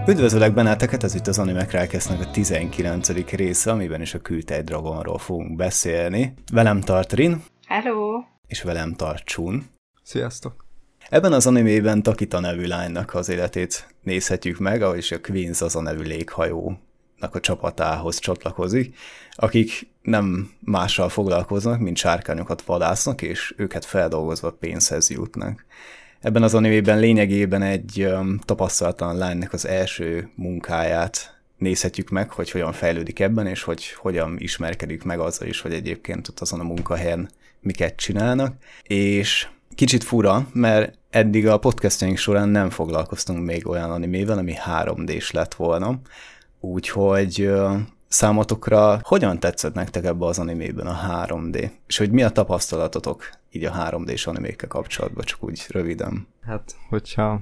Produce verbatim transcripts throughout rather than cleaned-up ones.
Üdvözöllek benneteket, ez itt az Animek Rákesznek a tizenkilencedik része, amiben is a Küldte Dragonról fogunk beszélni. Velem tart Rin. Hello! És velem tart Chun. Sziasztok! Ebben az animében Takita nevű lánynak az életét nézhetjük meg, ahogy is a Queen's az a nevű léghajónak a csapatához csatlakozik, akik nem mással foglalkoznak, mint sárkányokat vadásznak, és őket feldolgozva pénzhez jutnak. Ebben az animében lényegében egy um, tapasztalatlan lánynak az első munkáját nézhetjük meg, hogy hogyan fejlődik ebben, és hogy hogyan ismerkedik meg azzal is, hogy egyébként ott azon a munkahelyen miket csinálnak. És kicsit fura, mert eddig a podcastjaink során nem foglalkoztunk még olyan animével, ami három dés lett volna. Úgyhogy uh, számotokra hogyan tetszett nektek ebbe az animében a három dé? És hogy mi a tapasztalatotok így a három dés animékkel kapcsolatban, csak úgy röviden? Hát, hogyha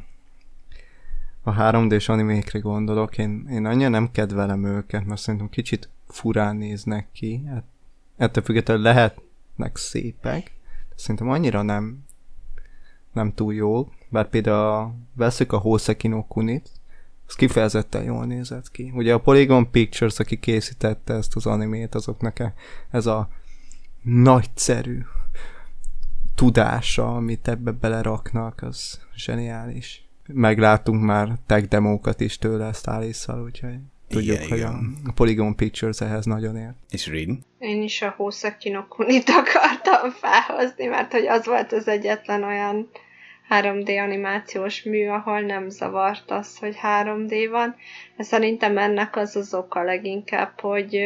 a három dés animékre gondolok, én, én annyira nem kedvelem őket, mert szerintem kicsit furán néznek ki. Hát, ettől függetlenül lehetnek szépek, de szerintem annyira nem, nem túl jó. Bár például veszük a Hoseki no Kunit, az kifejezetten jól nézett ki. Ugye a Polygon Pictures, aki készítette ezt az animét, azoknak ez a nagyszerű tudása, amit ebbe beleraknak, az zseniális. Megláttunk már tech demókat is tőle Stylissal, úgyhogy tudjuk, igen, hogy igen. A Polygon Pictures ehhez nagyon ért. És Rin? Én is a Hoseki no Kunit akartam felhozni, mert hogy az volt az egyetlen olyan három dé animációs mű, ahol nem zavart az, hogy három dé van. De szerintem ennek az az oka leginkább, hogy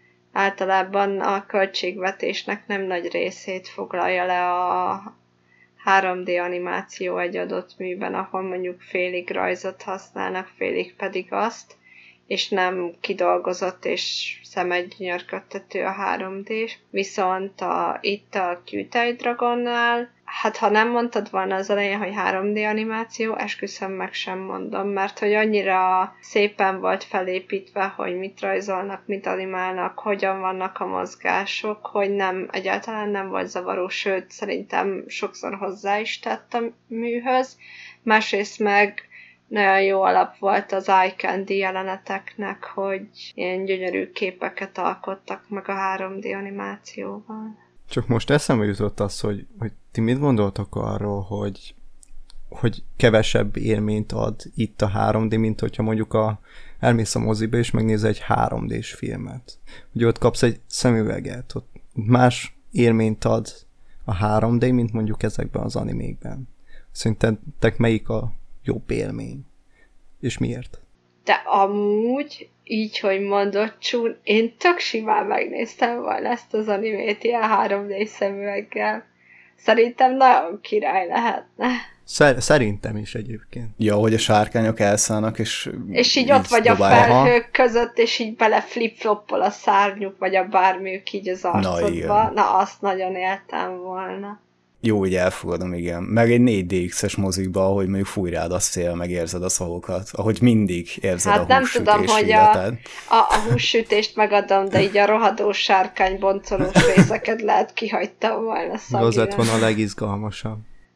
általában a költségvetésnek nem nagy részét foglalja le a három dé animáció egy adott műben, ahol mondjuk félig rajzot használnak, félig pedig azt, és nem kidolgozott és szemegygyönyörködtető a három dés. Viszont a, itt a Kyūtei Dragonnál, hát ha nem mondtad volna az elején, hogy három dé animáció, esküszöm, meg sem mondom, mert hogy annyira szépen volt felépítve, hogy mit rajzolnak, mit animálnak, hogyan vannak a mozgások, hogy nem, egyáltalán nem volt zavaró, sőt, szerintem sokszor hozzá is tett a műhöz. Másrészt meg nagyon jó alap volt az eye candy jeleneteknek, hogy ilyen gyönyörű képeket alkottak meg a három dé animációval. Csak most eszembe jutott az, hogy, hogy ti mit gondoltok arról, hogy, hogy kevesebb élményt ad itt a három dé, mint hogyha mondjuk a, elmész a moziba és megnézel egy három dés filmet. Ugye ott kapsz egy szemüveget, ott más élményt ad a három dé, mint mondjuk ezekben az animékben. Szerintetek melyik a jobb élmény? És miért? De amúgy, így, hogy mondott Chun, én tök simán megnéztem volna ezt az animét ilyen három dé szemüveggel. Szerintem nagyon király lehetne. Szer- szerintem is egyébként. Ja, hogy a sárkányok elszállnak, és... És így, így ott vagy dobálja. A felhők között, és így bele flip-floppol a szárnyuk, vagy a bármiük így az arcodba. Na, Na, azt nagyon éltem volna. Jó, hogy elfogadom, igen. Meg egy négy dé iksz-es mozikba, ahogy mondjuk fúj rád a szél, meg érzed a szavakat. Ahogy mindig érzed hát a hússütés nem tudom, hogy a, a, a hússütést megadom, de így a rohadó sárkány boncolós részeket lehet kihagytam volna Szabina. Az lett volna a legizgalmasabb.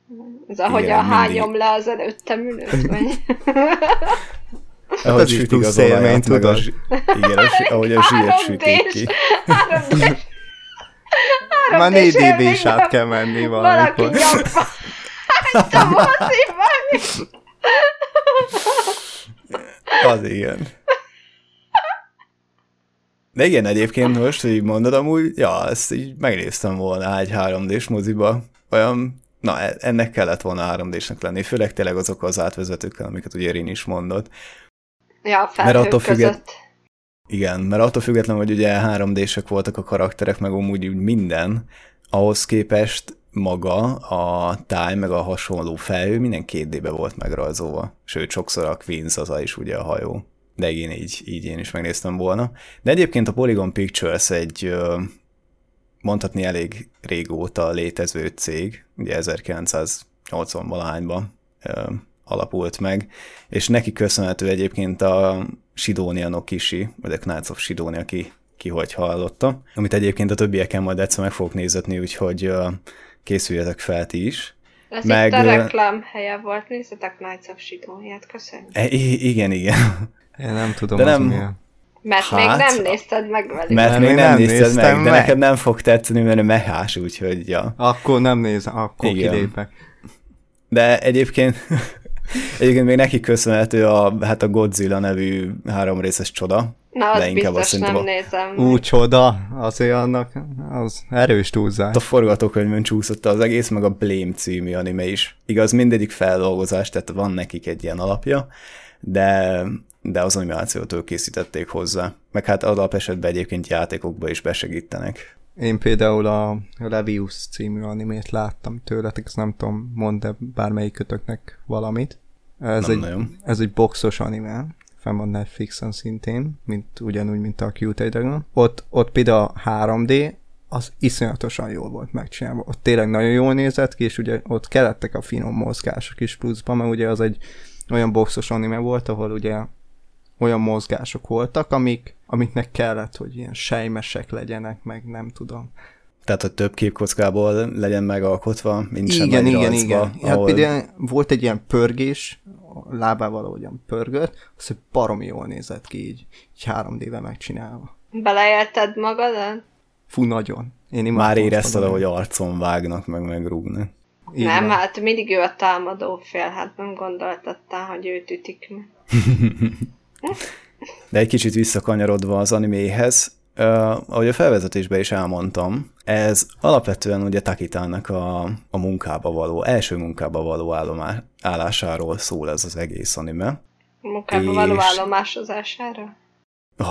Ez ahogy igen, a hányom mindig le az előttem ülőt, vagy... Ahogy sütik az olajat, meg a, zs... igen, a, ahogy a zsírt sütik ki. három dés Már négy dé bé is át kell menni valamikor. Valaki nyomva. Hányta moziban. Az igen. De igen, egyébként most, hogy így mondod, amúgy, ja, ezt így megnéztem volna egy három dés moziba. Olyan, na, ennek kellett volna három désnek lenni, főleg tényleg azok az átvezetőkkel, amiket ugye Rin is mondott. Ja, a felhők között. Függet... Igen, mert attól függetlenül, hogy ugye három dések voltak a karakterek, meg amúgy úgy minden, ahhoz képest maga a táj, meg a hasonló felhő minden két dé-be volt megrajzolva. Sőt, sokszor a Queen's az is ugye a hajó. De én így, így én is megnéztem volna. De egyébként a Polygon Pictures egy mondhatni elég régóta létező cég, ugye ezerkilencszáznyolcvan-valahányban alapult meg, és neki köszönhető egyébként a Shidonia no Kishi, vagy a Knights of Sidonia, aki ki hogy hallotta, amit egyébként a többieken majd egyszer meg fogok nézetni, úgyhogy uh, készüljetek fel ti is. Ez Meg, itt a reklám helye volt, nézzetek Knights of Sidonia-t, köszönjük. E, igen, igen. Én nem tudom, de az nem, milyen. Mert hát, még nem nézted meg velük. Mert nem, még nem, nem nézted meg, meg. de neked nem fog tetszeni, mert mehás, úgyhogy ja. Akkor nem nézem, akkor igen. Kilépek. De egyébként, egyébként még neki köszönhető a, hát a Godzilla nevű háromrészes csoda. Na, az biztos nem a... nézem. Ú, csoda, azért annak, az erős túlzás. A forgatókönyvön csúszott az egész, meg a Blame című anime is. Igaz, mindegyik feldolgozás, tehát van nekik egy ilyen alapja, de, de az animációtól készítették hozzá. Meg hát alap esetben egyébként játékokba is besegítenek. Én például a Levius című animét láttam tőletek, ezt nem tudom, mondd-e bármelyikötöknek valamit. Ez nem egy, nagyon. Ez egy boxos anime, fenn van Netflixen szintén, mint, ugyanúgy, mint a Cute Dragon. Ott, ott például a három dé, az iszonyatosan jól volt megcsinálva. Ott tényleg nagyon jól nézett ki, és ugye ott kellettek a finom mozgások is pluszban, mert ugye az egy olyan boxos anime volt, ahol ugye olyan mozgások voltak, amik, amiknek kellett, hogy ilyen sejmesek legyenek, meg nem tudom. Tehát, hogy több képkockából legyen megalkotva, mint sem igen, egy igen, rajzba, igen. ahol... Hát például volt egy ilyen pörgés, a lábával valahogyan pörgött, az, hogy baromi jól nézett ki így, így három dé-vel megcsinálva. Beleélted magadat? Fú, nagyon. Én Már érezted, ahogy arcon vágnak, meg megrúgnak. Így nem, van. Hát mindig ő a támadó fél, hát nem gondoltattál, hogy őt ütik meg. De egy kicsit visszakanyarodva az animéhez, uh, ahogy a felvezetésben is elmondtam, ez alapvetően ugye Takitának a, a munkába való, első munkába való állomá, állásáról szól ez az egész anime. Munkába és... való állomásozására? Oh,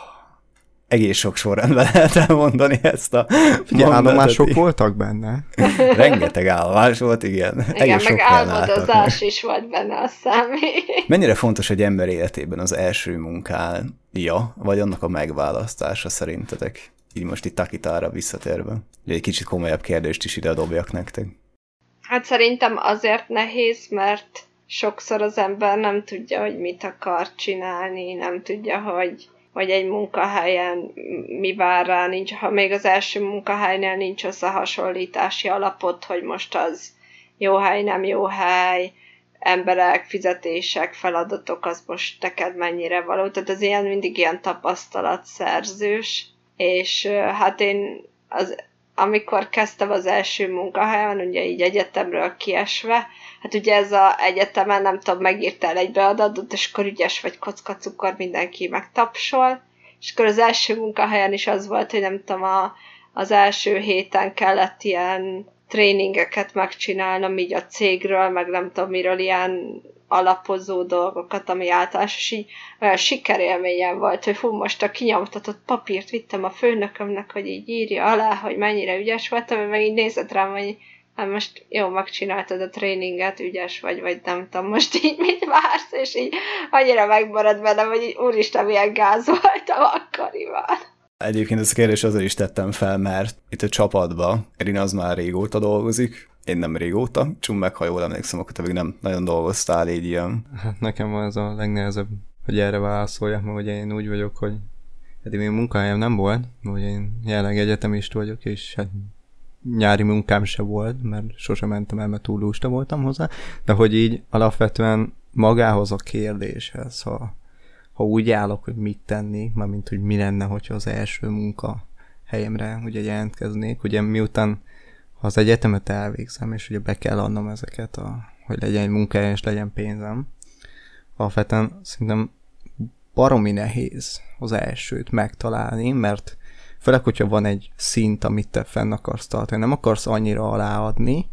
egész sok sorrendben lehet elmondani ezt a mondatot. Állomások voltak benne? Rengeteg állomás volt, igen. Igen, egész meg álmodozás is volt benne, a számít. Mennyire fontos egy ember életében az első munkája, vagy annak a megválasztása szerintetek? Így most itt Takitára visszatérve. Ugye egy kicsit komolyabb kérdést is ide dobjak nektek. Hát szerintem azért nehéz, mert sokszor az ember nem tudja, hogy mit akar csinálni, nem tudja, hogy hogy egy munkahelyen mi vár rá, nincs, ha még az első munkahelynél nincs összehasonlítási alapot, hogy most az jó hely, nem jó hely, emberek, fizetések, feladatok, az most neked mennyire való. Tehát az ilyen mindig ilyen tapasztalatszerzős, és hát én az, amikor kezdtem az első munkahelyen, ugye így egyetemről kiesve, hát ugye ez az egyetemen, nem tudom, megírtál egy beadatot, és akkor ügyes vagy, kockacukor, mindenki megtapsol, és akkor az első munkahelyen is az volt, hogy nem tudom, a, az első héten kellett ilyen tréningeket megcsinálnom így a cégről, meg nem tudom miről, ilyen alapozó dolgokat, ami általános, és így olyan sikerélményem volt, hogy hú, most a kinyomtatott papírt vittem a főnökömnek, hogy így írja alá, hogy mennyire ügyes voltam, meg így nézett rám, hogy hát most jó, megcsináltad a tréninget, ügyes vagy, vagy nem tudom, most így mit vársz, és így annyira megmarad bennem, hogy így úristen, milyen gáz voltam akkoriban. Egyébként ezt a kérdést azért is tettem fel, mert itt a csapatban Erina az már régóta dolgozik, én nem régóta, csum meg, ha jól emlékszem, akkor te még nem nagyon dolgoztál így ilyen. Hát nekem az a legnehezebb, hogy erre válaszoljak, mert ugye én úgy vagyok, hogy eddig még munkahelyem nem volt, ugye én jelenleg egyetemista vagyok, és hát nyári munkám se volt, mert sosem mentem el, mert túl lusta voltam hozzá, de hogy így alapvetően magához a kérdéshez, ha, ha úgy állok, hogy mit tenni, mármint, hogy mi lenne, hogyha az első munkahelyemre ugye jelentkeznék, ugye miután ha az egyetemet elvégzem, és ugye be kell adnom ezeket, a, hogy legyen egy munkahely, és legyen pénzem, alapvetően szerintem baromi nehéz az elsőt megtalálni, mert főleg, hogyha van egy szint, amit te fenn akarsz tartani, nem akarsz annyira aláadni,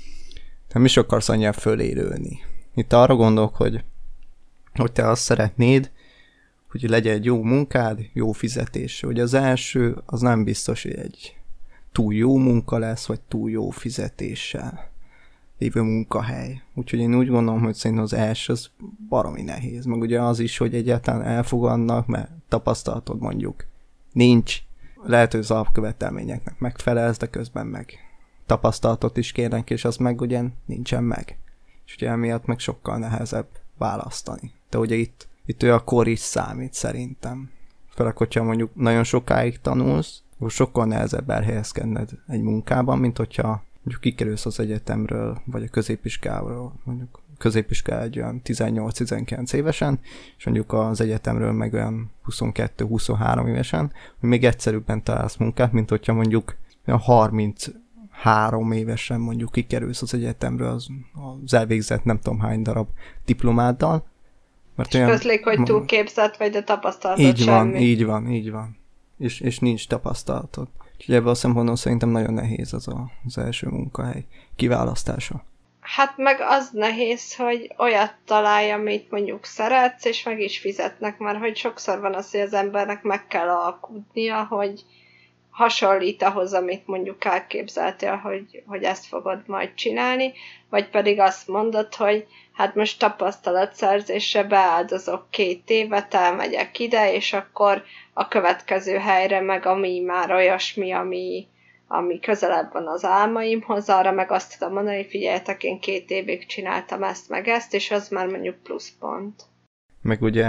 nem is akarsz annyira fölélőni. Itt arra gondolok, hogy, hogy te azt szeretnéd, hogy legyen egy jó munkád, jó fizetés. Ugye az első, az nem biztos, hogy egy túl jó munka lesz, vagy túl jó fizetéssel lévő munkahely. Úgyhogy én úgy gondolom, hogy szerintem az első az baromi nehéz. Meg ugye az is, hogy egyáltalán elfogadnak, mert tapasztalatod mondjuk nincs, lehet, hogy az alapkövetelményeknek megfelelsz, de közben meg tapasztalatot is kérnek, és az meg ugye nincsen meg. És ugye emiatt meg sokkal nehezebb választani. De ugye itt, itt olyan kor is számít szerintem. Főleg, hogyha mondjuk nagyon sokáig tanulsz, akkor sokkal nehezebb elhelyezkedned egy munkában, mint hogyha mondjuk kikerülsz az egyetemről, vagy a középiskáról, mondjuk középiská egy olyan tizennyolc-tizenkilenc évesen, és mondjuk az egyetemről meg olyan huszonkettő-huszonhárom évesen, hogy még egyszerűbben találsz munkát, mint hogyha mondjuk olyan harminchárom évesen mondjuk kikerülsz az egyetemről az, az elvégzett nem tudom hány darab diplomáddal. Mert és olyan, közlik, hogy túlképzett vagy, de tapasztalatod így semmi. Van, így van, így van. És, és nincs tapasztalatod. Úgyhogy ebből a szempontból szerintem nagyon nehéz az a, az első munkahely kiválasztása. Hát meg az nehéz, hogy olyat találj, amit mondjuk szeretsz, és meg is fizetnek, mert hogy sokszor van az, hogy az embernek meg kell alkudnia, hogy hasonlít ahhoz, amit mondjuk elképzeltél, hogy, hogy ezt fogod majd csinálni, vagy pedig azt mondod, hogy hát most tapasztalatszerzésre beáldozok két évet, elmegyek ide, és akkor a következő helyre meg ami már olyasmi, ami, ami közelebb van az álmaimhoz, arra meg azt tudom mondani, hogy figyeljetek, én két évig csináltam ezt meg ezt, és az már mondjuk pluszpont. Meg ugye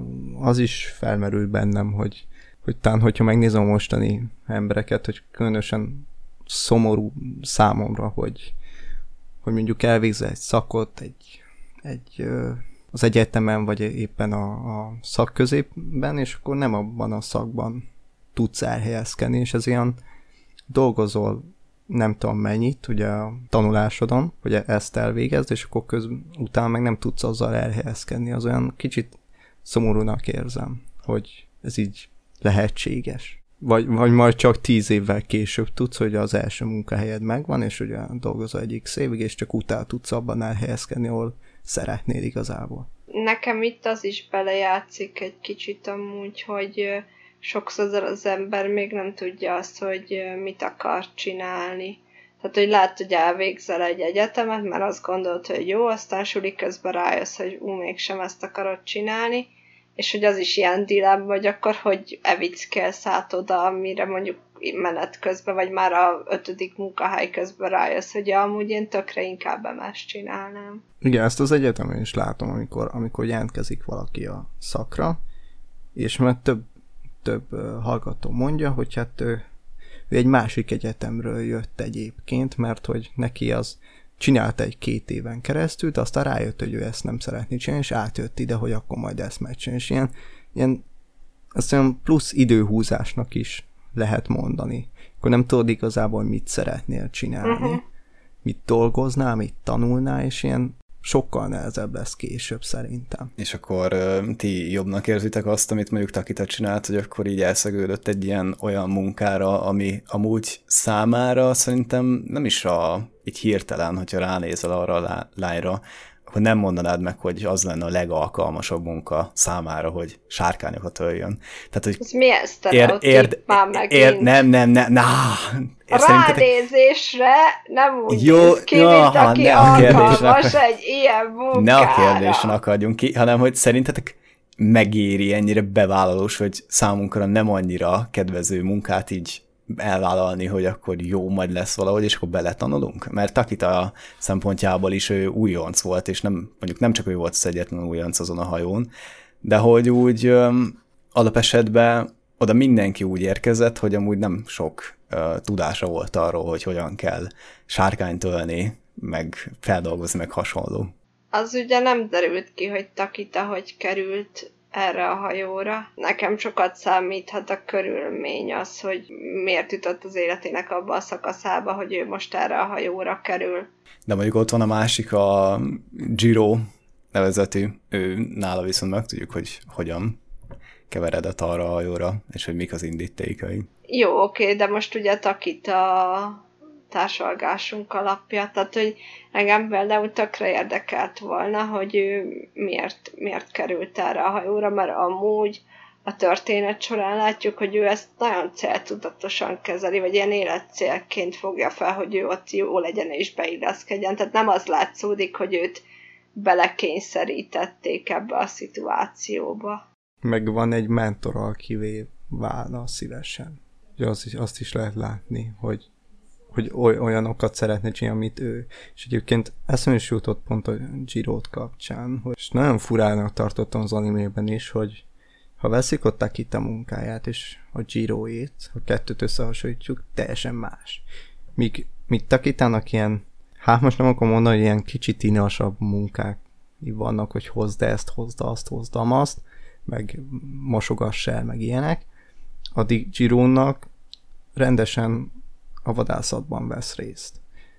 az is felmerül bennem, hogy, hogy talán, hogyha megnézem a mostani embereket, hogy különösen szomorú számomra, hogy, hogy mondjuk elvégzel egy szakot, egy, egy, az egyetemen, vagy éppen a, a szakközépben, és akkor nem abban a szakban tudsz elhelyezkedni, és ez ilyen dolgozol nem tudom mennyit, ugye a tanulásodon, hogy ezt elvégezd, és akkor közben utána meg nem tudsz azzal elhelyezkedni. Az olyan kicsit szomorúnak érzem, hogy ez így lehetséges. Vagy, vagy majd csak tíz évvel később tudsz, hogy az első munkahelyed megvan, és ugye dolgozol egy x évig, és csak utána tudsz abban elhelyezkedni, ahol szeretnél igazából. Nekem itt az is belejátszik egy kicsit amúgy, hogy sokszor az ember még nem tudja azt, hogy mit akar csinálni. Tehát, hogy lehet, hogy elvégzel egy egyetemet, mert azt gondolod, hogy jó, aztán suli közben rájössz, hogy ú, mégsem ezt akarod csinálni, és hogy az is ilyen dilemma, vagy akkor, hogy evickelsz át oda, amire mondjuk menet közben, vagy már a ötödik munkahely közben rájössz, hogy ja, amúgy én tökre inkább emást csinálnám. Igen, ezt az egyetemen is látom, amikor, amikor jelentkezik valaki a szakra, és mert több több hallgató mondja, hogy hát ő, ő egy másik egyetemről jött egyébként, mert hogy neki az csinálta egy két éven keresztül, de aztán rájött, hogy ő ezt nem szeretné csinálni, és átjött ide, hogy akkor majd ezt megcsinálni. És ilyen, ilyen azt olyan plusz időhúzásnak is lehet mondani. Akkor nem tudod igazából, mit szeretnél csinálni, uh-huh. mit dolgoznál, mit tanulnál, és ilyen sokkal nehezebb lesz később szerintem. És akkor uh, ti jobbnak érzitek azt, amit mondjuk Takita csinált, hogy akkor így elszegődött egy ilyen olyan munkára, ami amúgy számára szerintem nem is a, így hirtelen, hogyha ránézel arra a lányra, akkor nem mondanád meg, hogy az lenne a legalkalmasabb munka számára, hogy sárkányokat öljön. Tehát, hogy ez mi ez sztereotíp már megint? Ér, nem, nem, nem, na! Ránézésre nem úgy jó, néz ki, no, mint aki ne alkalmas egy ilyen munkára. Ne a kérdésen akadjunk ki, hanem hogy szerintetek megéri ennyire bevállalós, hogy számunkra nem annyira kedvező munkát így elvállalni, hogy akkor jó, majd lesz valahogy, és akkor beletanulunk? Mert Takita szempontjából is ő újonc volt, és nem, mondjuk nem csak ő volt az egyetlen újonc azon a hajón, de hogy úgy öm, alapesetben oda mindenki úgy érkezett, hogy amúgy nem sok uh, tudása volt arról, hogy hogyan kell sárkányt ölni, meg feldolgozni, meg hasonló. Az ugye nem derült ki, hogy Takita hogy került erre a hajóra. Nekem sokat számíthat a körülmény az, hogy miért jutott az életének abba a szakaszába, hogy ő most erre a hajóra kerül. De mondjuk ott van a másik, a Jiro nevezetű, ő nála viszont meg tudjuk, hogy hogyan keveredett arra a hajóra, és hogy mik az indítékai. Jó, oké, de most ugye Takita társalgásunk alapja, tehát hogy engem például tökre érdekelt volna, hogy ő miért, miért került erre a hajóra, mert amúgy a történet során látjuk, hogy ő ezt nagyon céltudatosan kezeli, vagy ilyen életcélként fogja fel, hogy ő ott jó legyen és beilleszkedjen. Tehát nem az látszódik, hogy őt belekényszerítették ebbe a szituációba. Meg van egy mentor, akivé válna szívesen. Azt is, azt is lehet látni, hogy hogy olyanokat szeretne csinálni, amit ő. És egyébként eszembe is jutott pont a Jirót kapcsán, hogy és nagyon furának tartottam az animében is, hogy ha veszik ott Takita munkáját és a Jiróét, a kettőt összehasonlítjuk, teljesen más. Míg mit Takitának ilyen, hát most nem akarom mondani, hogy ilyen kicsit inasabb munkák vannak, hogy hozd ezt, hozd azt, hozd azt, meg mosogass el, meg ilyenek. Addig Girónnak rendesen a vadászatban vesz részt.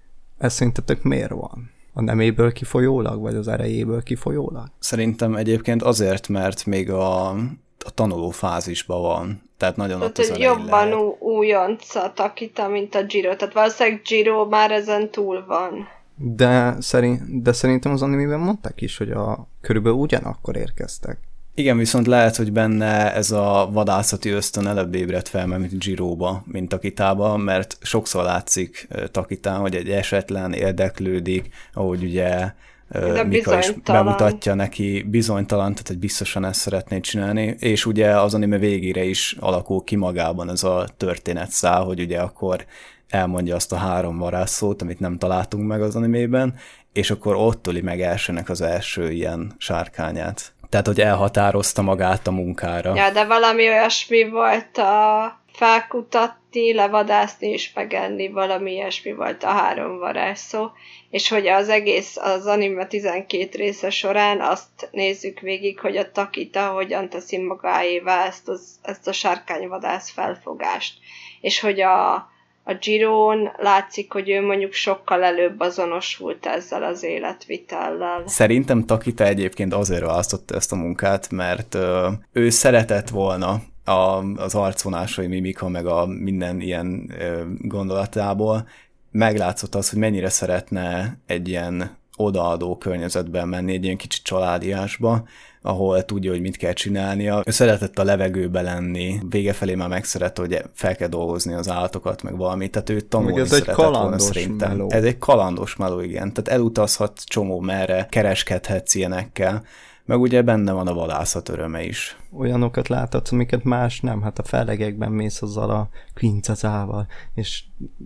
Ez szerintetek miért van? A neméből kifolyólag, vagy az erejéből kifolyólag? Szerintem egyébként azért, mert még a, a tanuló fázisban van. Tehát nagyon tehát, ott az hogy jobban lehet. újonc a Takita, mint a Giro. Tehát valószínűleg Giro már ezen túl van. De, szerint, de szerintem az animében mondták is, hogy a, körülbelül ugyanakkor érkeztek. Igen, viszont lehet, hogy benne ez a vadászati ösztön előbb ébredt fel, mint Giróba, mint Takitába, mert sokszor látszik Takitán, hogy egy esetlen érdeklődik, ahogy ugye Mika is bemutatja neki, bizonytalan, tehát hogy biztosan ezt szeretné csinálni, és ugye az anime végére is alakul ki magában ez a történetszál, hogy ugye akkor elmondja azt a három varázsszót, amit nem találtunk meg az animében, és akkor ott öli meg elsőnek az első ilyen sárkányát. Tehát, hogy elhatározta magát a munkára. Ja, de valami olyasmi volt a felkutatni, levadászni és megenni, valami ilyesmi volt a három varázsszó, és hogy az egész, az anime tizenkét része során azt nézzük végig, hogy a Takita hogyan teszi magáévá ezt, az, ezt a sárkányvadász felfogást. És hogy a, a Girón látszik, hogy ő mondjuk sokkal előbb azonosult ezzel az életvitellel. Szerintem Takita egyébként azért választotta ezt a munkát, mert ö, ő szeretett volna a, az arcvonásai, mimika, meg a minden ilyen ö, gondolatából. Meglátszott az, hogy mennyire szeretne egy ilyen odaadó környezetben menni, egy ilyen kicsit családiásba, ahol tudja, hogy mit kell csinálnia. Ő szeretett a levegőbe lenni, vége felé már megszerette, hogy fel kell dolgozni az állatokat, meg valamit, tehát ő tanulni ez szeretett egy volna szerintem. Meló. Ez egy kalandos meló, igen. Tehát elutazhat csomó merre, kereskedhetsz ilyenekkel, meg ugye benne van a vadászat öröme is. Olyanokat láthatsz, amiket más nem, hát a fellegekben mész azzal a kvincacával, és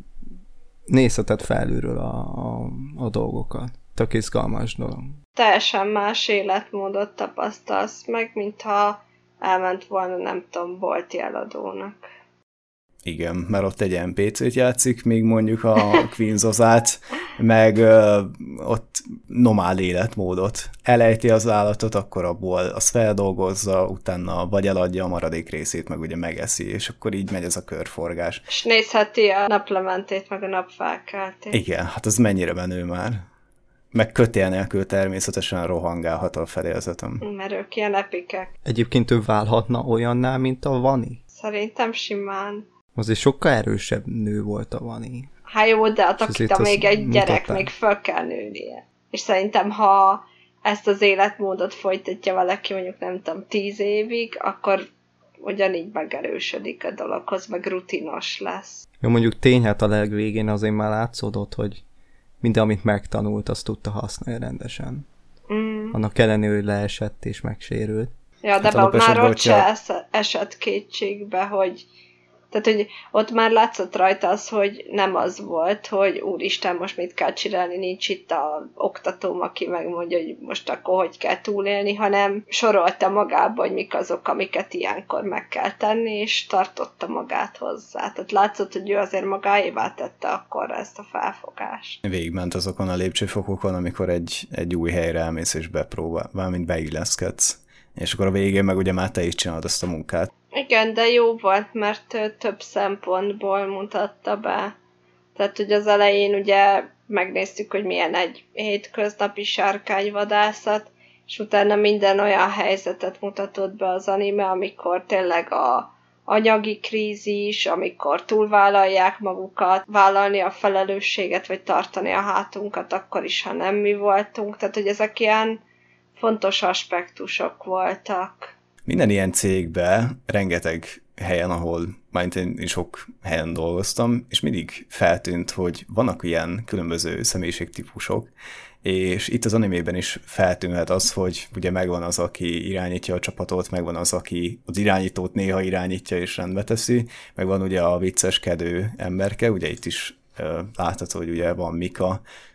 nézheted felülről a, a, a dolgokat. Tök izgalmas dolog. Teljesen más életmódot tapasztalsz meg, mintha elment volna, nem tudom, bolti eladónak. Igen, mert ott egy en pé cét játszik, még mondjuk a Queenzozát, meg ö, ott nomád életmódot. Elejti az állatot, akkor abból azt feldolgozza, utána vagy eladja a maradék részét, meg ugye megeszi, és akkor így megy ez a körforgás. És nézheti a naplementét, meg a napfelkeltét. Igen, hát az mennyire menő már. Meg kötél nélkül természetesen rohangálhat a fedélzetem. Mert ők ilyen epikek. Egyébként ő válhatna olyanná, mint a Vani? Szerintem simán. Azért sokkal erősebb nő volt a Vani. Hát jó, de a Takita még egy gyerek, mutatták. Még föl kell nőnie. És szerintem, ha ezt az életmódot folytatja valaki mondjuk nem tudom, tíz évig, akkor ugyanígy megerősödik a dologhoz, meg rutinos lesz. Jó, mondjuk tény, hát a legvégén azért már látszódott, hogy minden, amit megtanult, azt tudta használni rendesen. Mm. Annak ellenére, hogy leesett és megsérült. Ja, de hát már ott se esett kétségbe, hogy tehát, hogy ott már látszott rajta az, hogy nem az volt, hogy úristen, most mit kell csinálni, nincs itt a oktatóm, aki megmondja, hogy most akkor hogy kell túlélni, hanem sorolta magába, hogy mik azok, amiket ilyenkor meg kell tenni, és tartotta magát hozzá. Tehát látszott, hogy ő azért magáévá tette akkor ezt a felfogást. Végigment azokon a lépcsőfokokon, amikor egy, egy új helyre elmész és bepróbál, valamint beilleszkedsz. És akkor a végén meg ugye már te is csinálod azt a munkát. Igen, de jó volt, mert több szempontból mutatta be. Tehát, hogy az elején ugye megnéztük, hogy milyen egy hétköznapi sárkányvadászat, és utána minden olyan helyzetet mutatott be az anime, amikor tényleg a anyagi krízis, amikor túlvállalják magukat, vállalni a felelősséget, vagy tartani a hátunkat, akkor is, ha nem mi voltunk. Tehát, hogy ezek ilyen fontos aspektusok voltak. Minden ilyen cégben rengeteg helyen, ahol már én sok helyen dolgoztam, és mindig feltűnt, hogy vannak ilyen különböző személyiségtípusok, és itt az animében is feltűnhet az, hogy ugye megvan az, aki irányítja a csapatot, megvan az, aki az irányítót néha irányítja és rendbe teszi, megvan ugye a vicceskedő emberke, ugye itt is látható, hogy ugye van Mika,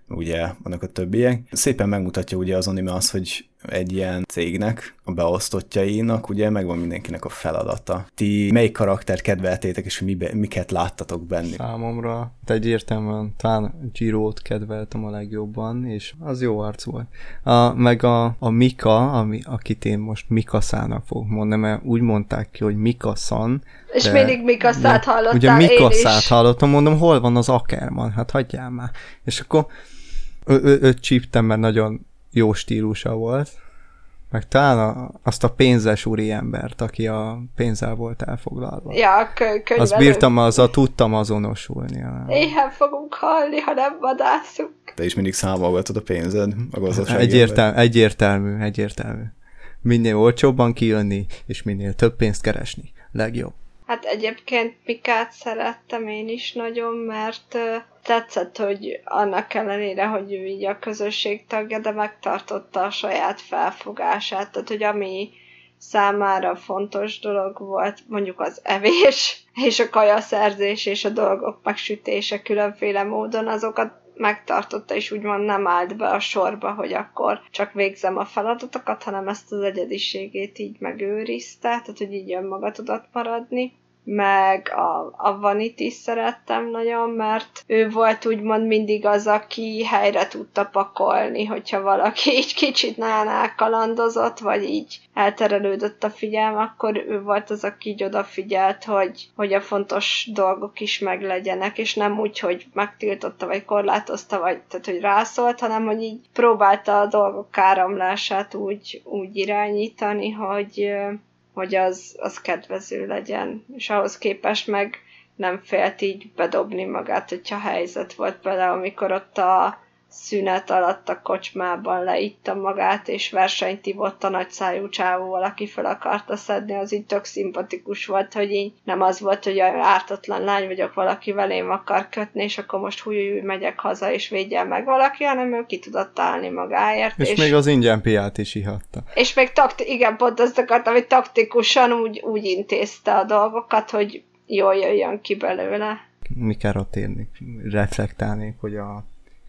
ugye vannak a többiek. Szépen megmutatja ugye az anime az, hogy egy ilyen cégnek, a beosztottjainak ugye megvan mindenkinek a feladata. Ti melyik karaktert kedveltétek, és mibe, miket láttatok benne? Számomra egyértelműen talán Jiro-t kedveltem a legjobban, és az jó arc volt. A, meg a, a Mika, ami, akit én most Mikaszának fogok mondani, mert úgy mondták ki, hogy Mika-san. És de, mindig Mikaszát hallottál, ugye Mikaszát hallottam, mondom, hol van az Ackerman? Hát hagyjál már. És akkor ő, ő, őt csíptem, mert nagyon jó stílusa volt. Meg talán a, azt a pénzes úriembert, aki a pénzzel volt elfoglalva. Ja, kö- könyvelő. Azt bírtam, azzal tudtam azonosulni. Éhen fogunk halni, ha nem vadászunk. Te is mindig számolgatod a pénzed a gazdaságban. Egyértelmű, egyértelmű, egyértelmű. Minél olcsóbban kijönni, és minél több pénzt keresni. Legjobb. Hát egyébként Mikát szerettem én is nagyon, mert uh, tetszett, hogy annak ellenére, hogy ő így a közösség tagja, de megtartotta a saját felfogását. Tehát, hogy ami számára fontos dolog volt, mondjuk az evés, és a kajaszerzés, és a dolgok megsütése különféle módon, azokat megtartotta, és úgymond nem állt be a sorba, hogy akkor csak végzem a feladatokat, hanem ezt az egyediségét így megőrizte, tehát hogy így önmaga tudott maradni. Meg a, a Vanit is szerettem nagyon, mert ő volt úgymond mindig az, aki helyre tudta pakolni, hogyha valaki így kicsit nagyon elkalandozott, vagy így elterelődött a figyelme, akkor ő volt az, aki így odafigyelt, hogy, hogy a fontos dolgok is meglegyenek, és nem úgy, hogy megtiltotta, vagy korlátozta, vagy tehát, hogy rászólt, hanem hogy így próbálta a dolgok áramlását úgy, úgy irányítani, hogy hogy az, az kedvező legyen, és ahhoz képest meg nem félt így bedobni magát, hogyha helyzet volt vele, amikor ott a szünet alatt a kocsmában leitta magát, és versenyt ivott a nagyszájú csávóval, aki fel akarta szedni, az így tök szimpatikus volt, hogy így nem az volt, hogy ártatlan lány vagyok, valaki velém akar kötni, és akkor most húj, megyek haza, és védjen meg valaki, hanem ő ki tudott állni magáért. És, és még az ingyen piát is ihatta. És még takti- igen, pont azt akartam, hogy taktikusan úgy, úgy intézte a dolgokat, hogy jól jöjjön ki belőle. Mikára térnék, reflektálnék, hogy a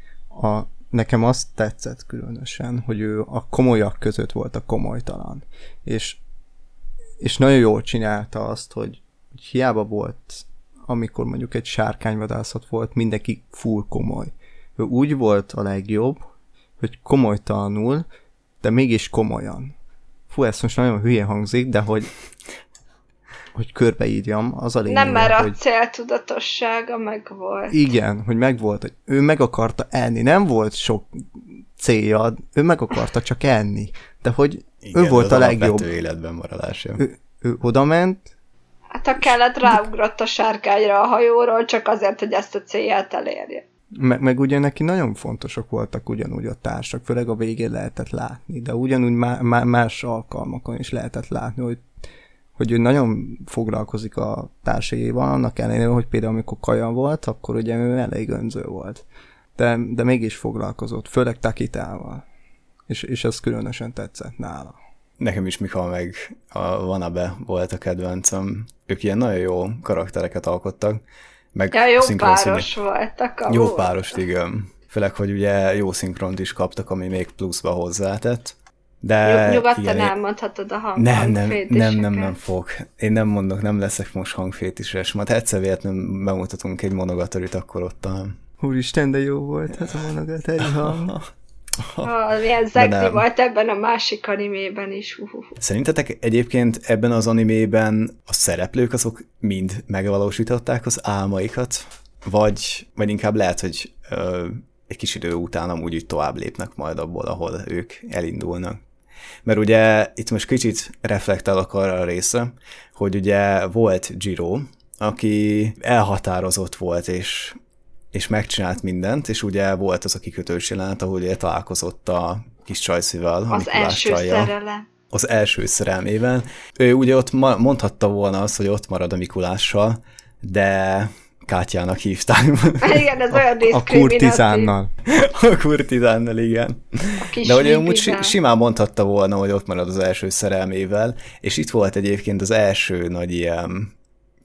A, nekem azt tetszett különösen, hogy ő a komolyak között volt a komolytalan. És, és nagyon jól csinálta azt, hogy, hogy hiába volt, amikor mondjuk egy sárkányvadászat volt, mindenki full komoly. Ő úgy volt a legjobb, hogy komolytalanul, de mégis komolyan. Fú, ez most nagyon hülye hangzik, de hogy hogy körbeírjam, az a lényeg, nem, mert a hogy... céltudatossága meg volt. Igen, hogy megvolt, hogy ő meg akarta enni, nem volt sok célja, ő meg akarta csak enni, de hogy igen, ő volt a legjobb. Igen, életben maradása. Ő, ő odament. Hát ha kellett, ráugrott a sárkányra a hajóról, csak azért, hogy ezt a célját elérje. Meg, meg ugye neki nagyon fontosak voltak ugyanúgy a társak, főleg a végén lehetett látni, de ugyanúgy má, má, más alkalmakon is lehetett látni, hogy hogy ő nagyon foglalkozik a társaival, annak ellenére, hogy például amikor Kaja volt, akkor ugye ő elég önző volt. De, de mégis foglalkozott, főleg Takitával. És, és ez különösen tetszett nála. Nekem is Mika meg a Wanabe volt a kedvencem. Ők ilyen nagyon jó karaktereket alkottak. Meg ja, jó páros voltak. Jó volt. Páros, igen. Főleg, hogy ugye jó szinkront is kaptak, ami még pluszba hozzátett. De nyugodtan igen, elmondhatod a hang- nem, nem, nem, nem, nem fog. Én nem mondok, nem leszek most hangfétises. Majd egyszer véletlenül bemutatunk egy Monogatari-t, akkor ott a... Úristen, de jó volt ez a Monogatari hang. Oh, milyen zegzi volt ebben a másik animében is. Uh-huh. Szerintetek egyébként ebben az animében a szereplők azok mind megvalósították az álmaikat? Vagy, vagy inkább lehet, hogy ö, egy kis idő után amúgy úgy tovább lépnek majd abból, ahol ők elindulnak? Mert ugye itt most kicsit reflektálok arra a részre, hogy ugye volt Jiro, aki elhatározott volt, és, és megcsinált mindent, és ugye volt az a kikötős jelenet, ahol ugye találkozott a kis csajszival. Az első szerelem. Az első szerelmével. Ő ugye ott mondhatta volna azt, hogy ott marad a Mikulással, de Kátyának hívták. Igen, ez olyan diszkriminatív. A kurtizánnal. A kurtizánnal, igen. De hogy amúgy simán mondhatta volna, hogy ott marad az első szerelmével, és itt volt egyébként az első nagy ilyen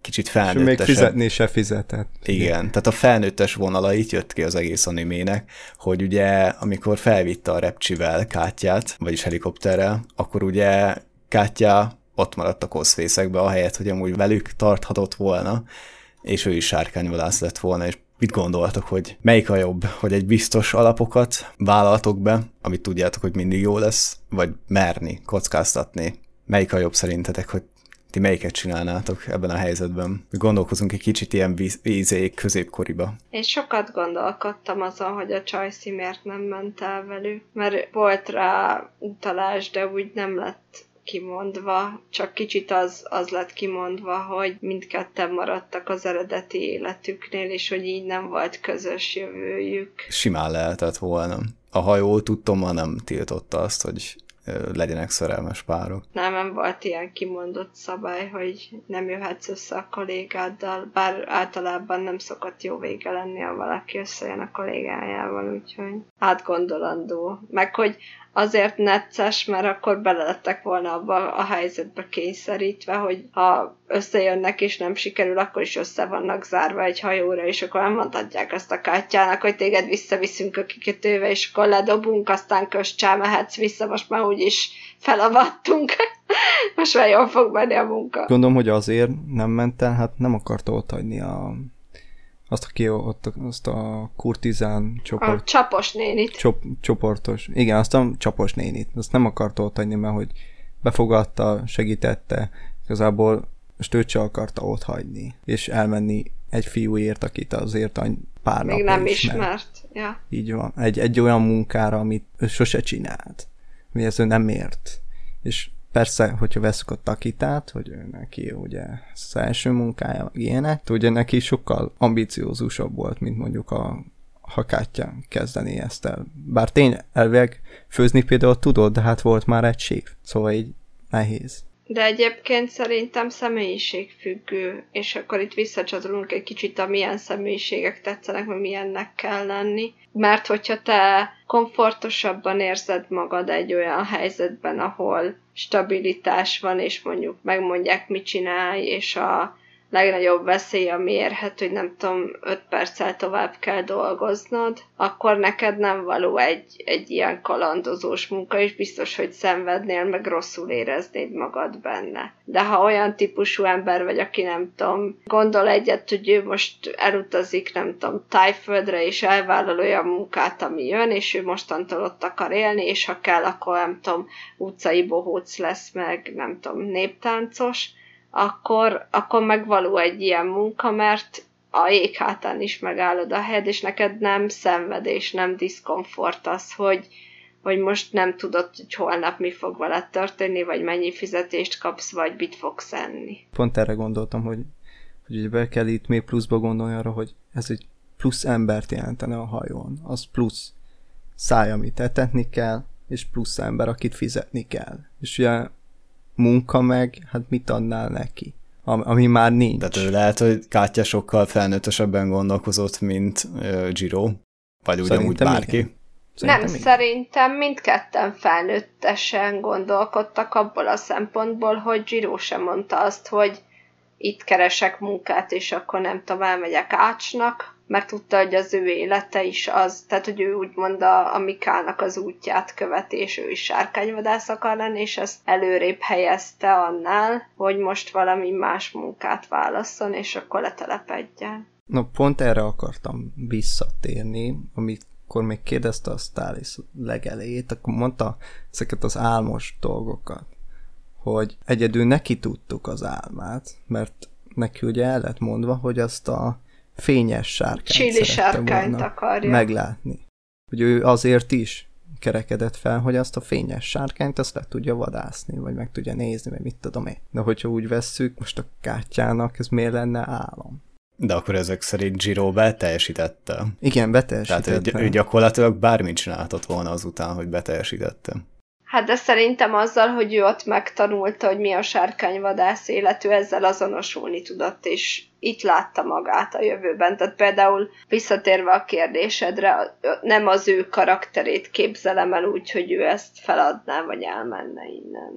kicsit És felnőttesebb. még fizetni se fizetett. Igen, tehát a felnőttes vonala itt jött ki az egész animének, hogy ugye amikor felvitte a repcsivel Kátyát, vagyis helikopterrel, akkor ugye Kátya ott maradt a Ghostface-ekbe, ahelyett, hogy amúgy velük tarthatott volna, és ő is sárkányvadász lett volna, és mit gondoltok, hogy melyik a jobb, hogy egy biztos alapokat vállaltok be, amit tudjátok, hogy mindig jó lesz, vagy merni, kockáztatni? Melyik a jobb szerintetek, hogy ti melyiket csinálnátok ebben a helyzetben? Gondolkozunk egy kicsit ilyen vízék középkoriba. Én sokat gondolkodtam azon, hogy a Csajci miért nem ment el velük, mert volt rá utalás, de úgy nem lett kimondva, csak kicsit az, az lett kimondva, hogy mindketten maradtak az eredeti életüknél, és hogy így nem volt közös jövőjük. Simán lehetett volna. A hajó tudtommal nem tiltotta azt, hogy legyenek szerelmes párok. Nem, nem volt ilyen kimondott szabály, hogy nem jöhetsz össze a kollégáddal, bár általában nem szokott jó vége lenni, ha valaki összejön a kollégájával, úgyhogy átgondolandó. Meg, hogy azért necces, mert akkor bele lettek volna abba a helyzetbe kényszerítve, hogy ha összejönnek és nem sikerül, akkor is össze vannak zárva egy hajóra, és akkor nem mondhatják azt a Kátyának, hogy téged visszaviszünk a kikötőbe, és akkor ledobunk, aztán közcsá mehetsz vissza, most már úgyis felavattunk. Most már jól fog menni a munka. Gondolom, hogy azért nem ment el, hát nem akarta ott hagyni a azt, aki ott, azt a kurtizán csoport... A csapos nénit. Csop, csoportos. Igen, azt a csapos nénit. Azt nem akarta ott hagyni, mert hogy befogadta, segítette. Igazából most őt se akarta ott hagyni. És elmenni egy fiúért, akit azért pár még napja nem ismert. ismert. Ja. Így van. Egy, egy olyan munkára, amit ő sose csinált. Mihez ő nem ért. És persze, hogyha veszük a Takitát, hogy ő neki ugye az első munkája, meg ilyenek, ugye neki sokkal ambiciózusabb volt, mint mondjuk a ha Kátya kezdeni ezt el. Bár tény, elvileg főzni például tudod, de hát volt már egy séf. Szóval így nehéz. De egyébként szerintem személyiségfüggő, és akkor itt visszacsatolunk egy kicsit a milyen személyiségek tetszenek, vagy milyennek kell lenni. Mert hogyha te komfortosabban érzed magad egy olyan helyzetben, ahol stabilitás van, és mondjuk megmondják, mit csinálj, és a legnagyobb veszély, ami érhet, hogy nem tudom, öt perccel tovább kell dolgoznod, akkor neked nem való egy, egy ilyen kalandozós munka, és biztos, hogy szenvednél, meg rosszul éreznéd magad benne. De ha olyan típusú ember vagy, aki nem tudom, gondol egyet, hogy ő most elutazik, nem tudom, Tájföldre, és elvállal olyan munkát, ami jön, és ő mostantól ott akar élni, és ha kell, akkor nem tudom, utcai bohóc lesz, meg nem tudom, néptáncos, akkor, akkor meg való egy ilyen munka, mert a jég hátán is megállod a helyed, és neked nem szenvedés, nem diszkomfort az, hogy, hogy most nem tudod, hogy holnap mi fog veled történni, vagy mennyi fizetést kapsz, vagy mit fogsz enni. Pont erre gondoltam, hogy, hogy be kell itt még pluszba gondolni arra, hogy ez egy plusz embert jelentene a hajón. Az plusz száj, amit etetni kell, és plusz ember, akit fizetni kell. És ugye munka meg, hát mit adnál neki? Ami, ami már nincs. Tehát ő lehet, hogy Kátya sokkal felnőttesebben gondolkozott, mint uh, Jiro, vagy ugyanúgy bárki. Igen. Szerintem nem, igen. Szerintem mindketten felnőttesen gondolkodtak abból a szempontból, hogy Jiro sem mondta azt, hogy itt keresek munkát, és akkor nem tudom, elmegyek Ácsnak, mert tudta, hogy az ő élete is az, tehát, hogy ő úgymond a, a Mikának az útját követi, és ő is sárkányvadász akar lenni, és ezt előrébb helyezte annál, hogy most valami más munkát válasszon, és akkor letelepedjen. Na, pont erre akartam visszatérni, amikor még kérdezte a Stális legelejét, akkor mondta ezeket az álmos dolgokat, hogy egyedül neki tudtuk az álmát, mert neki ugye el lett mondva, hogy azt a fényes sárkányt Chili sárkányt akarja meglátni. Hogy ő azért is kerekedett fel, hogy azt a fényes sárkányt azt le tudja vadászni, vagy meg tudja nézni, vagy mit tudom én. De hogyha úgy vesszük, most a Kátyának ez miért lenne álom? De akkor ezek szerint Jiro beteljesítette. Igen, beteljesítette. Tehát ő gyakorlatilag bármit csinálhatott volna azután, hogy beteljesítette. Hát de szerintem azzal, hogy ő ott megtanulta, hogy mi a sárkányvadász életű, ezzel azonosulni tudott, és itt látta magát a jövőben. Tehát például visszatérve a kérdésedre, nem az ő karakterét képzelem el úgy, hogy ő ezt feladná, vagy elmenne innen.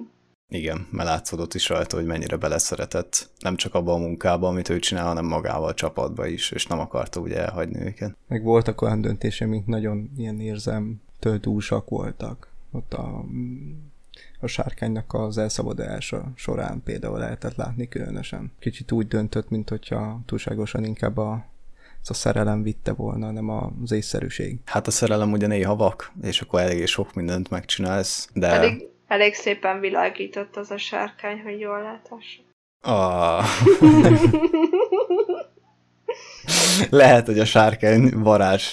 Igen, mert látszódott is rajta, hogy mennyire beleszeretett nem csak abban a munkában, amit ő csinál, hanem magával a csapatba is, és nem akarta ugye elhagyni őket. Meg voltak olyan döntése, mint nagyon ilyen érzemtől dúsak voltak. Ott a, a sárkánynak az elszabadulása során például lehetett látni különösen. Kicsit úgy döntött, mint hogyha túlságosan inkább a a szerelem vitte volna, nem az észszerűség. Hát a szerelem ugye néha vak, és akkor eléggé sok mindent megcsinálsz, de... Elég, elég szépen világított az a sárkány, hogy jól láthassa. Ah. Lehet, hogy a sárkány varázs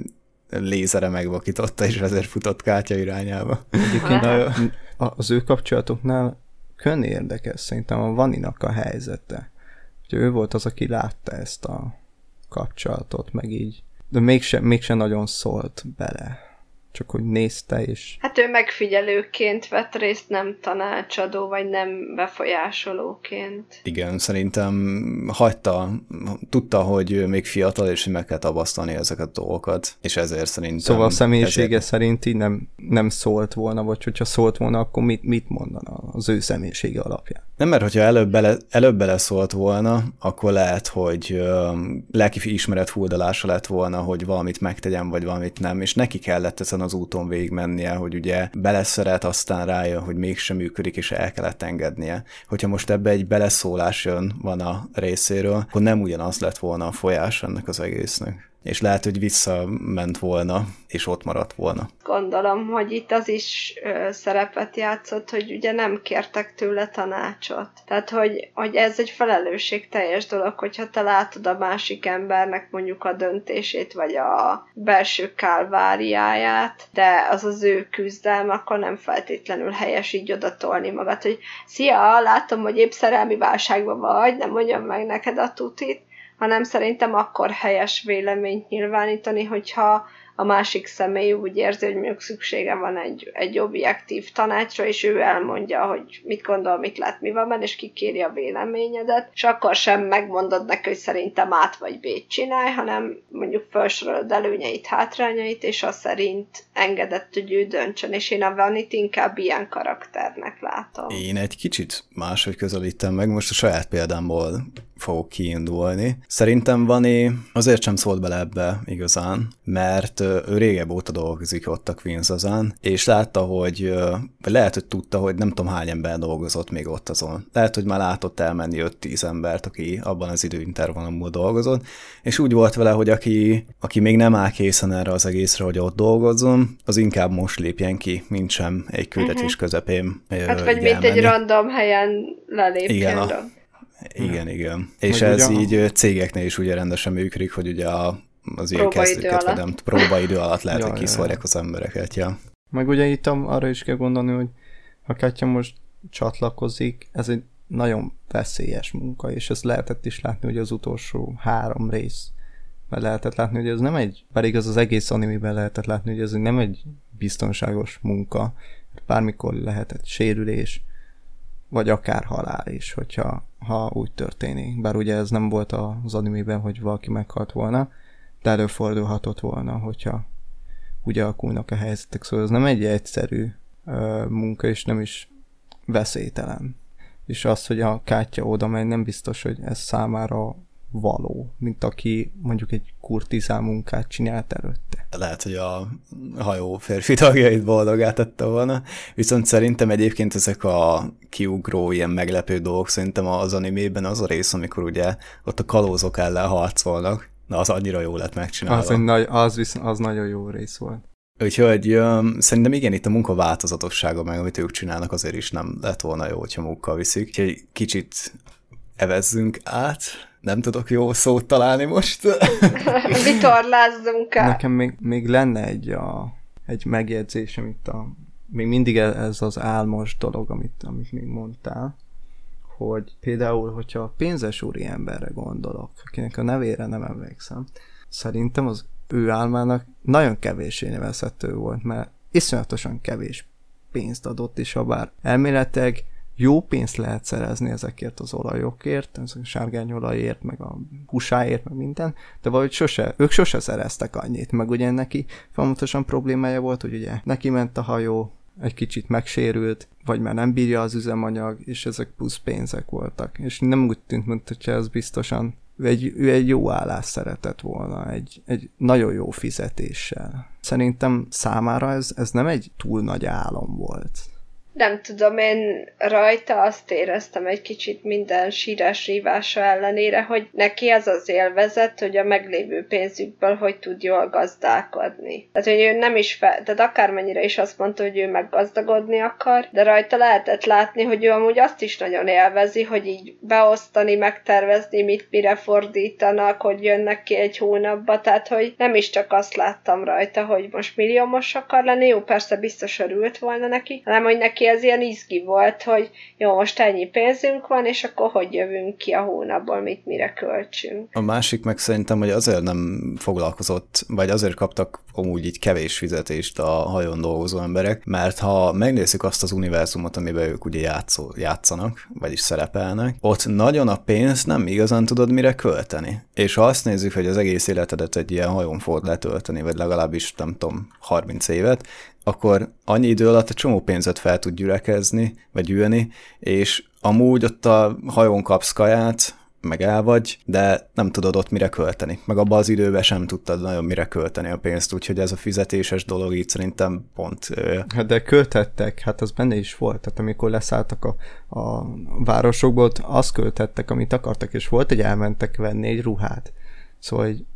lézere megvakította, és ezért futott Kátya irányába. Egyébként a, az ő kapcsolatoknál könn érdekes szerintem a Vaninak a helyzete. Hogy ő volt az, aki látta ezt a kapcsolatot, meg így. De mégsem, mégsem nagyon szólt bele. Csak hogy nézte, és... Hát ő megfigyelőként vett részt, nem tanácsadó, vagy nem befolyásolóként. Igen, szerintem hagyta, tudta, hogy még fiatal, és hogy meg kell tapasztalni ezeket a dolgokat, és ezért szerintem... Szóval a személyisége ezért... szerint így nem, nem szólt volna, vagy hogyha szólt volna, akkor mit, mit mondana az ő személyisége alapján? Nem, mert hogyha előbb, bele, előbb beleszólt volna, akkor lehet, hogy uh, lelki ismeret fuldalása lett volna, hogy valamit megtegyen, vagy valamit nem, és neki kellett ezen az úton végigmennie, hogy ugye beleszeret, aztán rájön, hogy mégsem működik, és el kellett engednie. Hogyha most ebbe egy beleszólás jön van a részéről, akkor nem ugyanaz lett volna a folyás ennek az egésznek. És lehet, hogy visszament volna, és ott maradt volna. Gondolom, hogy itt az is ö, szerepet játszott, hogy ugye nem kértek tőle tanácsot. Tehát, hogy, hogy ez egy felelősségteljes dolog, hogyha te látod a másik embernek mondjuk a döntését, vagy a belső kálváriáját, de az az ő küzdelme, akkor nem feltétlenül helyes így odatolni magad, hogy szia, látom, hogy épp szerelmi válságban vagy, nem mondjam meg neked a tutit, hanem szerintem akkor helyes véleményt nyilvánítani, hogyha a másik személy úgy érzi, hogy mondjuk szüksége van egy, egy objektív tanácsra, és ő elmondja, hogy mit gondol, mit lát, mi van benne, és kikéri a véleményedet, és akkor sem megmondod neki, hogy szerintem át vagy B-t csinálj, hanem mondjuk felsorolod előnyeit, hátrányait, és az szerint engedett, hogy ő döntsön, és én a Vanit inkább ilyen karakternek látom. Én egy kicsit máshogy közelítem meg, most a saját példámból fogok kiindulni. Szerintem Vani azért sem szólt bele ebbe igazán, mert ő régebb óta dolgozik ott a Queens-azán, és látta, hogy lehet, hogy tudta, hogy nem tudom hány ember dolgozott még ott azon. Lehet, hogy már látott elmenni öt-tíz embert, aki abban az időintervallumban dolgozott, és úgy volt vele, hogy aki, aki még nem áll készen erre az egészre, hogy ott dolgozzon, az inkább most lépjen ki, mint sem egy küldetés uh-huh. közepén. Hát vagy mint egy random helyen lelépjen. Igen, a, igen, igen. És Hogy ez ugye, így cégeknél is ugye rendesen működik, hogy ugye a, az ilyen kezdőket, vagy nem, próbaidő alatt lehet, hogy kiszórják az embereket. Ja. Meg ugye itt arra is kell gondolni, hogy ha Katya most csatlakozik, ez egy nagyon veszélyes munka, és ezt lehetett is látni, hogy az utolsó három rész, mert lehetett látni, hogy ez nem egy, pedig az az egész animében lehetett látni, hogy ez nem egy biztonságos munka, bármikor lehetett sérülés, vagy akár halál is, hogyha ha úgy történik. Bár ugye ez nem volt az animében, hogy valaki meghalt volna, de előfordulhatott volna, hogyha úgy alakulnak a helyzetek. Szóval ez nem egy egyszerű uh, munka, és nem is veszélytelen. És az, hogy a Kátya oda megy, nem biztos, hogy ez számára való, mint aki mondjuk egy kurtizán munkát csinált előtte. Lehet, hogy a hajó férfi tagjait boldogá tette volna, viszont szerintem egyébként ezek a kiugró, ilyen meglepő dolgok, szerintem az animében az a rész, amikor ugye ott a kalózok ellen harcolnak, na az annyira jó lett megcsinálva. Az, nagy, az, visz, az nagyon jó rész volt. Úgyhogy um, szerintem igen, itt a munka változatossága meg, amit ők csinálnak, azért is nem lett volna jó, hogyha munkkal viszik. Úgyhogy kicsit evezzünk át. Nem tudok jó szót találni most. Vitorlázzunk el. Nekem még, még lenne egy, a, egy megjegyzésem itt a... Még mindig ez az álmos dolog, amit, amit még mondtál, hogy például, hogyha a pénzes úri emberre gondolok, akinek a nevére nem emlékszem, szerintem az ő álmának nagyon kevéssé nevezhető volt, mert iszonyatosan kevés pénzt adott, és ha bár elméletileg jó pénzt lehet szerezni ezekért az olajokért, a sárgányolajért, meg a húsáért, meg minden, de valahogy sose, ők sose szereztek annyit, meg ugye neki fontosan problémája volt, hogy ugye neki ment a hajó, egy kicsit megsérült, vagy már nem bírja az üzemanyag, és ezek plusz pénzek voltak. És nem úgy tűnt, mint hogyha ez biztosan ő egy, ő egy jó állást szeretett volna, egy, egy nagyon jó fizetéssel. Szerintem számára ez, ez nem egy túl nagy álom volt. Nem tudom, én rajta azt éreztem egy kicsit minden sírás rívása ellenére, hogy neki az az élvezet, hogy a meglévő pénzükből hogy tud jól gazdálkodni. Tehát, hogy ő nem is fel, tehát akármennyire is azt mondta, hogy ő meggazdagodni akar, de rajta lehetett látni, hogy ő amúgy azt is nagyon élvezi, hogy így beosztani, megtervezni, mit mire fordítanak, hogy jönnek ki egy hónapba, tehát, hogy nem is csak azt láttam rajta, hogy most milliómos akar lenni, jó, persze biztos örült volna neki, hanem, hogy neki ez ilyen izgi volt, hogy jó, most ennyi pénzünk van, és akkor hogy jövünk ki a hónapból, mit mire költsünk. A másik meg szerintem, hogy azért nem foglalkozott, vagy azért kaptak amúgy így kevés fizetést a hajón dolgozó emberek, mert ha megnézzük azt az univerzumot, amiben ők ugye játszó, játszanak, vagyis szerepelnek, ott nagyon a pénzt nem igazán tudod mire költeni. És ha azt nézzük, hogy az egész életedet egy ilyen hajón fogod letölteni, vagy legalábbis nem tudom, harminc évet, akkor annyi idő alatt egy csomó pénzet fel tud gyülekezni, vagy gyűlni, és amúgy ott a hajón kapsz kaját, meg el vagy, de nem tudod ott mire költeni. Meg abban az időben sem tudtad nagyon mire költeni a pénzt, úgyhogy ez a fizetéses dolog így szerintem pont... Hát de költettek, hát az benne is volt, tehát amikor leszálltak a, a városokból, azt költettek, amit akartak, és volt, hogy elmentek venni egy ruhát. Szóval hogy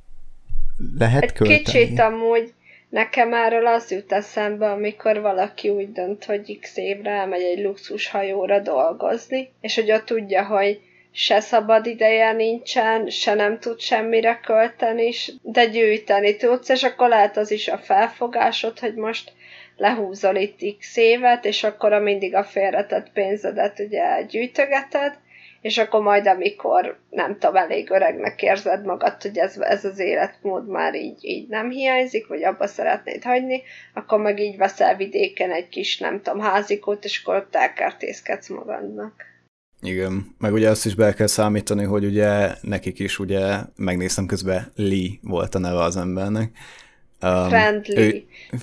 lehet egy költeni. Kicsit amúgy nekem erről az jut eszembe, amikor valaki úgy dönt, hogy x évre elmegy egy luxushajóra dolgozni, és hogy ott tudja, hogy se szabad ideje nincsen, se nem tud semmire költeni, de gyűjteni tudsz, és akkor lehet az is a felfogásod, hogy most lehúzol itt x évet, és akkor a mindig a félretett pénzedet ugye gyűjtögeted, és akkor majd, amikor nem tudom, elég öregnek érzed magad, hogy ez, ez az életmód már így, így nem hiányzik, vagy abba szeretnéd hagyni, akkor meg így veszel vidéken egy kis, nem tudom, házikót, és akkor ott elkertészkedsz magadnak. Igen, meg ugye azt is be kell számítani, hogy ugye nekik is ugye, megnéztem közben, Lee volt a neve az embernek. Um, Friendly. Ő...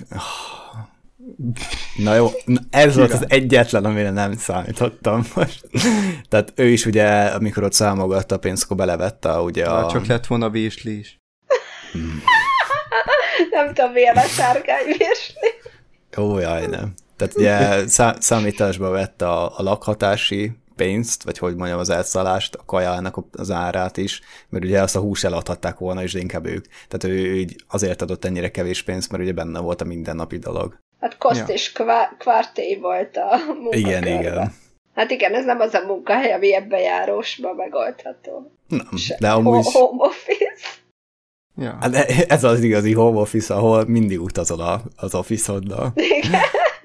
Na jó, ez volt az egyetlen, amire nem számítottam most. Tehát ő is ugye, amikor ott számogatta a pénzt, akkor belevette ugye a... Csak lett volna vésli is. Hmm. Nem tudom, milyen a sárkány vésli. Ó, jaj, nem. Tehát ugye szá- számításba vette a, a lakhatási pénzt, vagy hogy mondjam, az elszállást, a kajának az árát is, mert ugye azt a hús eladhatták volna, és inkább ők. Tehát ő így azért adott ennyire kevés pénzt, mert ugye benne volt a mindennapi dolog. Hát Koszt ja. és Kvarté volt a munkakörben. Igen, igen. Hát igen, ez nem az a munkahely, ami ebben járósban megoldható. Nem, de amúgy... Home office. Ja. Hát ez az igazi home office, ahol mindig utazol az office-oddal. Igen.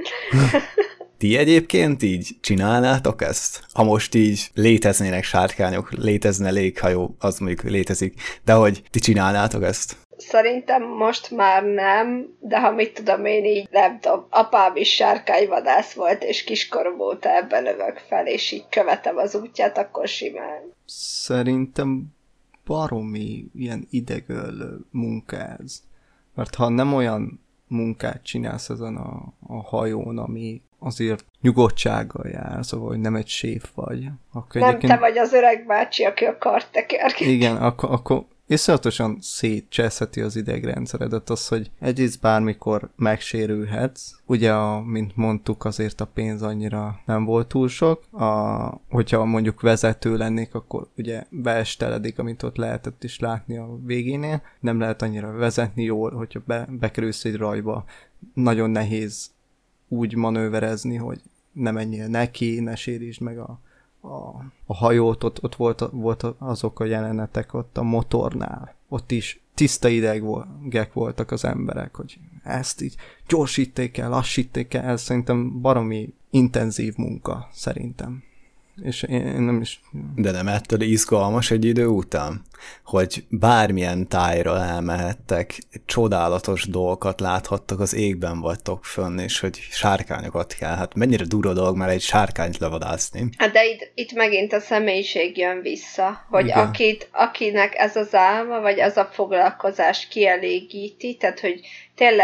Ti egyébként így csinálnátok ezt? Ha most így léteznének sárkányok, létezne léghajó, az mondjuk létezik, de hogy ti csinálnátok ezt? Szerintem most már nem, de ha mit tudom én így, nem tudom, apám is sárkányvadász volt, és kiskorom óta ebben növök fel, és így követem az útját, akkor simán. Szerintem baromi ilyen idegöllő munka ez. Mert ha nem olyan munkát csinálsz ezen a, a hajón, ami azért nyugodtsággal jár, szóval, hogy nem egy séf vagy. Akkor nem egyébként... te vagy az öreg bácsi, aki a kart tekerget. Igen, akkor, akkor iszonyatosan szétcseszheti az idegrendszeredet az, hogy egyrészt bármikor megsérülhetsz. Ugye, a, mint mondtuk, azért a pénz annyira nem volt túl sok. A, hogyha mondjuk vezető lennék, akkor ugye beesteledik, amit ott lehetett is látni a végénél. Nem lehet annyira vezetni jól, hogyha be, bekerülsz egy rajba. Nagyon nehéz úgy manőverezni, hogy ne menjél neki, ne sérítsd meg a A, a hajót, ott, ott volt, volt azok a jelenetek ott a motornál. Ott is tiszta idegek voltak az emberek, hogy ezt így gyorsíték el, lassíték el, ez szerintem baromi intenzív munka, szerintem. És én, én nem is... De nem ettől izgalmas egy idő után? Hogy bármilyen tájra elmehettek, csodálatos dolgokat láthattak, az égben vagytok fönn, és hogy sárkányokat kell. Hát mennyire durva dolog már egy sárkányt levadászni. Hát de itt, itt megint a személyiség jön vissza, hogy akit, akinek ez az álma, vagy az a foglalkozás kielégíti, tehát hogy tényleg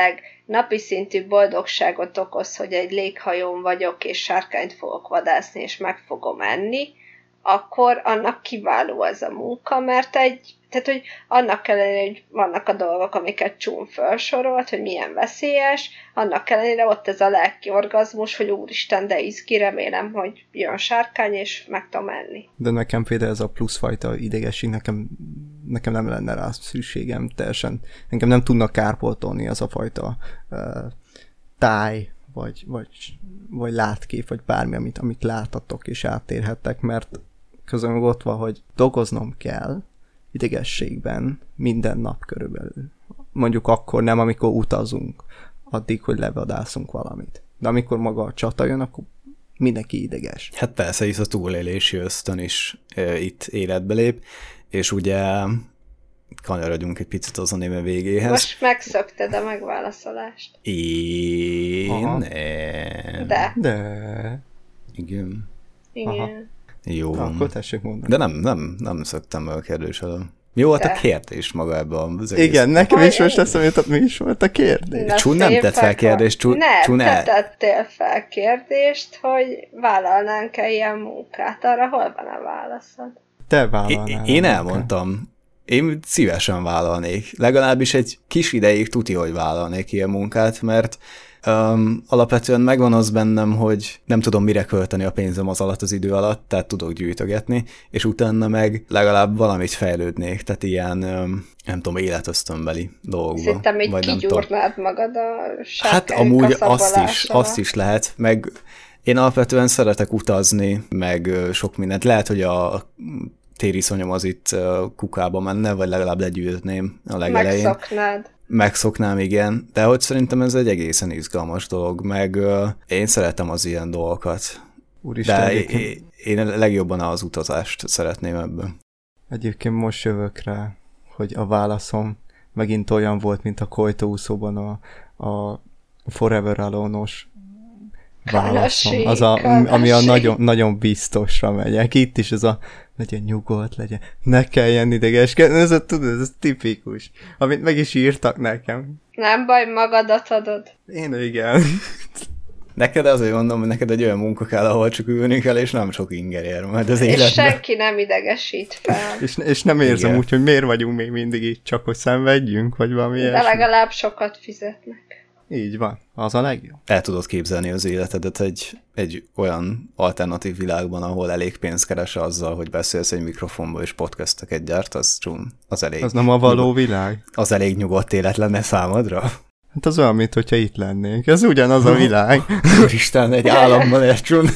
napi szintű boldogságot okoz, hogy egy léghajón vagyok, és sárkányt fogok vadászni, és meg fogom enni, akkor annak kiváló az a munka, mert egy, tehát, hogy annak ellenére, hogy vannak a dolgok, amiket Csún felsorolt, hogy milyen veszélyes, annak ellenére ott ez a lelki orgazmus, hogy úristen, de izgi, remélem, hogy jön sárkány, és meg tudom enni. De nekem például ez a pluszfajta idegesség, nekem, nekem nem lenne rá szükségem teljesen. Engem nem tudnak kárpótolni az a fajta uh, táj, vagy, vagy, vagy látkép, vagy bármi, amit, amit láthatok és átérhettek, mert közben ott van, hogy dolgoznom kell idegességben minden nap körülbelül. Mondjuk akkor nem, amikor utazunk, addig, hogy levadászunk valamit. De amikor maga a csata jön, akkor mindenki ideges. Hát persze, hisz a túlélési ösztön is e, itt életbe lép, és ugye kanyarodjunk egy picit az anime végéhez. Most megszökted a megválaszolást. Én Aha. nem. De. De... Igen. Igen. Aha. Jó. Na, akkor tessék mondani. De nem, nem, nem szöktem el a kérdés elől. Mi volt De. a kérdés maga ebben az egész? Igen, nekem is Hogy- most eszembe jutott, mi is volt a kérdés. Na, Csún nem szép tett fel fel- kérdést, Csún- Nem, Csún te el- tettél fel kérdést, hogy vállalnánk-e ilyen munkát. Arra hol van a válaszod? Te É- vállalnál. Én el elmondtam. Én szívesen vállalnék. Legalábbis egy kis ideig tuti, hogy vállalnék ilyen munkát, mert um, alapvetően megvan az bennem, hogy nem tudom mire költeni a pénzem az alatt az idő alatt, tehát tudok gyűjtögetni, és utána meg legalább valamit fejlődnék, tehát ilyen, um, nem tudom, életösztönbeli dolgokban. Szerintem még vagy nem tudom. kigyúrnád magad a Hát sárkány amúgy azt is, kaszabolásával. azt is lehet, meg én alapvetően szeretek utazni, meg ö, sok mindent. Lehet, hogy a tériszonyom az itt ö, kukába menne, vagy legalább legyűjtném a legelején. Megszoknád. Megszoknám, igen, de hogy szerintem ez egy egészen izgalmas dolog, meg ö, én szeretem az ilyen dolgokat. Úristen, De egyébként, én, én legjobban az utazást szeretném ebből. egyébként most jövök rá, hogy a válaszom megint olyan volt, mint a Kojtóúszóban a, a Forever Alone-os válaszom. Kanasi, Az, a, ami a kanasi. nagyon, nagyon biztosra megyek. Itt is ez a legyen nyugodt, legyen, ne kelljen idegeskedni, ez, a, tudod, ez tipikus. Amit meg is írtak nekem. Nem baj, magadat adod. Én igen. Neked azért mondom, hogy neked egy olyan munka kell, ahol csak ülni kell, és nem sok inger ér majd az És életben. senki nem idegesít fel. És, és nem érzem Igen. úgy, hogy miért vagyunk még mindig itt, csak hogy szenvedjünk, vagy valami De ilyesmi. legalább sokat fizetnek. Így van. Az a legjobb. El tudod képzelni az életedet egy, egy olyan alternatív világban, ahol elég pénzt keres azzal, hogy beszélsz egy mikrofonba és podcasteket gyártasz, Csún, az elég, Az nem a való világ. az elég nyugodt élet lenne számodra? Hát az olyan, mint hogyha itt lennénk. Ez ugyanaz a világ. Úristen, egy államban él, Csún.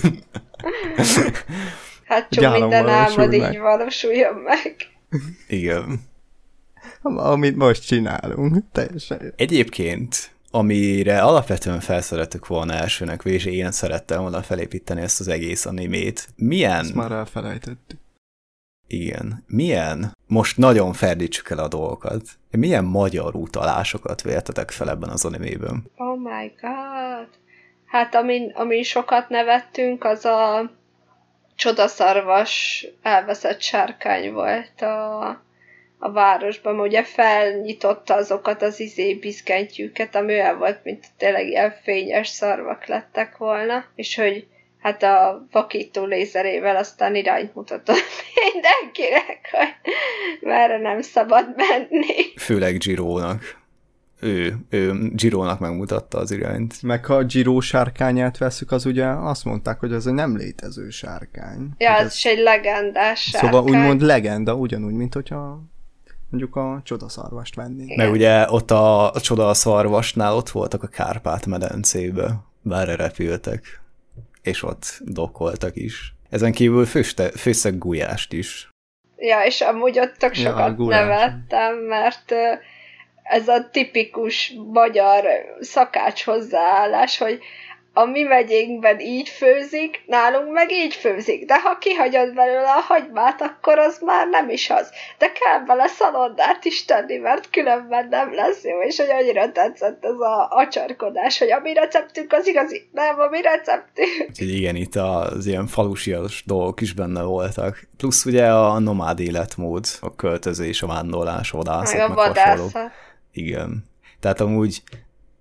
Hát Egy csak álom minden valósul álmod meg. így valósuljon meg. Igen. Amit most csinálunk. Teljesen. Egyébként, amire alapvetően felszerettük volna elsőnek, és én szerettem volna felépíteni ezt az egész animét. Milyen... Ezt már elfelejtettük. Igen. Milyen, most nagyon ferdítsük el a dolgokat, milyen magyar utalásokat véltetek fel ebben az animében? Oh my god. Hát amin, amin sokat nevettünk, az a csodaszarvas elveszett sárkány volt a, a városban, mert ugye felnyitotta azokat az izé bizgentyűket, ami olyan volt, mint tényleg ilyen fényes szarvak lettek volna, és hogy hát a vakító lézerével aztán irányt mutatott mindenkinek, hogy merre nem szabad menni. Főleg Girónak. Ő, ő Girónak megmutatta az irányt. Meg ha a Giro sárkányát veszük, az ugye azt mondták, hogy az egy nem létező sárkány. Ja, Hogy ez is egy legendás sárkány. Szóval úgymond legenda, ugyanúgy, mint hogyha mondjuk a csodaszarvast vennénk. Igen. Meg ugye ott a, a csoda szarvasnál ott voltak a Kárpát-medencébe, bár repültek, és ott dokkoltak is. Ezen kívül főste, főszeg gulyást is. Ja, és amúgy ott tök Ja, sokat gulyás. nevettem, mert ö, ez a tipikus magyar szakács hozzáállás, hogy a mi megyénkben így főzik, nálunk meg így főzik, de ha kihagyod belőle a hagymát, akkor az már nem is az. De kell bele szalonnát is tenni, mert különben nem lesz jó, és hogy annyira tetszett ez a acsarkodás, hogy a mi receptünk az igazi, nem a mi receptünk. Úgyhogy igen, itt az ilyen falusias dolgok is benne voltak. Plusz ugye a nomád életmód, a költözés, a vándorlás, a vadászat, Meg a meg hasonlók. vadászat. Igen. Tehát amúgy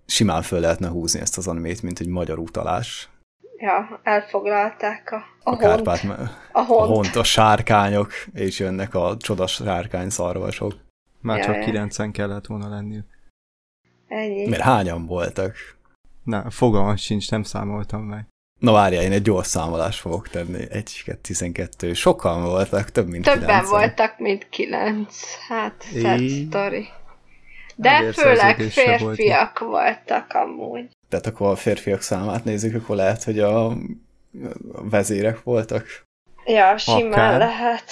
simán föl lehetne húzni ezt az animét, mint egy magyar utalás. Ja, elfoglalták a, a, A hont. Kárpát, A hont. a hont, a sárkányok, és jönnek a csodas sárkány szarvasok. Már Ja, csak ja. kilencen kellett volna lenniük. Ennyi. Mert hányan voltak? Na, fogalmam sincs, nem számoltam meg. Na várjál, én egy gyors számolást fogok tenni. egy, kettő, tizenkettő. Sokan voltak, több mint Többen kilencen. voltak, mint kilenc. Hát, sad É. story. De Azért főleg szerződésre férfiak voltak amúgy. Tehát akkor a férfiak számát nézzük, akkor lehet, hogy a vezérek voltak. Ja, simán Akár. lehet.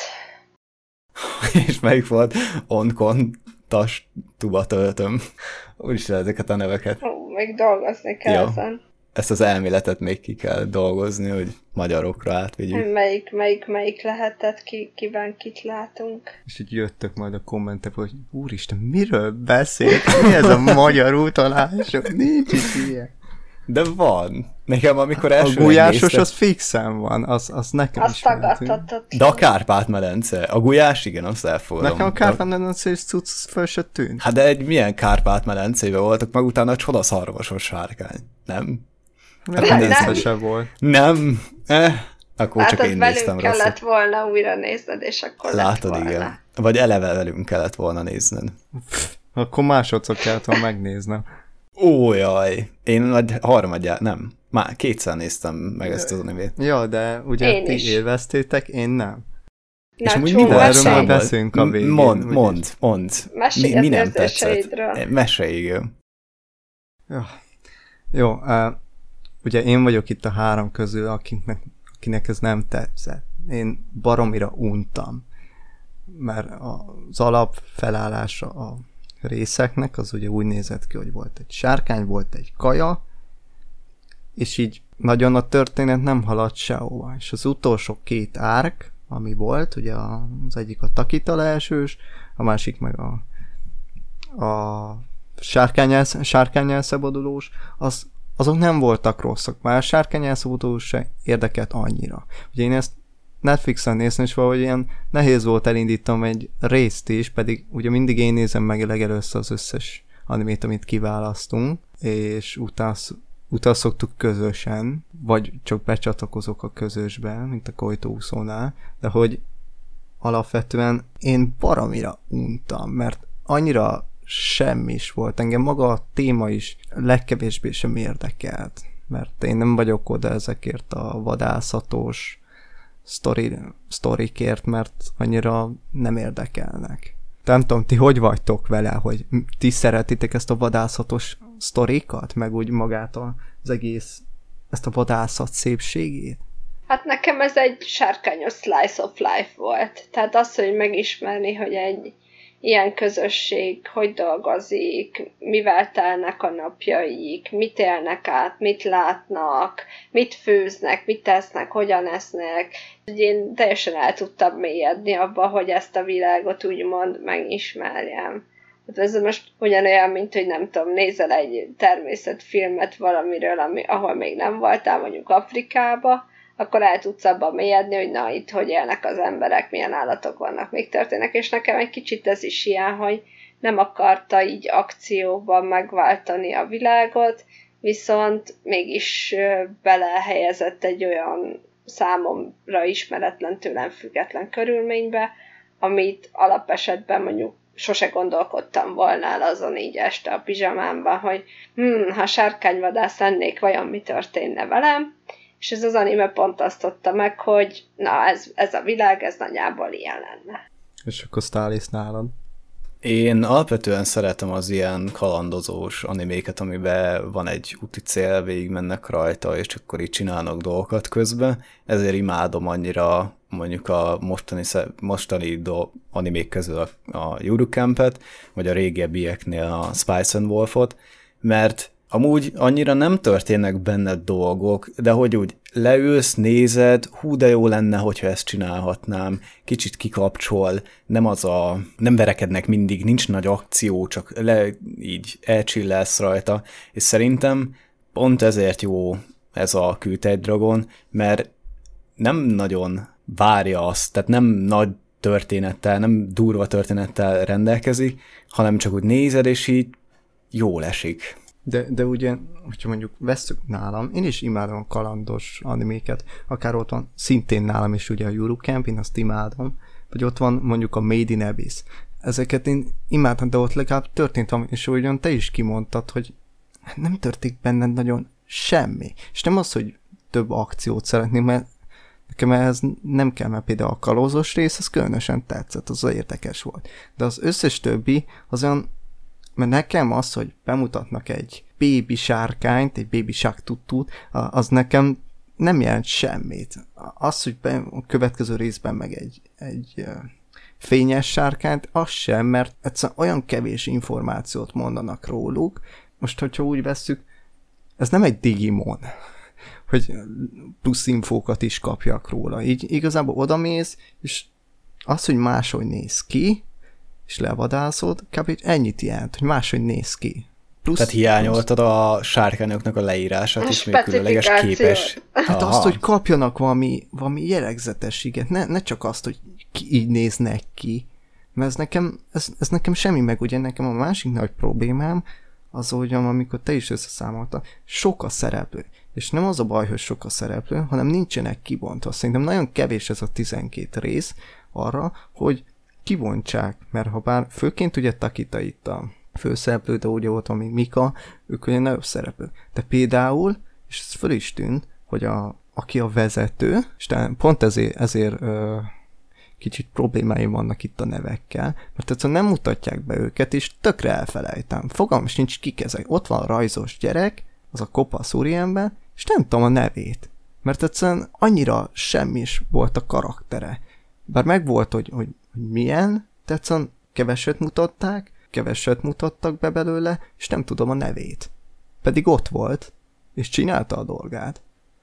És melyik volt? Onkon, tas, tuba töltöm. Úgyis ezeket a neveket. Ó, még dolgozni kell Ja. ezen. Ezt az elméletet még ki kell dolgozni, hogy magyarokra átvigyük. Melyik, melyik, melyik lehetett, ki, kiben kit látunk. És így jöttök majd a kommentek, hogy úristen, miről beszélt? Mi ez a magyar utalás? Nincs is ilyen. De van. Nekem amikor A első gulyásos néztem- az fixen van, az, az nekem Azt is mehetünk. tagadhatott. De a Kárpát-medence. A gulyás, igen, azt elfogadom. Nekem a Kárpát-medencés cucc föl se tűnt. Hát de egy milyen Kárpát-medencébe voltak, meg utána a csodaszarvasos sárkány. Nem? Mert nem. nem se volt. Nem. Eh, akkor Hát csak az én velünk néztem kellett rosszat. volna újra nézned, és akkor Látod, lett volna. igen. Vagy eleve velünk kellett volna nézned. Akkor másodszor kellett volna megnéznem. Ó, jaj. Én nagy harmadját, nem. Már kétszer néztem meg ezt az animét. Ja, de ugye Én ti is. élveztétek, én nem. És amúgy Csó, mi volt? erről mesélj. majd beszélünk a végén, Mond, úgyis. mond, mond. Mesélj Mi, mi az nem tetszett? érzéseidről. Mesélj, igen. Ja. Jó, uh, ugye én vagyok itt a három közül, akiknek, akinek ez nem tetszett. Én baromira untam, mert az alap felállása a részeknek az ugye úgy nézett ki, hogy volt egy sárkány, volt egy kaja, és így nagyon a történet nem haladt sehova. És az utolsó két árk, ami volt, ugye az egyik a Takita leesős, a másik meg a, a sárkány, sárkány elszabadulós, az, azok nem voltak rosszak. Már a sárkány elszabadulós se érdekelt annyira. Ugye én ezt Netflixen néztem, és valahogy ilyen nehéz volt elindítom egy részt is, pedig ugye mindig én nézem meg legelőször az összes animét, amit kiválasztunk, és utána, utána szoktuk közösen, vagy csak becsatlakozok a közösbe, mint a Kojtóúszónál, de hogy alapvetően én baromira untam, mert annyira semmi is volt. Engem maga a téma is legkevésbé sem érdekelt, mert én nem vagyok oda ezekért a vadászatos sztori, sztorikért, mert annyira nem érdekelnek. Nem tudom, ti hogy vagytok vele, hogy ti szeretitek ezt a vadászatos sztorikat, meg úgy magát az egész, ezt a vadászat szépségét? Hát nekem ez egy sárkányos slice of life volt. Tehát az, hogy megismerni, hogy egy ilyen közösség hogy dolgozik, mivel telnek a napjaik, mit élnek át, mit látnak, mit főznek, mit tesznek, hogyan esznek. Én teljesen el tudtam mélyedni abba, hogy ezt a világot úgymond megismerjem. Hát ez most ugyanolyan, mint hogy nem tudom, nézel egy természetfilmet valamiről, ami, ahol még nem voltál, mondjuk Afrikába, akkor el tudsz abban mélyedni, hogy na, itt hogy élnek az emberek, milyen állatok vannak, még történnek, és nekem egy kicsit ez is ilyen, hogy nem akarta így akcióban megváltani a világot, viszont mégis belehelyezett egy olyan számomra ismeretlen, tőlem független körülménybe, amit alapesetben mondjuk sose gondolkodtam volna el azon így este a pizsamámban, hogy hm, ha sárkányvadász lennék, vajon mi történne velem, és ez az anime pont azt adta meg, hogy na, ez, ez a világ, ez nagyjából ilyen lenne. És akkor Sztálisz nálad? Én alapvetően szeretem az ilyen kalandozós animéket, amiben van egy úti cél, végig mennek rajta, és akkor így csinálnak dolgokat közben. Ezért imádom annyira mondjuk a mostani, mostani do, animék közül a, a Yuru Campet, vagy a régebbieknél a Spice and Wolfot, mert amúgy annyira nem történnek benne dolgok, de hogy úgy leülsz, nézed, hú, de jó lenne, hogyha ezt csinálhatnám, kicsit kikapcsol, nem az a, nem verekednek mindig, nincs nagy akció, csak le, így elcsillelsz rajta, és szerintem pont ezért jó ez a Küldte Dragon, mert nem nagyon várja azt, tehát nem nagy történettel, nem durva történettel rendelkezik, hanem csak úgy nézed, és így jól esik. De, de ugye, hogyha mondjuk vesszük nálam, én is imádom a kalandos animéket, akár ott van szintén nálam is ugye a Eurocamp, én azt imádom, vagy ott van mondjuk a Made in Abyss. Ezeket én imádtam, de ott legalább történt valami, és ugyan te is kimondtad, hogy nem történik benned nagyon semmi. És nem az, hogy több akciót szeretnék, mert nekem ez nem kell, mert például a kalózos rész, az különösen tetszett, az érdekes volt. De az összes többi, az olyan, mert nekem az, hogy bemutatnak egy baby sárkányt, egy baby shark tutút, az nekem nem jelent semmit. Az, hogy be, a következő részben meg egy, egy fényes sárkányt, az sem, mert egyszerűen olyan kevés információt mondanak róluk. Most, hogyha úgy vesszük, ez nem egy Digimon, hogy plusz infókat is kapjak róla. Így igazából odamész, és az, hogy máshogy néz ki, és levadászod, kb. Ennyit jelent, hogy máshogy néz ki. Plusz, Tehát hiányoltad plusz... a sárkányoknak a leírását, a és még különleges képes. Hát Aha. azt, hogy kapjanak valami, valami jellegzetességet, ne, ne csak azt, hogy ki, így néznek ki, mert ez nekem, ez, ez nekem semmi, meg ugye nekem a másik nagy problémám, az, hogy amikor te is összeszámoltad, sok a szereplő. És nem az a baj, hogy sok a szereplő, hanem nincsenek kibontva. Szerintem nagyon kevés ez a tizenkét rész arra, hogy kibontsák, mert ha bár főként ugye Takita itt a főszereplő, de ugye volt ami Mika, ők ugye nagyobb szereplő. De például, és ez föl is tűnt, hogy a, aki a vezető, és pont ezért, ezért ö, kicsit problémáim vannak itt a nevekkel, mert egyszerűen nem mutatják be őket, és tökre elfelejtem. Fogalmam sincs kik ezek. Ott van a rajzos gyerek, az a kopasz úriember, és nem tudom a nevét. Mert egyszerűen annyira semmis volt a karaktere. Bár megvolt, hogy, hogy, hogy milyen, de egyszerűen keveset mutatták, keveset mutattak be belőle, és nem tudom a nevét. Pedig ott volt, és csinálta a dolgát.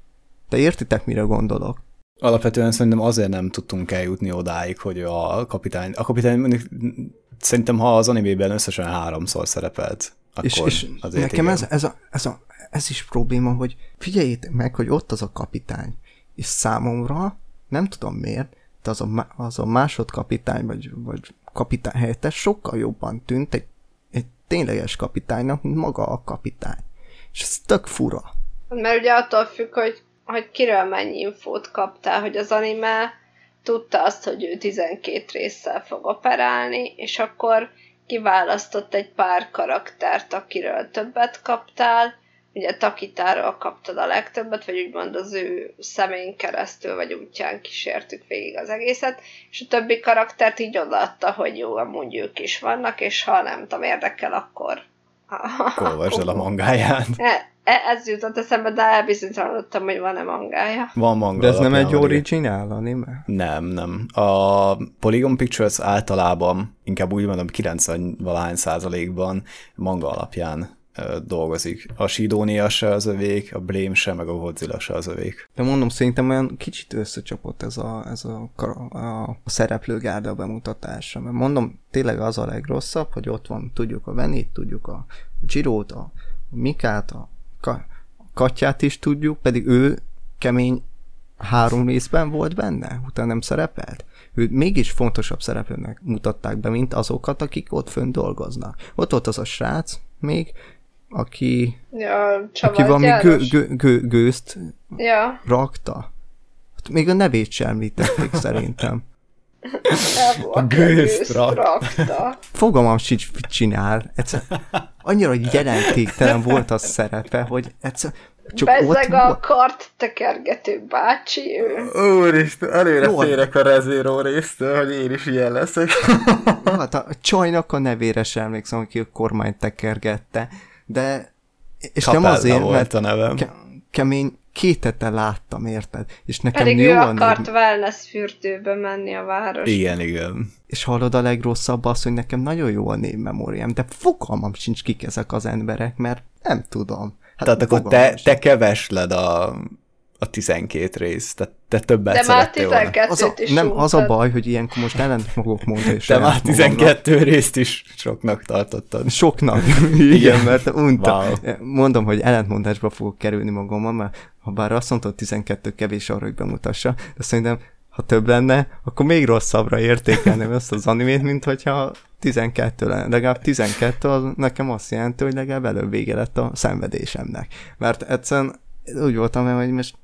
De értitek, mire gondolok? Alapvetően szerintem azért nem tudtunk eljutni odáig, hogy a kapitány, a kapitány mondjuk szerintem ha az animében összesen háromszor szerepelt, akkor és, és azért nekem ez, ez, a, ez, a, ez is probléma, hogy figyeljétek meg, hogy ott az a kapitány, és számomra, nem tudom miért, de az a, az a másodkapitány, vagy, vagy kapitány helyettes sokkal jobban tűnt egy, egy tényleges kapitánynak, mint maga a kapitány. És ez tök fura. Mert ugye attól függ, hogy, hogy kiről mennyi infót kaptál, hogy az anime tudta azt, hogy ő tizenkét résszel fog operálni, és akkor kiválasztott egy pár karaktert, akiről többet kaptál. Ugye Takitáról kaptad a legtöbbet, vagy úgymond az ő szemén keresztül, vagy útján kísértük végig az egészet, és a többi karaktert így odaadta, hogy jó, amúgy ők is vannak, és ha nem tudom, érdekel, akkor... Olvasd el a mangáját. Ez jutott eszembe, de elbizonytalanodtam, hogy van-e mangája. Van manga. De ez nem egy originál anime? Nem, nem. A Polygon Pictures általában, inkább úgy mondom, kilencven-valahány százalékban manga alapján dolgozik. A Sidonia se az övék, a Blame se, meg a Godzilla se az övék. De mondom, szerintem olyan kicsit összecsapott ez a, ez a, a, a szereplőgárda bemutatása. Mert mondom, tényleg az a legrosszabb, hogy ott van, tudjuk a Venit, tudjuk a Jirót, a Mikát, a, Ka- a Katyát is tudjuk, pedig ő kemény három részben volt benne, utána nem szerepelt. Ő mégis fontosabb szereplőnek mutatták be, mint azokat, akik ott fönn dolgoznak. Ott volt az a srác még, aki, ja, aki valami gő, gő, gő, gőzt ja. rakta. Még a nevét sem említették szerintem. A gőzt rakta. Fogalmam sincs, mit csinál. Egyszer, annyira jelentéktelen volt a szerepe, hogy egyszer csak Bezzeg ott... a kart tekergető bácsi ő. Úristen, előre férek a rezéró résztől, hogy én is ilyen leszek. Hát a csajnak a nevére sem emlékszem, aki a kormányt tekergette, de... És Capella nem azért, volt mert a nevem. Ke- kemény két hete láttam, érted? És nekem pedig jó ő a akart név... wellness fürdőbe menni a városba. Igen, igen. És hallod a legrosszabb az, hogy nekem nagyon jó a névmemóriám, de fogalmam sincs kik ezek az emberek, mert nem tudom. Hát tehát akkor te, te kevesled a, a tizenkét részt, tehát te többet de szerettél volna. Az a, nem, az a baj, hogy ilyenkor most ellent fogok mondani. Te már tizenkét részt is soknak tartottad. Soknak, igen, mert unta. Wow. Mondom, hogy ellentmondásba fogok kerülni magammal, mert ha bár azt mondta, hogy tizenkettő kevés arra, hogy bemutassa, de szerintem ha több lenne, akkor még rosszabbra értékelném ezt az animét, mint hogyha tizenkettő lenne. Legalább tizenkettő az nekem azt jelenti, hogy legalább előbb vége lett a szenvedésemnek. Mert egyszerűen úgy voltam, hogy most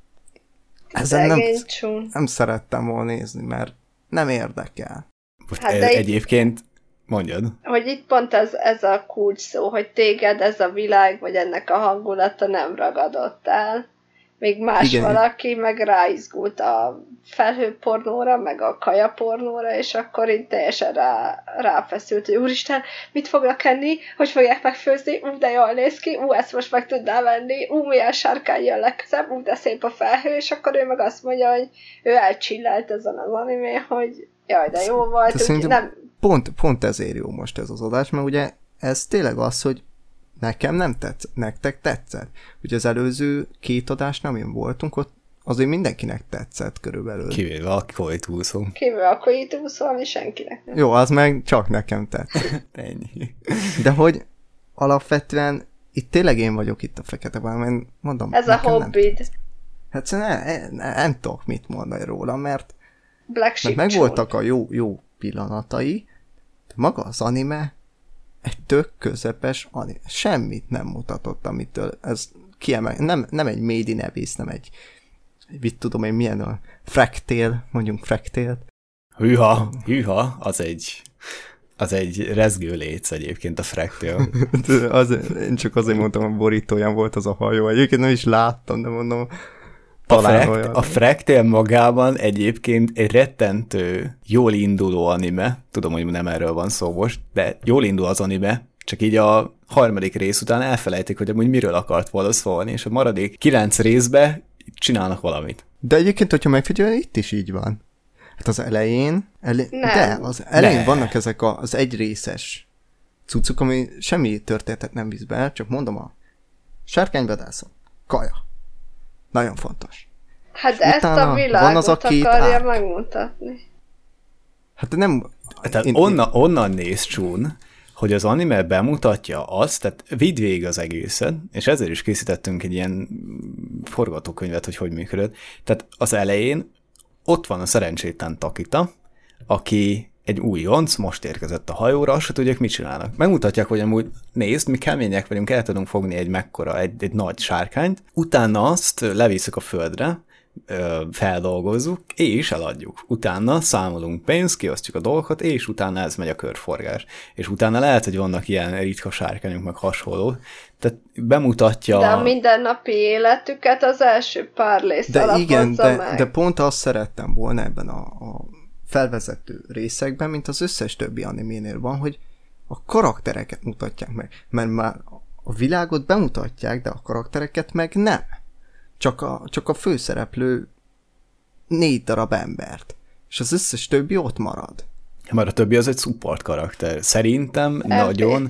ezen nem, nem szerettem volna nézni, mert nem érdekel. Most hát egyébként mondjad. Hogy itt pont ez, ez a kulcs szó, hogy téged ez a világ, vagy ennek a hangulata nem ragadott el. Még más igen. Valaki meg ráizgult a felhőpornóra, meg a kajapornóra, és akkor így teljesen rá, ráfeszült, hogy úristen, mit fognak enni, hogy fogják megfőzni, ú, de jól néz ki, ú, ezt most meg tudnám venni, ú, milyen sárkány jön legközelebb, ú, de szép a felhő, és akkor ő meg azt mondja, hogy ő elcsillelt ezen az animé, hogy jaj, de jó volt, úgy nem... Pont, pont ezért jó most ez az adás, mert ugye ez tényleg az, hogy nekem nem tetszett, nektek tetszett. Ugye az előző két adásnál, amin voltunk, ott azért mindenkinek tetszett körülbelül. Kivéve a Koitúszó. Kivéve a Koitúszó, ami senkinek nem. Jó, az meg csak nekem tetszett. Ennyi. De hogy alapvetően itt tényleg én vagyok itt a feketeben, mert mondom... Ez a hobbid. Hát nem, nem, nem tudok mit mondani róla, mert, mert megvoltak a jó, jó pillanatai, de maga az anime egy tök közepes anime. Semmit nem mutatott, amitől ez kiemel. Nem, nem egy Made in Abyss, nem egy, mit tudom én, milyen a Fractal, mondjunk Fractal. Hűha, hűha, az egy, az egy rezgő léc egyébként a Fractal. az, én csak azért mondtam, a borítóján volt az a hajó. Egyébként nem is láttam, de mondom, A, frakt, a Fractal magában egyébként egy rettentő, jól induló anime, tudom, hogy nem erről van szó most, de jól indul az anime, csak így a harmadik rész után elfelejtik, hogy amúgy miről akart volna szólni, és a maradék kilenc részbe csinálnak valamit. De egyébként, hogyha megfigyelni, itt is így van. Hát az elején, elé... de az elején ne. Vannak ezek az egyrészes cuccuk, ami semmi történetet nem visz be, csak mondom a sárkányvadászat, kaja. Nagyon fontos. Hát de ezt a világot az a akarja át. Megmutatni. Hát nem... Tehát én, onna, onnan néz Chun, hogy az anime bemutatja azt, tehát vidd végig az egészet, és ezért is készítettünk egy ilyen forgatókönyvet, hogy hogy működött. Tehát az elején ott van a szerencsétlen Takita, aki egy újonc, most érkezett a hajóra, azt se tudják, mit csinálnak. Megmutatják, hogy amúgy nézd, mi kemények vagyunk, el tudunk fogni egy mekkora, egy, egy nagy sárkányt, utána azt levisszük a földre, feldolgozzuk, és eladjuk. Utána számolunk pénzt, kiosztjuk a dolgokat, és utána ez megy a körforgás. És utána lehet, hogy vannak ilyen ritka sárkányok, meg hasonló. Tehát bemutatja... De a mindennapi életüket az első pár rész de alapozza igen, de, meg. De pont azt szerettem volna ebben a, a felvezető részekben, mint az összes többi animénél van, hogy a karaktereket mutatják meg. Mert már a világot bemutatják, de a karaktereket meg nem. Csak a, csak a főszereplő négy darab embert. És az összes többi ott marad. Már a többi az egy support karakter. Szerintem em pé cé. Nagyon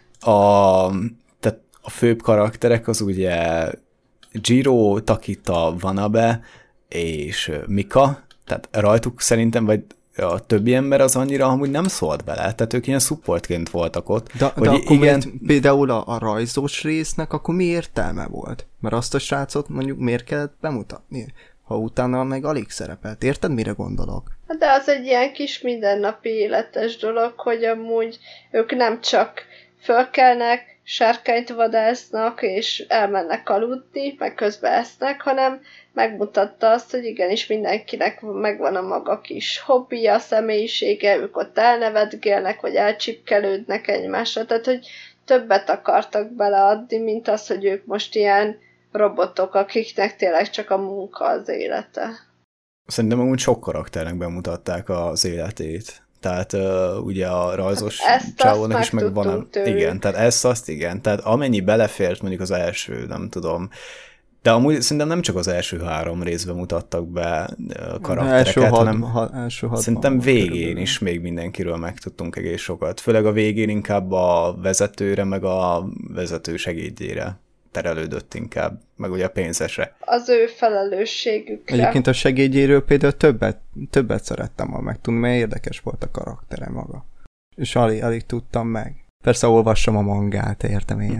a, tehát a főbb karakterek az ugye Jiro, Takita, Wanabe és Mika, tehát rajtuk szerintem, vagy a többi ember az annyira amúgy nem szólt bele, tehát ők ilyen supportként voltak ott. De, de akkor igen... miért, például a, a rajzós résznek akkor mi értelme volt? Mert azt a srácot mondjuk miért kellett bemutatni, ha utána meg alig szerepelt. Érted, mire gondolok? De az egy ilyen kis mindennapi életes dolog, hogy amúgy ők nem csak fölkelnek, sárkányt vadásznak, és elmennek aludni, meg közben esznek, hanem megmutatta azt, hogy igenis mindenkinek megvan a maga kis hobbija, személyisége, ők ott elnevetgélnek, vagy elcsipkelődnek egymásra, tehát hogy többet akartak beleadni, mint az, hogy ők most ilyen robotok, akiknek tényleg csak a munka az élete. Szerintem amúgy sok karakternek bemutatták az életét. Tehát uh, ugye a rajzos csávónak is meg van a... Igen, tehát ezt azt igen. Tehát amennyi belefért mondjuk az első, nem tudom. De amúgy szerintem nem csak az első három részben mutattak be karaktereket, első hat, hanem ha, első szerintem végén körülbelül is még mindenkiről megtudtunk egész sokat. Főleg a végén inkább a vezetőre, meg a vezető segédjére terelődött inkább, meg ugye a pénzesre. Az ő felelősségükre. Egyébként a segédjéről például többet, többet szerettem volna megtudni, mert érdekes volt a karaktere maga. És alig, alig tudtam meg. Persze olvassam a mangát, értem én.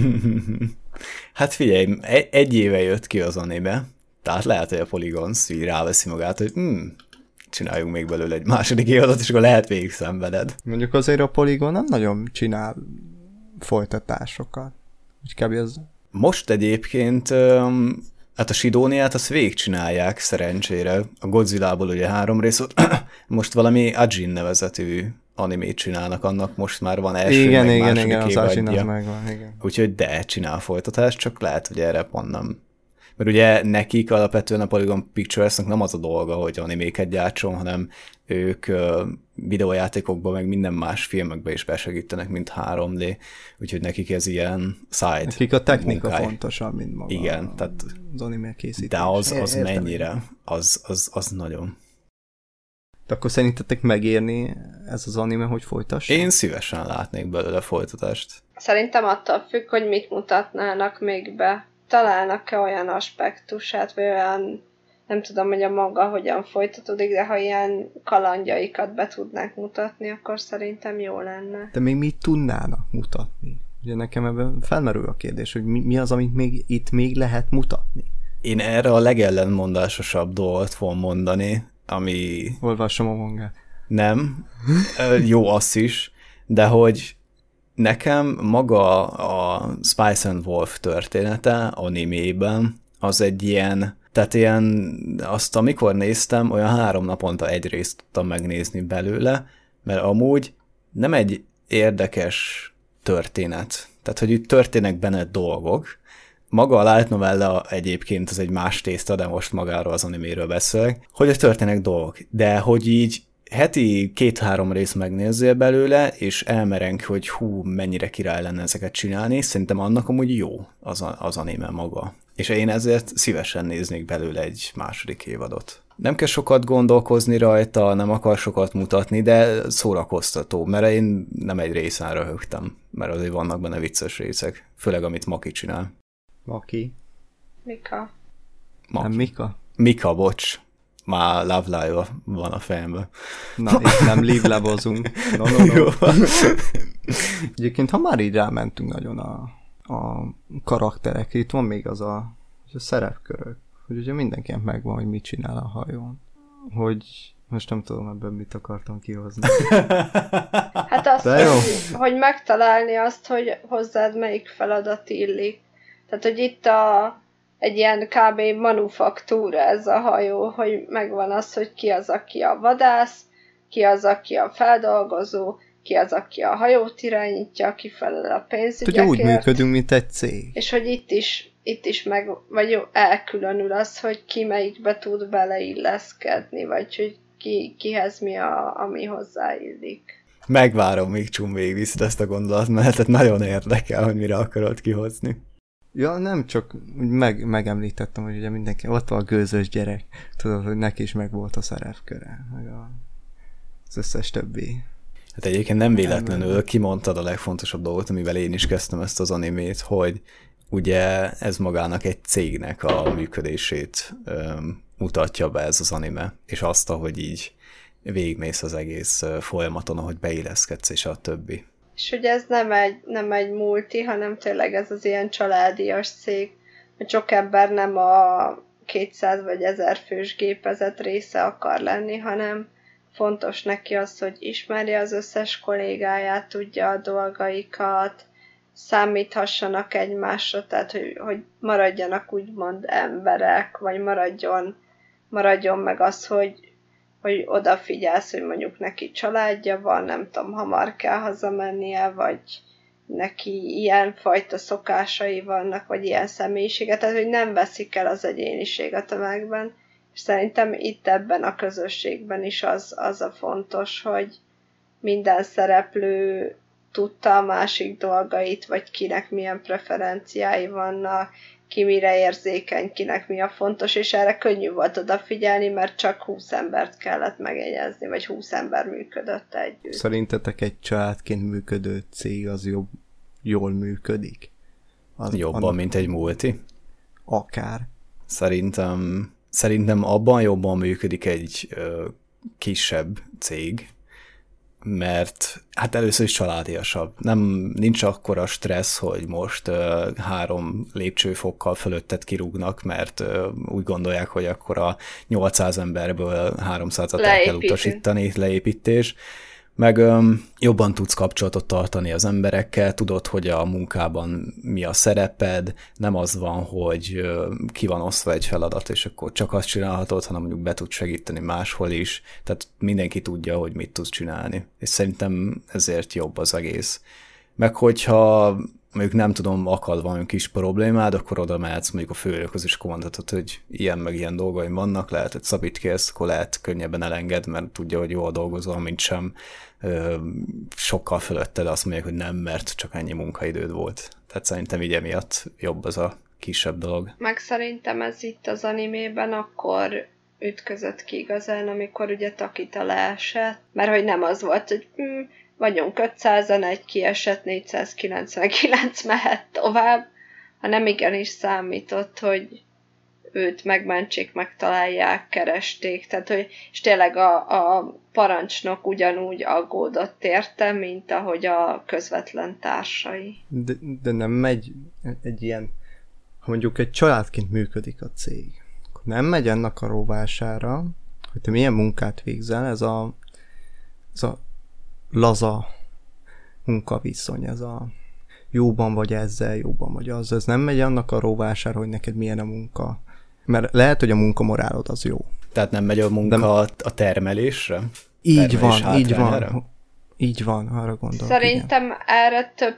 Hát figyelj, egy éve jött ki az anime, tehát lehet, hogy a Polygon így ráveszi magát, hogy hm, csináljunk még belőle egy második évadot, és akkor lehet végig szenveded. Mondjuk azért a Polygon nem nagyon csinál folytatásokat. Úgy kb. Az... Most egyébként um, hát a Sidóniát azt végigcsinálják szerencsére. A Godzillából ugye három rész volt. Most valami Ajin nevezetű animét csinálnak, annak most már van első, igen, meg igen, második igen, az Ajin az évadja. megvan, igen. Úgyhogy de, csinál folytatást, csak lehet, hogy erre pont nem. Mert ugye nekik alapvetően a Polygon Picturesnek nem az a dolga, hogy animéket gyártson, hanem ők uh, videójátékokban, meg minden más filmekben is besegítenek, mint három dé, úgyhogy nekik ez ilyen side Nekik a technika munkáj. fontosabb, mint maga igen, tehát, az anime készítés. de az, az Értem. mennyire, az, az, az nagyon. De akkor szerintetek megérni ez az anime, hogy folytassa? Én szívesen látnék belőle folytatást. Szerintem attól függ, hogy mit mutatnának még be. Találnak-e olyan aspektusát, vagy olyan, nem tudom, hogy a maga hogyan folytatódik, de ha ilyen kalandjaikat be tudnák mutatni, akkor szerintem jó lenne. De még mit tudnának mutatni? Ugye nekem ebben felmerül a kérdés, hogy mi, mi az, amit még itt még lehet mutatni? Én erre a legellenmondásosabb dolgot fogom mondani, ami... Olvasom a mangát. Nem. Jó, az is, de hogy nekem maga a Spice and Wolf története animében az egy ilyen, tehát ilyen, azt amikor néztem, olyan három naponta egy részt tudtam megnézni belőle, mert amúgy nem egy érdekes történet. Tehát, hogy itt történnek benne dolgok. Maga a light novella egyébként az egy más tészta, de most magáról az animéről beszélek, hogy történnek dolgok. De hogy így heti két-három rész megnézzél belőle, és elmerenk, hogy hú, mennyire király lenne ezeket csinálni, szerintem annak amúgy jó az, a, az anime maga. És én ezért szívesen néznék belőle egy második évadot. Nem kell sokat gondolkozni rajta, nem akar sokat mutatni, de szórakoztató, mert én nem egy részen röhögtem, mert azért vannak benne vicces részek, főleg amit Maki csinál. Maki? Mika. Maki. Nem Mika? Mika, bocs. Már Love Live van a fejemben. Na, itt nem live-levozunk. No, no, no. Egyébként, ha már így rámentünk nagyon a, a karakterek, itt van még az a, a szerepkörök, hogy ugye mindenkinek megvan, hogy mit csinál a hajón. Hogy most nem tudom ebben mit akartam kihozni. Hát azt, hogy, hogy megtalálni azt, hogy hozzád melyik feladat illik. Tehát, hogy itt a egy ilyen kb. Manufaktúra ez a hajó, hogy megvan az, hogy ki az, aki a vadász, ki az, aki a feldolgozó, ki az, aki a hajót irányítja, aki felel a pénzügyekért. Ugye úgy működünk, mint egy cég. És hogy itt is, itt is meg, vagy jó, elkülönül az, hogy ki melyikbe tud beleilleszkedni, vagy hogy ki, kihez mi, a, ami hozzáillik. Megvárom, még Csum végigviszed ezt a gondolatmenetet, nagyon érdekel, hogy mire akarod kihozni. Ja, nem csak meg, megemlítettem, hogy ugye mindenki, ott van a gőzös gyerek, tudod, hogy neki is meg volt a szerepköre, meg a, az összes többi. Hát egyébként nem véletlenül kimondtad a legfontosabb dolgot, amivel én is kezdtem ezt az animét, hogy ugye ez magának egy cégnek a működését öm, mutatja be ez az anime, és azt, ahogy így végigmész az egész folyamaton, ahogy beilleszkedsz, és a többi. És ugye ez nem egy, nem egy multi, hanem tényleg ez az ilyen családias cég, hogy sok ember nem a kétszáz vagy ezer fős gépezet része akar lenni, hanem fontos neki az, hogy ismerje az összes kollégáját, tudja a dolgaikat, számíthassanak egymásra, tehát hogy, hogy maradjanak úgymond emberek, vagy maradjon, maradjon meg az, hogy hogy odafigyelsz, hogy mondjuk neki családja van, nem tudom, hamar kell hazamennie, vagy neki ilyen fajta szokásai vannak, vagy ilyen személyisége, tehát hogy nem veszik el az egyéniség a tömegben, és szerintem itt ebben a közösségben is az, az a fontos, hogy minden szereplő tudta a másik dolgait, vagy kinek milyen preferenciái vannak, ki mire érzékeny, kinek mi a fontos, és erre könnyű volt odafigyelni, mert csak húsz embert kellett megjegyezni, vagy húsz ember működött együtt. Szerintetek egy családként működő cég az jobb, jól működik? Az, Jobban, annak, mint egy multi? Akár. Szerintem, szerintem abban jobban működik egy ö, kisebb cég, mert hát először is családiasabb. Nem, nincs akkora stressz, hogy most uh, három lépcsőfokkal fölöttet kirúgnak, mert uh, úgy gondolják, hogy akkor a nyolcszáz emberből háromszázat el kell utasítani, leépítés. Meg um, jobban tudsz kapcsolatot tartani az emberekkel, tudod, hogy a munkában mi a szereped, nem az van, hogy uh, ki van osztva egy feladat, és akkor csak azt csinálhatod, hanem mondjuk be tudsz segíteni máshol is, tehát mindenki tudja, hogy mit tudsz csinálni, és szerintem ezért jobb az egész. Meg hogyha mondjuk nem tudom, akad valami kis problémád, akkor oda mehetsz mondjuk a főnökhöz is mondhatod, hogy ilyen meg ilyen dolgaim vannak, lehet, hogy szabít kérsz, akkor lehet könnyebben elenged, mert tudja, hogy jól dolgozol, mint sem ö, sokkal fölötted azt mondják, hogy nem, mert csak ennyi munkaidőd volt. Tehát szerintem így emiatt jobb az a kisebb dolog. Meg szerintem ez itt az animében akkor ütközött ki igazán, amikor ugye Takita leesett, mert hogy nem az volt, hogy hm, vagyunk ötszázan, egy kiesett, négyszázkilencvenkilenc mehet tovább, hanem igenis számított, hogy őt megmentsék, megtalálják, keresték, tehát hogy, és tényleg a, a parancsnok ugyanúgy aggódott érte, mint ahogy a közvetlen társai. De, de nem megy egy ilyen, ha mondjuk egy családként működik a cég, akkor nem megy ennek a rovására, hogy te milyen munkát végzel, ez a, ez a laza munkaviszony, ez a jóban vagy ezzel, jóban vagy az, ez nem megy annak a rovására, hogy neked milyen a munka. Mert lehet, hogy a munkamorálod az jó. Tehát nem megy a munka de... a termelésre? Így Termelés van, így van. Így van, arra gondolok. Szerintem igen. Erre több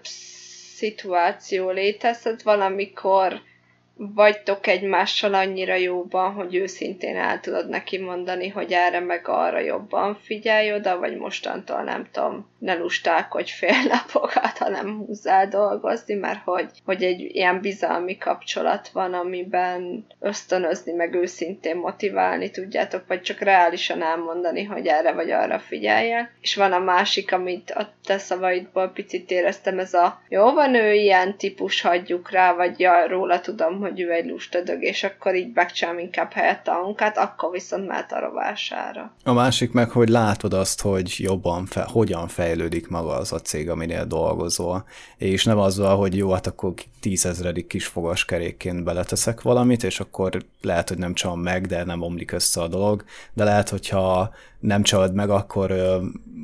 szituáció létezhet, valamikor vagytok egymással annyira jóban, hogy őszintén el tudod neki mondani, hogy erre meg arra jobban figyelj oda, vagy mostantól nem tudom, ne lustálkodj fél napokat, hanem húzzál dolgozni, mert hogy, hogy egy ilyen bizalmi kapcsolat van, amiben ösztönözni, meg őszintén motiválni tudjátok, vagy csak reálisan elmondani, hogy erre vagy arra figyeljen. És van a másik, amit a te szavaidból picit éreztem, ez a jó van, ő ilyen típus, hagyjuk rá, vagy ja, róla tudom, hogy ő egy lustadög, és akkor így megcsinálom inkább helyette a munkát, akkor viszont mehet a rovására. A másik meg, hogy látod azt, hogy jobban, fe, hogyan fejlődik maga az a cég, aminél dolgozol, és nem azzal, hogy jó, hát akkor tízezredik kis fogaskerékként beleteszek valamit, és akkor lehet, hogy nem csalom meg, de nem omlik össze a dolog, de lehet, hogyha nem csalod meg, akkor ö,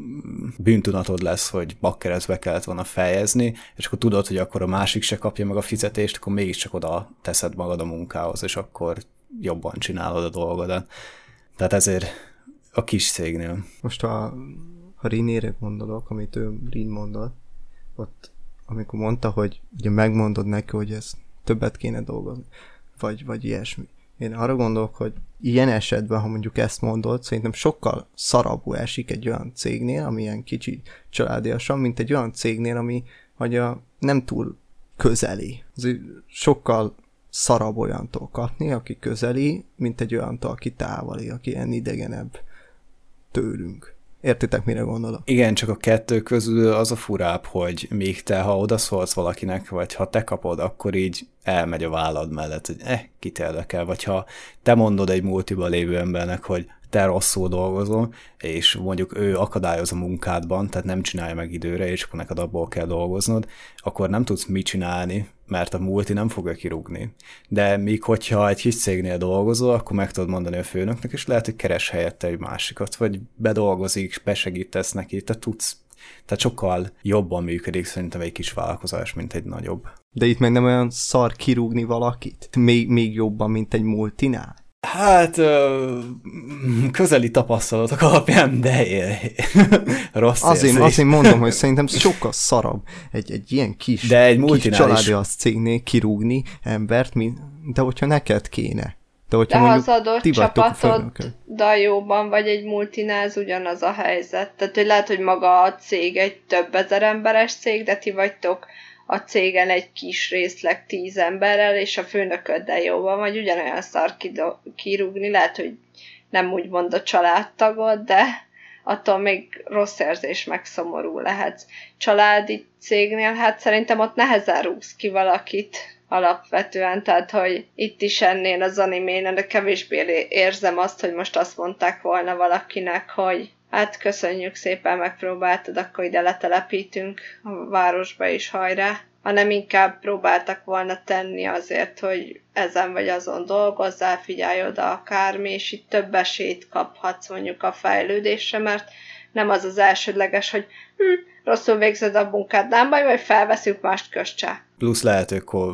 bűntudatod lesz, hogy bakkerezbe kellett volna fejezni, és akkor tudod, hogy akkor a másik se kapja meg a fizetést, akkor mégiscsak oda teszed magad a munkához, és akkor jobban csinálod a dolgodat. Tehát ezért a kis cégnél. Most a, a Rinére gondolok, amit ő Rin mondott, ott amikor mondta, hogy ugye megmondod neki, hogy ez többet kéne dolgozni, vagy, vagy ilyesmi. Én arra gondolok, hogy ilyen esetben, ha mondjuk ezt mondod, szerintem sokkal szarabbul esik egy olyan cégnél, ami ilyen kicsi családiasan, mint egy olyan cégnél, ami hogy a, nem túl közeli. Azért sokkal szarabb olyantól kapni, aki közeli, mint egy olyantól, aki távoli, aki ilyen idegenebb tőlünk. Értitek, mire gondolok? Igen, csak a kettő közül az a furább, hogy még te, ha odaszólsz valakinek, vagy ha te kapod, akkor így elmegy a vállad mellett, hogy eh, kit érdekel, vagy ha te mondod egy multiba lévő embernek, hogy te rosszul dolgozol, és mondjuk ő akadályoz a munkádban, tehát nem csinálja meg időre, és akkor neked abból kell dolgoznod, akkor nem tudsz mit csinálni, mert a multi nem fogja kirúgni. De míg hogyha egy kis cégnél dolgozol, akkor meg tudod mondani a főnöknek, és lehet, hogy keres helyette egy másikat, vagy bedolgozik, besegítesz neki, tehát tudsz. Tehát sokkal jobban működik szerintem egy kis vállalkozás, mint egy nagyobb. De itt meg nem olyan szar kirúgni valakit? Még, még jobban, mint egy multinál? Hát közeli tapasztalatok alapján, de rossz azért, azért mondom, hogy szerintem sokkal szarabb egy, egy ilyen kis, de egy kis családias cégnél kirúgni embert, mint, de hogyha neked kéne. De, hogyha de ha az adott csapatod dajóban vagy egy multinál, az ugyanaz a helyzet. Tehát, hogy lehet, hogy maga a cég egy több ezer emberes cég, de ti vagytok a cégen egy kis részleg tíz emberrel, és a főnököddel jóban vagy, ugyanolyan szar kirúgni, lehet, hogy nem úgy mond a családtagod, de attól még rossz érzés, meg szomorú lehetsz. Családi cégnél, hát szerintem ott nehezen rúgsz ki valakit alapvetően, tehát, hogy itt is ennél az animén, de kevésbé érzem azt, hogy most azt mondták volna valakinek, hogy Hát köszönjük szépen, megpróbáltad, akkor ide letelepítünk a városba is, hajrá. Hanem inkább próbáltak volna tenni azért, hogy ezen vagy azon dolgozzál, figyelj oda akármi, és itt több esélyt kaphatsz mondjuk a fejlődésre, mert nem az az elsődleges, hogy hm, rosszul végzed a munkád, nem baj, vagy felveszünk mást, köscsá. Plusz lehet, akkor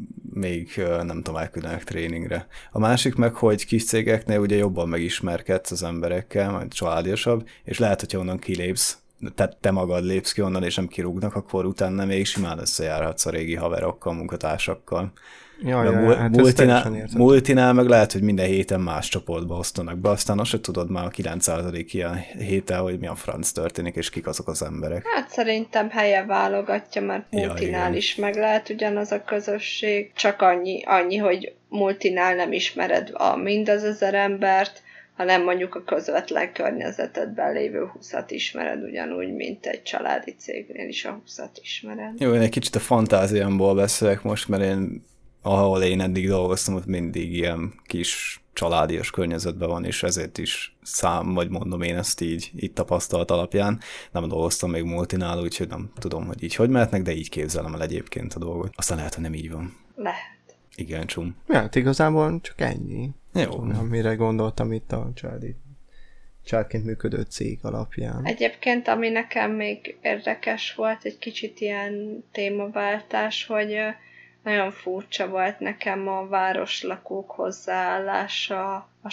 még nem tudom, elküldenek tréningre. A másik meg, hogy kis cégeknél ugye jobban megismerkedsz az emberekkel, majd családiasabb, és lehet, hogyha onnan kilépsz, tehát te magad lépsz ki onnan, és nem kirúgnak, akkor utána még simán összejárhatsz a régi haverokkal, munkatársakkal. Jaj, jaj, mul- hát multinál, multinál meg lehet, hogy minden héten más csoportba osztanak be, aztán azt se tudod már a kilencszázadik ilyen héten, hogy mi a franc történik, és kik azok az emberek. Hát szerintem helye válogatja, mert multinál ja, is meg lehet ugyanaz a közösség, csak annyi, annyi, hogy multinál nem ismered a mindaz ezer embert, hanem mondjuk a közvetlen környezetedben lévő húszat ismered ugyanúgy, mint egy családi cégnél is a húszat ismered. Jó, én egy kicsit a fantáziámból beszélek most, mert én, ahol én eddig dolgoztam, ott mindig ilyen kis családias környezetben van, és ezért is szám, vagy mondom én ezt így, így tapasztalt alapján. Nem dolgoztam még multinál, úgyhogy nem tudom, hogy így hogy mehetnek, de így képzelem el egyébként a dolgot. Aztán lehet, hogy nem így van. Lehet. Igen, csum. Ja, hát igazából csak ennyi. Jó. Amire gondoltam itt a családi, családként működő cég alapján. Egyébként, ami nekem még érdekes volt, egy kicsit ilyen témaváltás, hogy nagyon furcsa volt nekem a városlakók hozzáállása a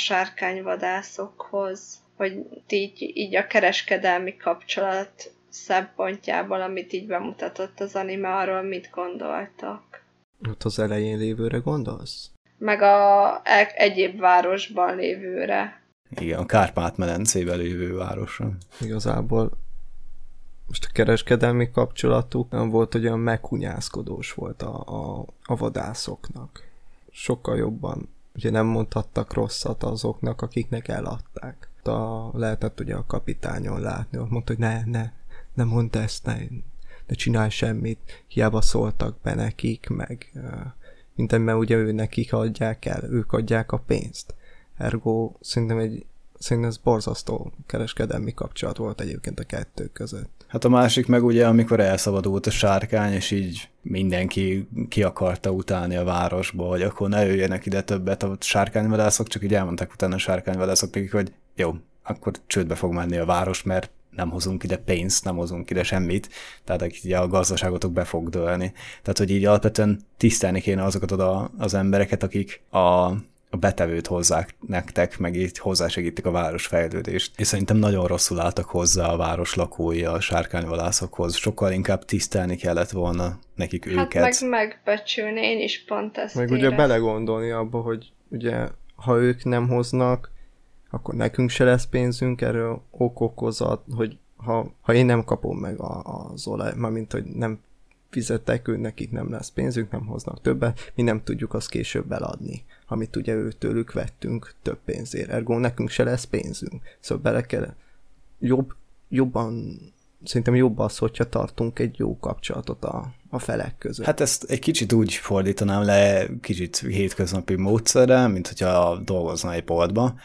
sárkányvadászokhoz, hogy így, így a kereskedelmi kapcsolat szempontjából, amit így bemutatott az anime, arról mit gondoltak. Ott az elején lévőre gondolsz? Meg a egyéb városban lévőre. Igen, a Kárpát-medencében lévő városra. Igazából most a kereskedelmi kapcsolatuk nem volt, hogy olyan meghunyászkodós volt a, a, a vadászoknak. Sokkal jobban, ugye nem mondhattak rosszat azoknak, akiknek eladták. A, lehetett ugye a kapitányon látni, ott mondta, hogy ne, ne, ne mondd ezt, ne, ne csinálj semmit, hiába szóltak be nekik, meg mindenben ugye ő nekik adják el, ők adják a pénzt. Ergo szerintem egy Szerintem ez borzasztó kereskedelmi kapcsolat volt egyébként a kettő között. Hát a másik meg ugye, amikor elszabadult a sárkány, és így mindenki ki akarta utálni a városból, hogy akkor ne jöjjenek ide többet a sárkányvadászok, csak így elmondták utána a sárkányvadászok nekik, hogy jó, akkor csődbe fog menni a város, mert nem hozunk ide pénzt, nem hozunk ide semmit, tehát így a gazdaságotok be fog dőlni. Tehát, hogy így alapvetően tisztelni kéne azokat oda az embereket, akik a a betevőt hozzák nektek, meg így hozzásegítik a város fejlődést. És szerintem nagyon rosszul álltak hozzá a város lakói a sárkányvadászokhoz. Sokkal inkább tisztelni kellett volna nekik hát őket. Hát meg megbecsülni, én is pont ezt Meg éreztem. ugye belegondolni abba, hogy ugye ha ők nem hoznak, akkor nekünk se lesz pénzünk, erről ok-okozat, hogy ha, ha én nem kapom meg a, az olaj, mármint hogy nem fizettek, ő nekik nem lesz pénzünk, nem hoznak többet, mi nem tudjuk azt később eladni, amit ugye őtőlük vettünk több pénzért. Ergo nekünk se lesz pénzünk. Szóval bele kell jobb, jobban, szerintem jobb az, hogyha tartunk egy jó kapcsolatot a, a felek között. Hát ezt egy kicsit úgy fordítanám le, kicsit hétköznapi módszerrel, mint hogyha dolgozna egy boltba,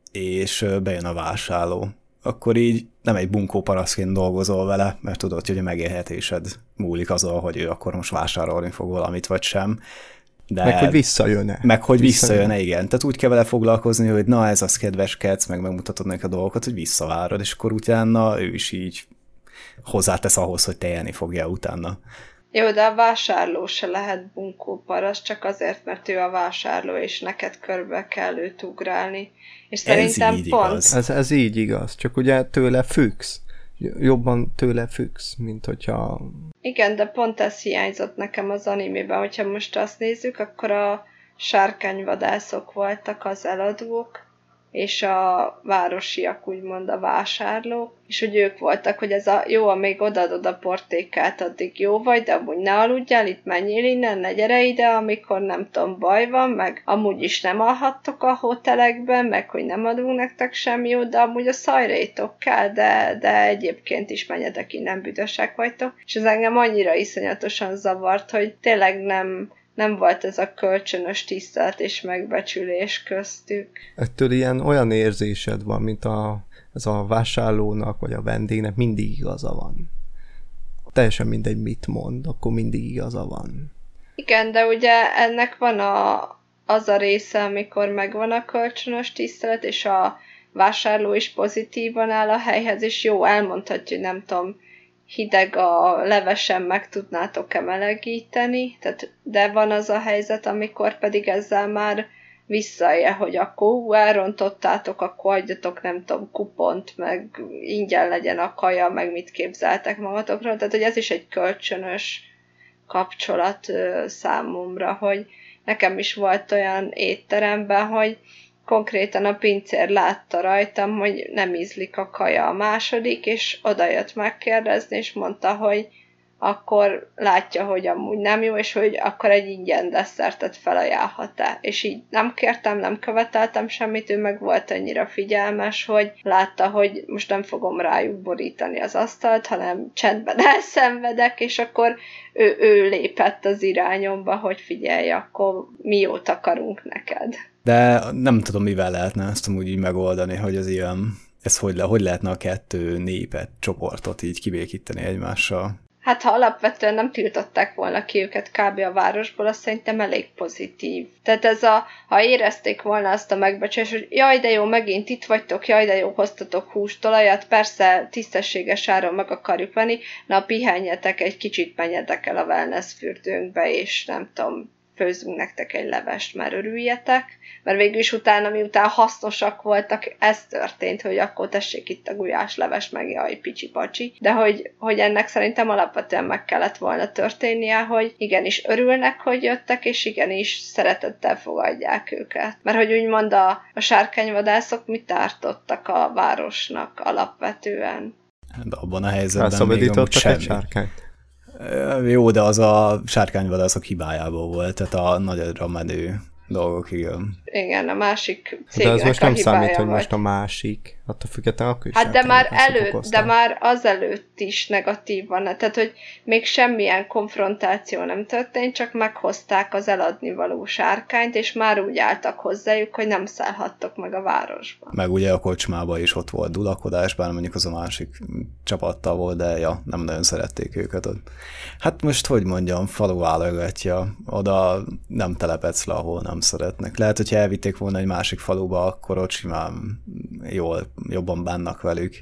és bejön a vásárló. Akkor így nem egy bunkóparasztként dolgozol vele, mert tudod, hogy a megélhetésed múlik azon, hogy ő akkor most vásárolni fog valamit, vagy sem. De meg hogy visszajön-e. Meg hogy visszajön-e, visszajön igen. Tehát úgy kell vele foglalkozni, hogy na ez az kedveskedsz, meg megmutatod neki a dolgokat, hogy visszavárod, és akkor utána ő is így hozzátesz ahhoz, hogy te élni fogja utána. Jó, de a vásárló se lehet bunkóparaszt, csak azért, mert ő a vásárló, és neked körbe kell őt ugrálni. És szerintem ez pont... Ez, ez így igaz, csak ugye tőle függsz. Jobban tőle függsz, mint hogyha... Igen, de pont ez hiányzott nekem az animében, hogyha most azt nézzük, akkor a sárkányvadászok voltak az eladók, és a városiak úgymond a vásárlók, és hogy ők voltak, hogy ez a jó, amíg odaadod a portékát, addig jó vagy, de amúgy ne aludjál, itt menjél innen, ne gyere ide, amikor nem tudom, baj van, meg amúgy is nem alhattok a hotelekben, meg hogy nem adunk nektek semmi jót, de amúgy a szajrétok kell, de, de egyébként is menjetek innen, büdösek vagytok. És ez engem annyira iszonyatosan zavart, hogy tényleg nem nem volt ez a kölcsönös tisztelet és megbecsülés köztük. Ettől ilyen olyan érzésed van, mint a, ez a vásárlónak vagy a vendégnek mindig igaza van. Teljesen mindegy, mit mond, akkor mindig igaza van. Igen, de ugye ennek van a, az a része, amikor megvan a kölcsönös tisztelet, és a vásárló is pozitívan áll a helyhez, és jó, elmondhatja, hogy nem tudom, hideg a levesen, meg tudnátok-e melegíteni, tehát, de van az a helyzet, amikor pedig ezzel már visszaél, hogy akkor hú, elrontottátok, akkor adjatok, nem tudom, kupont, meg ingyen legyen a kaja, meg mit képzeltek magatokról, tehát hogy ez is egy kölcsönös kapcsolat ö, számomra, hogy nekem is volt olyan étteremben, hogy konkrétan a pincér látta rajtam, hogy nem ízlik a kaja a második, és odajött megkérdezni, és mondta, hogy akkor látja, hogy amúgy nem jó, és hogy akkor egy ingyen desszertet felajánlhat-e. És így nem kértem, nem követeltem semmit, ő meg volt annyira figyelmes, hogy látta, hogy most nem fogom rájuk borítani az asztalt, hanem csendben elszenvedek, és akkor ő, ő lépett az irányomba, hogy figyelj, akkor mi jót akarunk neked. De nem tudom, mivel lehetne ezt amúgy így megoldani, hogy az ilyen, ez hogy, le, hogy lehetne a kettő népet, csoportot így kibékíteni egymással. Hát ha alapvetően nem tiltották volna ki őket kb. A városból, az szerintem elég pozitív. Tehát ez a, ha érezték volna azt a megbecsülést, hogy jaj, de jó, megint itt vagytok, jaj, de jó, hoztatok húst, olajat, persze tisztességes áron meg akarjuk venni, na pihenjetek egy kicsit, menjetek el a wellness fürdőnkbe, és nem tudom, főzünk nektek egy levest, mert örüljetek, mert végül is utána, miután hasznosak voltak, ez történt, hogy akkor tessék itt a gulyásleves, meg jaj, picsi-pacsi, de hogy, hogy ennek szerintem alapvetően meg kellett volna történnie, hogy igenis örülnek, hogy jöttek, és igenis szeretettel fogadják őket. Mert hogy úgymond a, a sárkányvadászok mit tartottak a városnak alapvetően? De abban a helyzetben elszabadítottak egy sárkányt. Jó, de az a sárkányvadászok hibájából volt, tehát a nagyra menő dolgok, igen. Igen, a másik cégnek de ez most nem számít, hogy volt. most a másik, attól függetlenül akkor is. Hát de már előtt, de már azelőtt is negatív van, tehát hogy még semmilyen konfrontáció nem történt, csak meghozták az eladnivaló sárkányt, és már úgy álltak hozzájuk, hogy nem szállhattok meg a városba. Meg ugye a kocsmában is ott volt dulakodás, bár mondjuk az a másik csapattal volt, de ja, nem nagyon szerették őket ott. Hát most, hogy mondjam, falu válogatja, oda nem telepedsz le, ahol nem szeretnek. Lehet, hogyha elvitték volna egy másik faluba, akkor ott simán jól, jobban bánnak velük.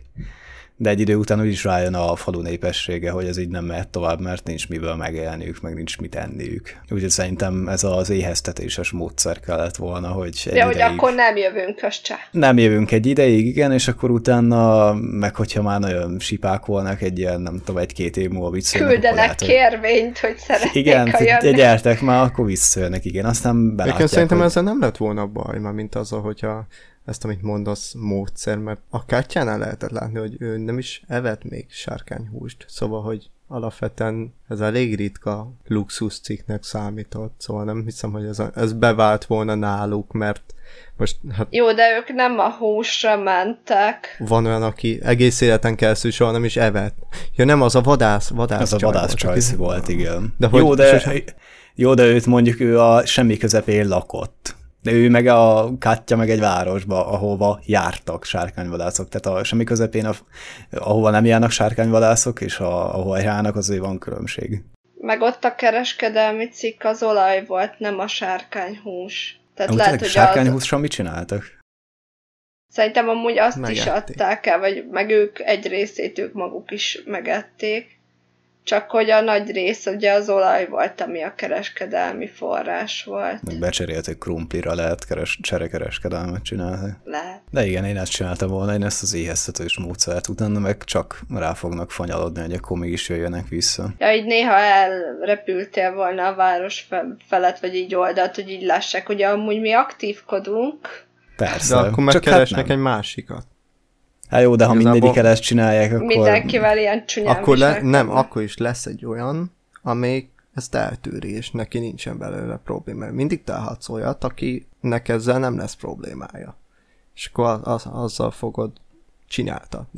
De egy idő után úgyis rájön a falu népessége, hogy ez így nem mehet tovább, mert nincs miből megélniük, meg nincs mit enniük. Úgyhogy szerintem ez az éheztetéses módszer kellett volna, hogy egy ja, ideig... hogy akkor nem jövünk, kösse. Nem jövünk egy ideig, igen, és akkor utána, meg hogyha már nagyon sipákolnak egy ilyen, nem tudom, egy-két év múlva visszajönnek. Küldenek lehet, kérvényt, hogy szeretnék, igen, ha jönnek. gyertek már, akkor visszajönnek, igen, aztán belátják, szerintem hogy... ezzel nem lett volna baj, már mint azzal, hogyha ezt, amit mondasz, módszer, mert a Kátyánál lehetett látni, hogy ő nem is evett még sárkányhúst, szóval, hogy alapvetően ez elég ritka luxuscikknek számított, szóval nem hiszem, hogy ez, a, ez bevált volna náluk, mert most... Hát jó, de ők nem a húsra mentek. Van olyan, aki egész életen keresztül soha nem is evett. Ja, nem, az a vadász, vadász Az a vadász csajsz volt, volt, igen. De jó, hogy, de, sose... jó, de őt mondjuk ő a semmi közepén lakott. De ő meg a Katya meg egy városba, ahova jártak sárkányvadászok. Tehát a semmi közepén, a, ahova nem járnak sárkányvadászok, és a, ahova járnak, azért van különbség. Meg ott a kereskedelmi cikk az olaj volt, nem a sárkányhús. Tehát amúgy lehet, hogy sárkányhúsra az... mit csináltak? Szerintem amúgy azt megették. is adták el, vagy meg ők egy részét ők maguk is megették. Csak hogy a nagy rész ugye az olaj volt, ami a kereskedelmi forrás volt. Meg becserélték krumplira, lehet keres, cserekereskedelmet csinálni. Lehet. De igen, én ezt csináltam volna, én ezt az éheztetős módszert, utána meg csak rá fognak fanyalodni, hogy akkor mégis jöjjenek vissza. Ja, így néha elrepültél volna a város felett, vagy így oldalt, hogy így lássák, hogy amúgy mi aktívkodunk. Persze. De akkor megkeresnek hát egy másikat. Hát jó, de ha Igazából mindegyikkel ezt csinálják, akkor... Mindenkivel ilyen csúnyán akkor le, Nem, akkor is lesz egy olyan, amelyik ezt eltűri, és neki nincsen belőle probléma. Mindig találhatsz olyat, akinek ezzel nem lesz problémája. És akkor az, azzal fogod csináltatni.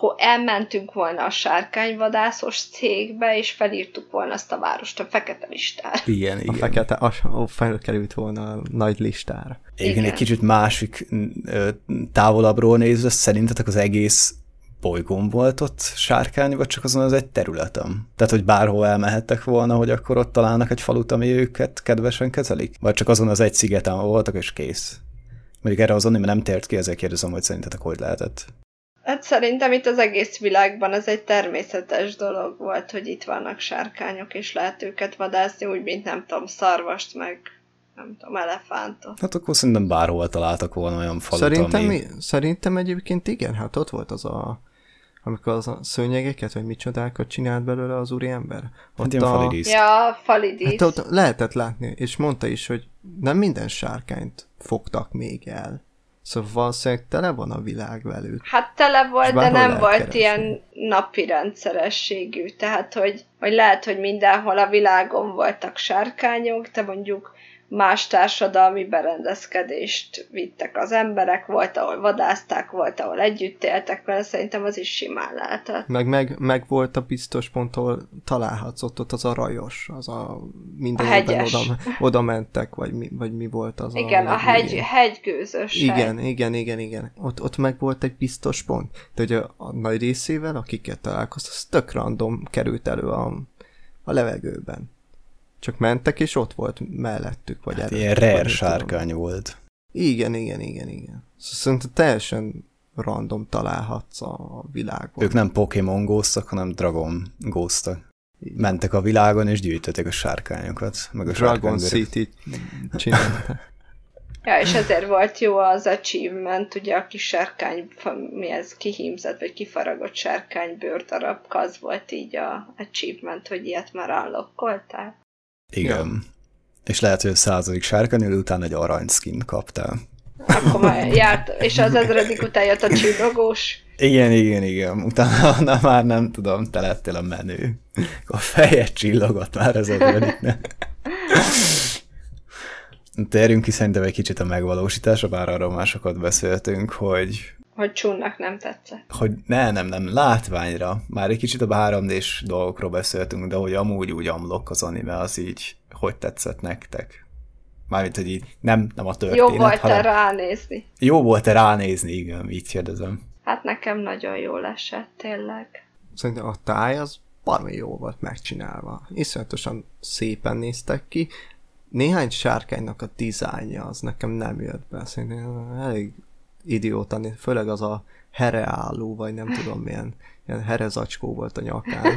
akkor elmentünk volna a sárkányvadászos cégbe, és felírtuk volna azt a várost a fekete listára. Igen, igen. A fekete, a felkerült volna a nagy listára. Igen, egy kicsit másik távolabbról nézve, szerintetek az egész bolygón volt ott sárkány, vagy csak azon az egy területem? Tehát, hogy bárhol elmehettek volna, hogy akkor ott találnak egy falut, ami őket kedvesen kezelik? Vagy csak azon az egy szigeten voltak, és kész? Mondjuk erre az anime nem tért ki, ezért kérdezem, hogy szerintetek hogy lehetett? Hát szerintem itt az egész világban ez egy természetes dolog volt, hogy itt vannak sárkányok, és lehet őket vadászni, úgy, mint nem tudom, szarvast, meg nem tudom, elefántot. Hát akkor szerintem bárhol találtak volna olyan falut, Szerintem, ami... szerintem egyébként igen, hát ott volt az a... amikor az a szőnyegeket, vagy micsodákat csinált belőle az úriember. Ott hát ilyen a... falidíszt. Ja, falidísz. Hát ott lehetett látni, és mondta is, hogy nem minden sárkányt fogtak még el. Szóval valószínűleg tele van a világ velük. Hát tele volt, de nem volt keresni. ilyen napi rendszerességű. Tehát, hogy, hogy lehet, hogy mindenhol a világon voltak sárkányok, de mondjuk más társadalmi berendezkedést vittek az emberek, volt, ahol vadázták, volt, ahol együtt éltek vele, szerintem az is simán lehetett. Meg, meg, meg volt a biztos pont, ahol találhatsz ott, ott az a rajos, az a minden a évben hegyes. oda, oda mentek, vagy mi, vagy mi volt az igen, a... a hegy, igen. hegygőzös Igen, hely. igen, igen, igen. Ott, ott meg volt egy biztos pont. De ugye a, a nagy részével, akiket találkoztak, az tök random került elő a, a levegőben. Csak mentek, és ott volt mellettük, vagy Hát előtt, ilyen vagy rare nem sárkány tudom. volt. Igen, igen, igen, igen. Szóval szerintem teljesen random találhatsz a világon. Ők nem Pokémon ghostok, hanem Dragon ghostok. Mentek a világon, és gyűjtötték a sárkányokat. Meg a Dragon sárkánybőrök. City csinálta. Ja, és ezért volt jó az achievement, ugye a kis sárkány, mi ez, kihímzett, vagy kifaragott sárkány bőrdarabka, az volt így a achievement, hogy ilyet már unlockoltál. Igen. Ja. És lehet, hogy a századik sárkányról után egy arany skin kaptál. Akkor már járt, és az ezredik után jött a csillogós. Igen, igen, igen. Utána na, már nem tudom, te lettél a menő. A fejed csillogott már az ezrediknek. Térjünk ki szerintem egy kicsit a megvalósításra, bár arról már sokat beszéltünk, hogy... Hogy Chunnak nem tetszett. Hogy ne, nem, nem, látványra. Már egy kicsit a három dés dolgokról beszéltünk, de hogy amúgy úgy amlok az anime, az így hogy tetszett nektek? Mármint, hogy így nem, nem a történet, Jó volt hanem... ránézni. Jó volt-e ránézni, igen, így kérdezem. Hát nekem nagyon jól esett, tényleg. Szerintem a táj az baromi jó volt megcsinálva. Iszonyatosan szépen néztek ki. Néhány sárkánynak a dizájnja az nekem nem jött be. Szerintem elég idióta, főleg az a hereálló, vagy nem tudom milyen, ilyen herezacskó volt a nyakán.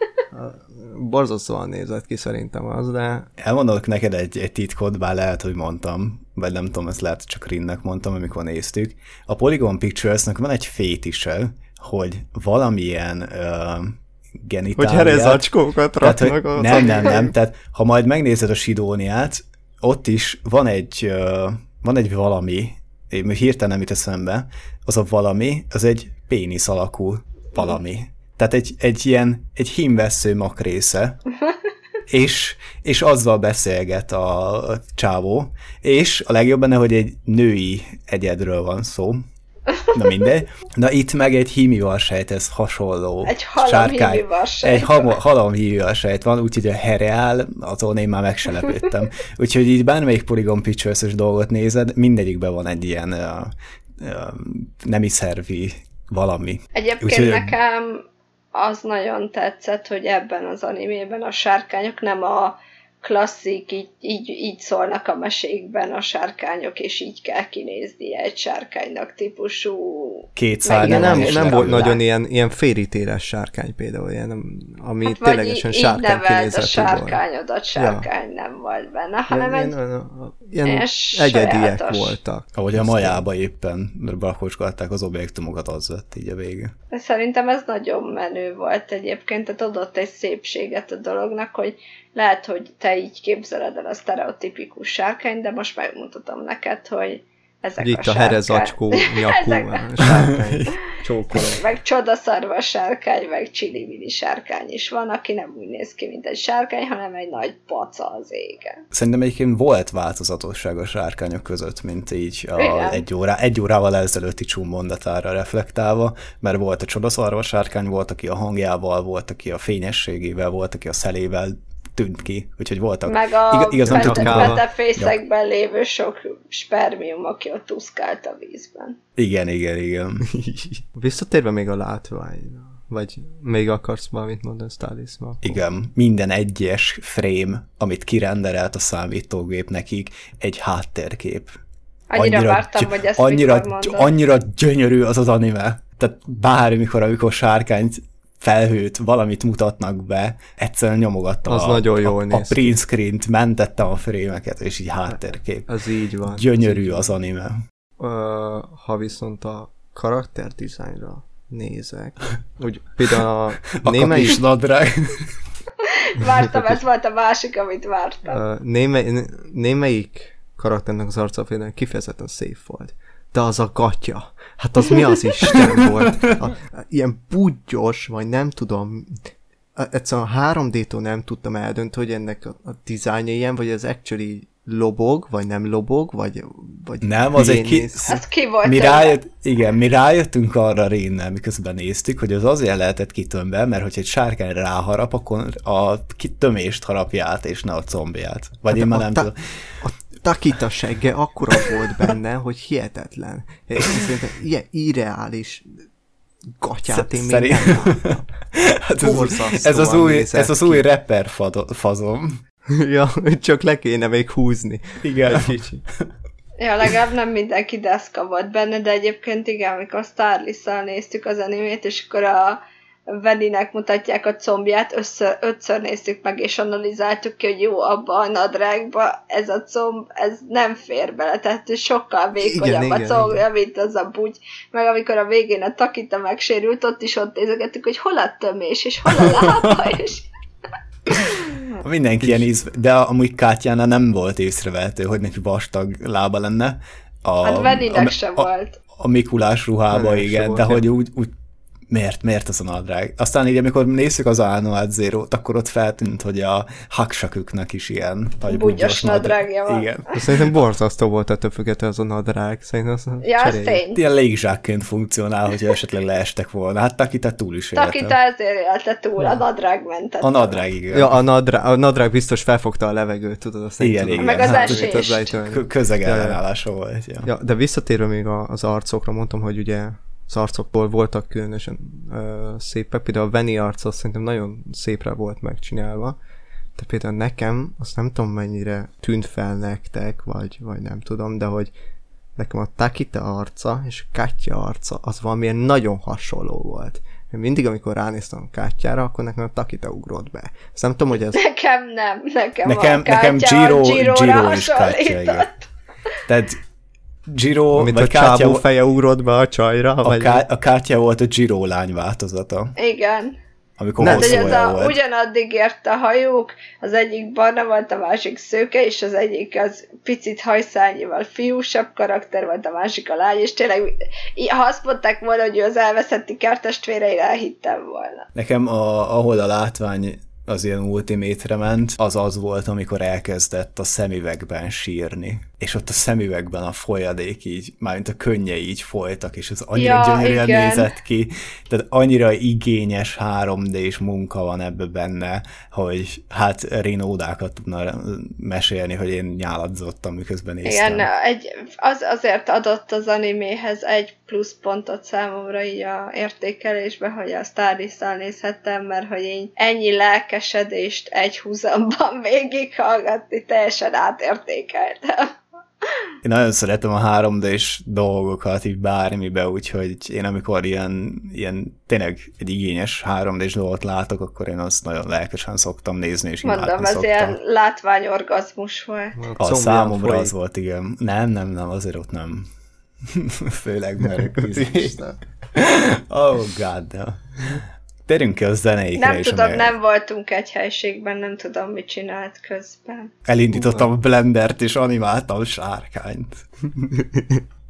Borzasztóan nézett ki szerintem az, de... Elmondok neked egy, egy titkot, bár lehet, hogy mondtam, vagy nem tudom, ezt lehet, csak Rinnek mondtam, amikor néztük. A Polygon Pictures-nak van egy fétise, hogy valamilyen uh, genitáliát... Hogy herezacskókat raknak hogy az Nem, nem, nem, tehát ha majd megnézed a Sidóniát, ott is van egy, uh, van egy valami, én hirtelen nem jut eszembe, az a valami, az egy pénisz alakú valami. Tehát egy, egy ilyen, egy hímvessző makrésze, és, és azzal beszélget a csávó, és a legjobb benne, hogy egy női egyedről van szó. Na mindegy. Na itt meg egy hímivarsejthez hasonló Egy halom sárkány. hímivarsejt. Egy ha- halom hímivarsejt van, úgyhogy a hereál, azon én már megselepődtem. Úgyhogy így bármelyik Polygon Pictures-ös dolgot nézed, mindegyikben van egy ilyen uh, uh, nemi szervi valami. Egyébként Úgyhogy... nekem az nagyon tetszett, hogy ebben az animében a sárkányok nem a klasszik, így, így, így szólnak a mesékben a sárkányok, és így kell kinézni egy sárkánynak típusú... Két szárnya nem, van, és nem volt lerakják. nagyon ilyen, ilyen férítéres sárkány például, ilyen, ami Hát ténylegesen így, így sárkány neveld a kinézetű sárkányodat, sárkány ja. nem volt benne, hanem ilyen, egy... ilyen, ilyen ilyen egyediek sajátos. voltak. Ahogy a majába éppen rakosgatták az objektumokat, az lett így a vége. De szerintem ez nagyon menő volt egyébként, tehát adott egy szépséget a dolognak, hogy lehet, hogy te így képzeled el a sztereotipikus sárkány, de most megmutatom neked, hogy Ezek itt a, a herezacskó nyakú sárkány csókoló. Meg csodaszarva sárkány, meg csili-vili sárkány is van, aki nem úgy néz ki, mint egy sárkány, hanem egy nagy paca az égen. Szerintem egyébként volt változatosság a sárkányok között, mint így a egy, órá, egy órával ezelőtti Csú mondatára reflektálva, mert volt a csodaszarva sárkány, volt, aki a hangjával, volt, aki a fényességével, volt, aki a szelével tűnt ki, úgyhogy voltak. Meg a Igaz, nem tudtunk petefészekben lévő sok spermium, aki ott úszkált a vízben. Igen, igen, igen. Visszatérve még a látványra, vagy még akarsz valamit mondani, Stáliszma? Igen, minden egyes frame, amit kirendelt a számítógép nekik, egy háttérkép. Annyira, annyira vártam, hogy ezt annyira, mikor mondod. Annyira gyönyörű az az anime. Tehát bármikor, amikor sárkányt felhőt, valamit mutatnak be, egyszerűen nyomogattam az a, nagyon jól a, néz a print screen-t, mentettem a frémeket, és így háttérkép. Ez így van. Gyönyörű az anime. Uh, ha viszont a karakterdizájnra nézek, úgy például a, a némelyik... kapis nadrág. Vártam, ez volt a másik, amit vártam. Uh, némely, némelyik karakternek az arca például kifejezetten szép volt. De az a gatya. Hát az mi az Isten volt? A, a, ilyen budgyos, vagy nem tudom, egyszerűen a három dé-től nem tudtam eldönteni, hogy ennek a, a dizájnja ilyen, vagy az actually lobog, vagy nem lobog, vagy, vagy nem, az egy ki... Az ki volt? Mi rájött, igen, mi rájöttünk arra Rénnel, miközben néztük, hogy az azért lehetett kitömbe, mert hogyha egy sárkány ráharap, akkor a tömést harapja át, és ne a combját. Vagy hát én már nem tudom. A Takita segge akkora volt benne, hogy hihetetlen. Szerintem ilyen irreális gatyát én még nem láttam. Hát ez, ez, az új, ez az új rapper fazom. Ja, csak le kéne még húzni. Igen. Ja, legalább nem mindenki deszka volt benne, de egyébként igen, amikor Starlisszal néztük az animét, és akkor a Veninek mutatják a combját, összör, ötször néztük meg, és analizáltuk ki, hogy jó, abba a nadrágba ez a comb, ez nem fér bele, tehát sokkal vékonyabb a combja, mint az a bugy. Meg amikor a végén a Takita megsérült, ott is ott nézegettük, hogy hol a tömés, és hol a lába, és... Mindenki ilyen íz, de amúgy Kátyánál nem volt észrevehető, hogy neki vastag lába lenne. A, hát Veninek se a, volt. A, a Mikulás ruhába, Veninek igen, de hogy úgy, úgy miért, miért az a nadrág? Aztán így, amikor nézzük az Anoat Zero-t, akkor ott feltűnt, hogy a haksaküknek is ilyen budgyos nadrágja van. Igen. Szerintem borzasztó volt ettől függetlenül az a nadrág. Szerintem az ja, az tény. Ilyen légzsákként funkcionál, hogyha esetleg leestek volna. Hát Takita túl is élte. Takita ezért élte túl, a nadrág mentett. A nadrág, igen. Ja, a nadrág, a nadrág biztos felfogta a levegőt, tudod? Azt igen, igen. Meg az esést. Közeg ellenállása volt. Ja. Ja, de visszatérve még az arcokra, mondtam, hogy ugye az arcokból voltak különösen uh, szépek, például a Veni arca szerintem nagyon szépre volt megcsinálva, de például nekem, azt nem tudom mennyire tűnt fel nektek, vagy, vagy nem tudom, de hogy nekem a Takita arca és a Katya arca az valamilyen nagyon hasonló volt. Én mindig, amikor ránéztem a Katyára, akkor nekem a Takita ugrott be. Azt nem tudom, hogy ez... Nekem nem, nekem, nekem, a Katya nekem Giro, Giro és Katya, igen. Tehát Giro, amit vagy a Kátya csábó feje ugrott be a csajra. A, vagy... ká- a Kátya volt a Giro lány változata. Igen. Amikor nem, hogy ez a, volt. ugyanaddig ért a hajók, az egyik barna volt, a másik szőke, és az egyik az picit hajszányival fiúsabb karakter volt, a másik a lány, és tényleg, ha azt mondták volna, hogy ő az elveszett kertestvéreire, elhittem volna. Nekem, a, ahol a látvány az ilyen ultimétre ment, az az volt, amikor elkezdett a szemüvegben sírni. És ott a szemüvegben a folyadék így, mármint a könnyei így folytak, és az annyira ja, gyönyörűen igen. nézett ki. Tehát annyira igényes három dés munka van ebbe benne, hogy hát Rinódákat tudna mesélni, hogy én nyáladzottam, miközben néztem. Igen, egy, az azért adott az animéhez egy plusz pontot számomra így a értékelésbe, hogy a Starlisszal nézhettem, mert hogy én ennyi lelkesedést egy húzamban végighallgatni, teljesen átértékeltem. Én nagyon szeretem a három dés dolgokat, így bármibe, úgyhogy én amikor ilyen, ilyen tényleg egy igényes három dés dolgot látok, akkor én azt nagyon lelkesen szoktam nézni, és mondom, imádni ez szoktam. ilyen látványorgazmus volt. A, a számomra folyik. Az volt, igen. Nem, nem, nem, azért ott nem. Főleg, mert oh god, de. Térjünk ki a zeneikre. Nem is, tudom, amely... nem voltunk egy helységben, nem tudom, mit csinált közben. Elindítottam a blendert, és animáltam sárkányt.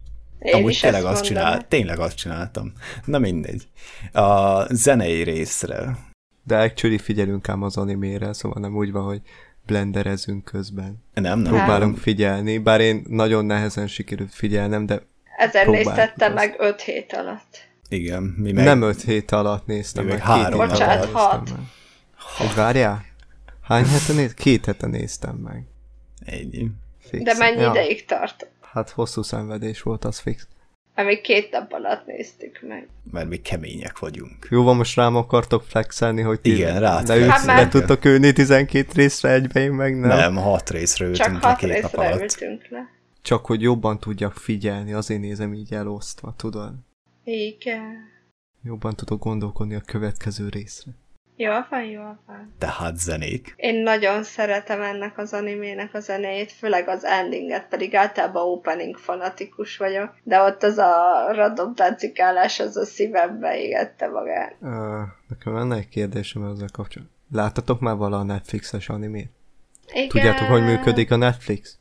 Én Amúgy is tényleg ezt azt, mondanám. csinál, tényleg azt csináltam. Na mindegy. A zenei részre. De actually figyelünk ám az animére, szóval nem úgy van, hogy blenderezünk közben. Nem, nem. Próbálunk nem. figyelni, bár én nagyon nehezen sikerült figyelnem, de Ezzel próbáltuk néztettem azt. meg öt hét alatt. Igen, mi meg... nem öt hét alatt néztem Mi meg, meg két három hét Bocsánat, alatt hat. néztem meg. Hogy várjál? Hány hete néz? Két hete néztem meg. Ennyi. Fix. De mennyi Ja, ideig tart? Hát hosszú szenvedés volt, az fix. Amíg két nap alatt néztük meg. Mert mi kemények vagyunk. Jó van, most rám akartok flexelni, hogy ti Igen, rád leülsz, Hát le már- tudtok ülni tizenkét részre egybe, én meg nem. Nem, hat részre ültünk Csak le hat két nap részre alatt. ültünk le. Csak hogy jobban tudjak figyelni, azért nézem így elosztva, tudod? Igen. Jobban tudok gondolkodni a következő részre. Jól van, jól van. Tehát zenék. Én nagyon szeretem ennek az animének a zenéjét, főleg az endinget, pedig általában opening fanatikus vagyok, de ott az a random táncikálás, az a szívembe égette magát. Uh, nekem lenne egy kérdésem ezzel kapcsolatban. Láttatok már vala a Netflixes animét? Igen. Tudjátok, hogy működik a Netflix?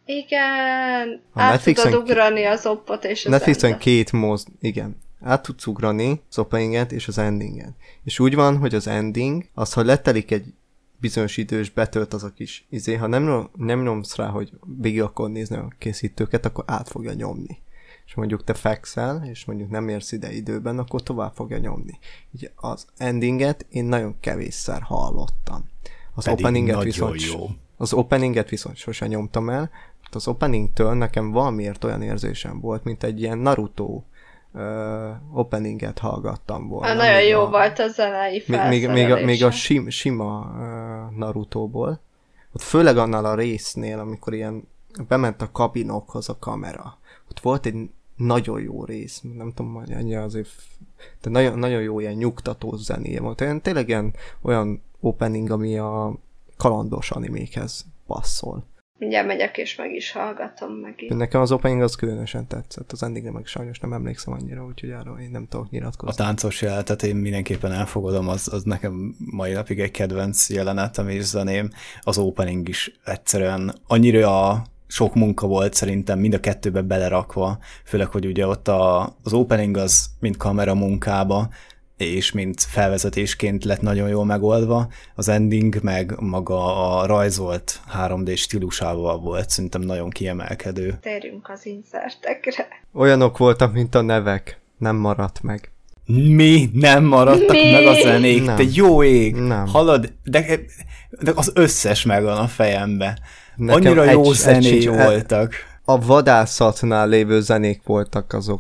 Igen. A Át Netflixen tudod ugrani az oppot és az Netflixen endet. két moz... Igen. Át tudsz ugrani az openinget és az endinget. És úgy van, hogy az ending, az, ha letelik egy bizonyos idős betölt az a kis izé, ha nem, nem nyomsz rá, hogy végig akar nézni a készítőket, akkor át fogja nyomni. És mondjuk te fekszel, és mondjuk nem érsz ide időben, akkor tovább fogja nyomni. Így az endinget én nagyon kevésszer hallottam. Az Pedig openinget nagyon viszont, jó. az openinget viszont sosem nyomtam el, mert az openingtől nekem valamiért olyan érzésem volt, mint egy ilyen Naruto uh, openinget hallgattam volna. Ah, nagyon még jó a, volt a zenei még, még, még, a, még a felszerelése. sim, sima uh, Narutóból. Ott főleg annál a résznél, amikor ilyen bement a kabinokhoz a kamera. Ott volt egy nagyon jó rész, nem tudom, hogy ennyi azért, de nagyon, nagyon jó ilyen nyugtató zenéje volt. Olyan, tényleg ilyen olyan opening, ami a kalandos animékhez passzol. Mindjárt megyek és meg is hallgatom megint. Nekem az opening az különösen tetszett, az endingre meg sajnos nem emlékszem annyira, úgyhogy arról én nem tudok A nyilatkozni. táncos jelenetet én mindenképpen elfogadom, az, az nekem mai napig egy kedvenc jelenetem és zeném. Az opening is egyszerűen annyira sok munka volt szerintem mind a kettőbe belerakva, főleg, hogy ugye ott a, az opening az mind kamera munkába, és mint felvezetésként lett nagyon jól megoldva, az ending meg maga a rajzolt három dé stílusával volt szerintem nagyon kiemelkedő. Térjünk az insertekre. Olyanok voltak, mint a nevek, nem maradt meg. Mi? Nem maradtak Mi? meg a zenék? Nem. Te jó ég! Nem. Hallod? De, de az összes megvan a fejembe. Nekem Annyira jó egy- egy zenék sincs- e- voltak. A vadászatnál lévő zenék voltak azok,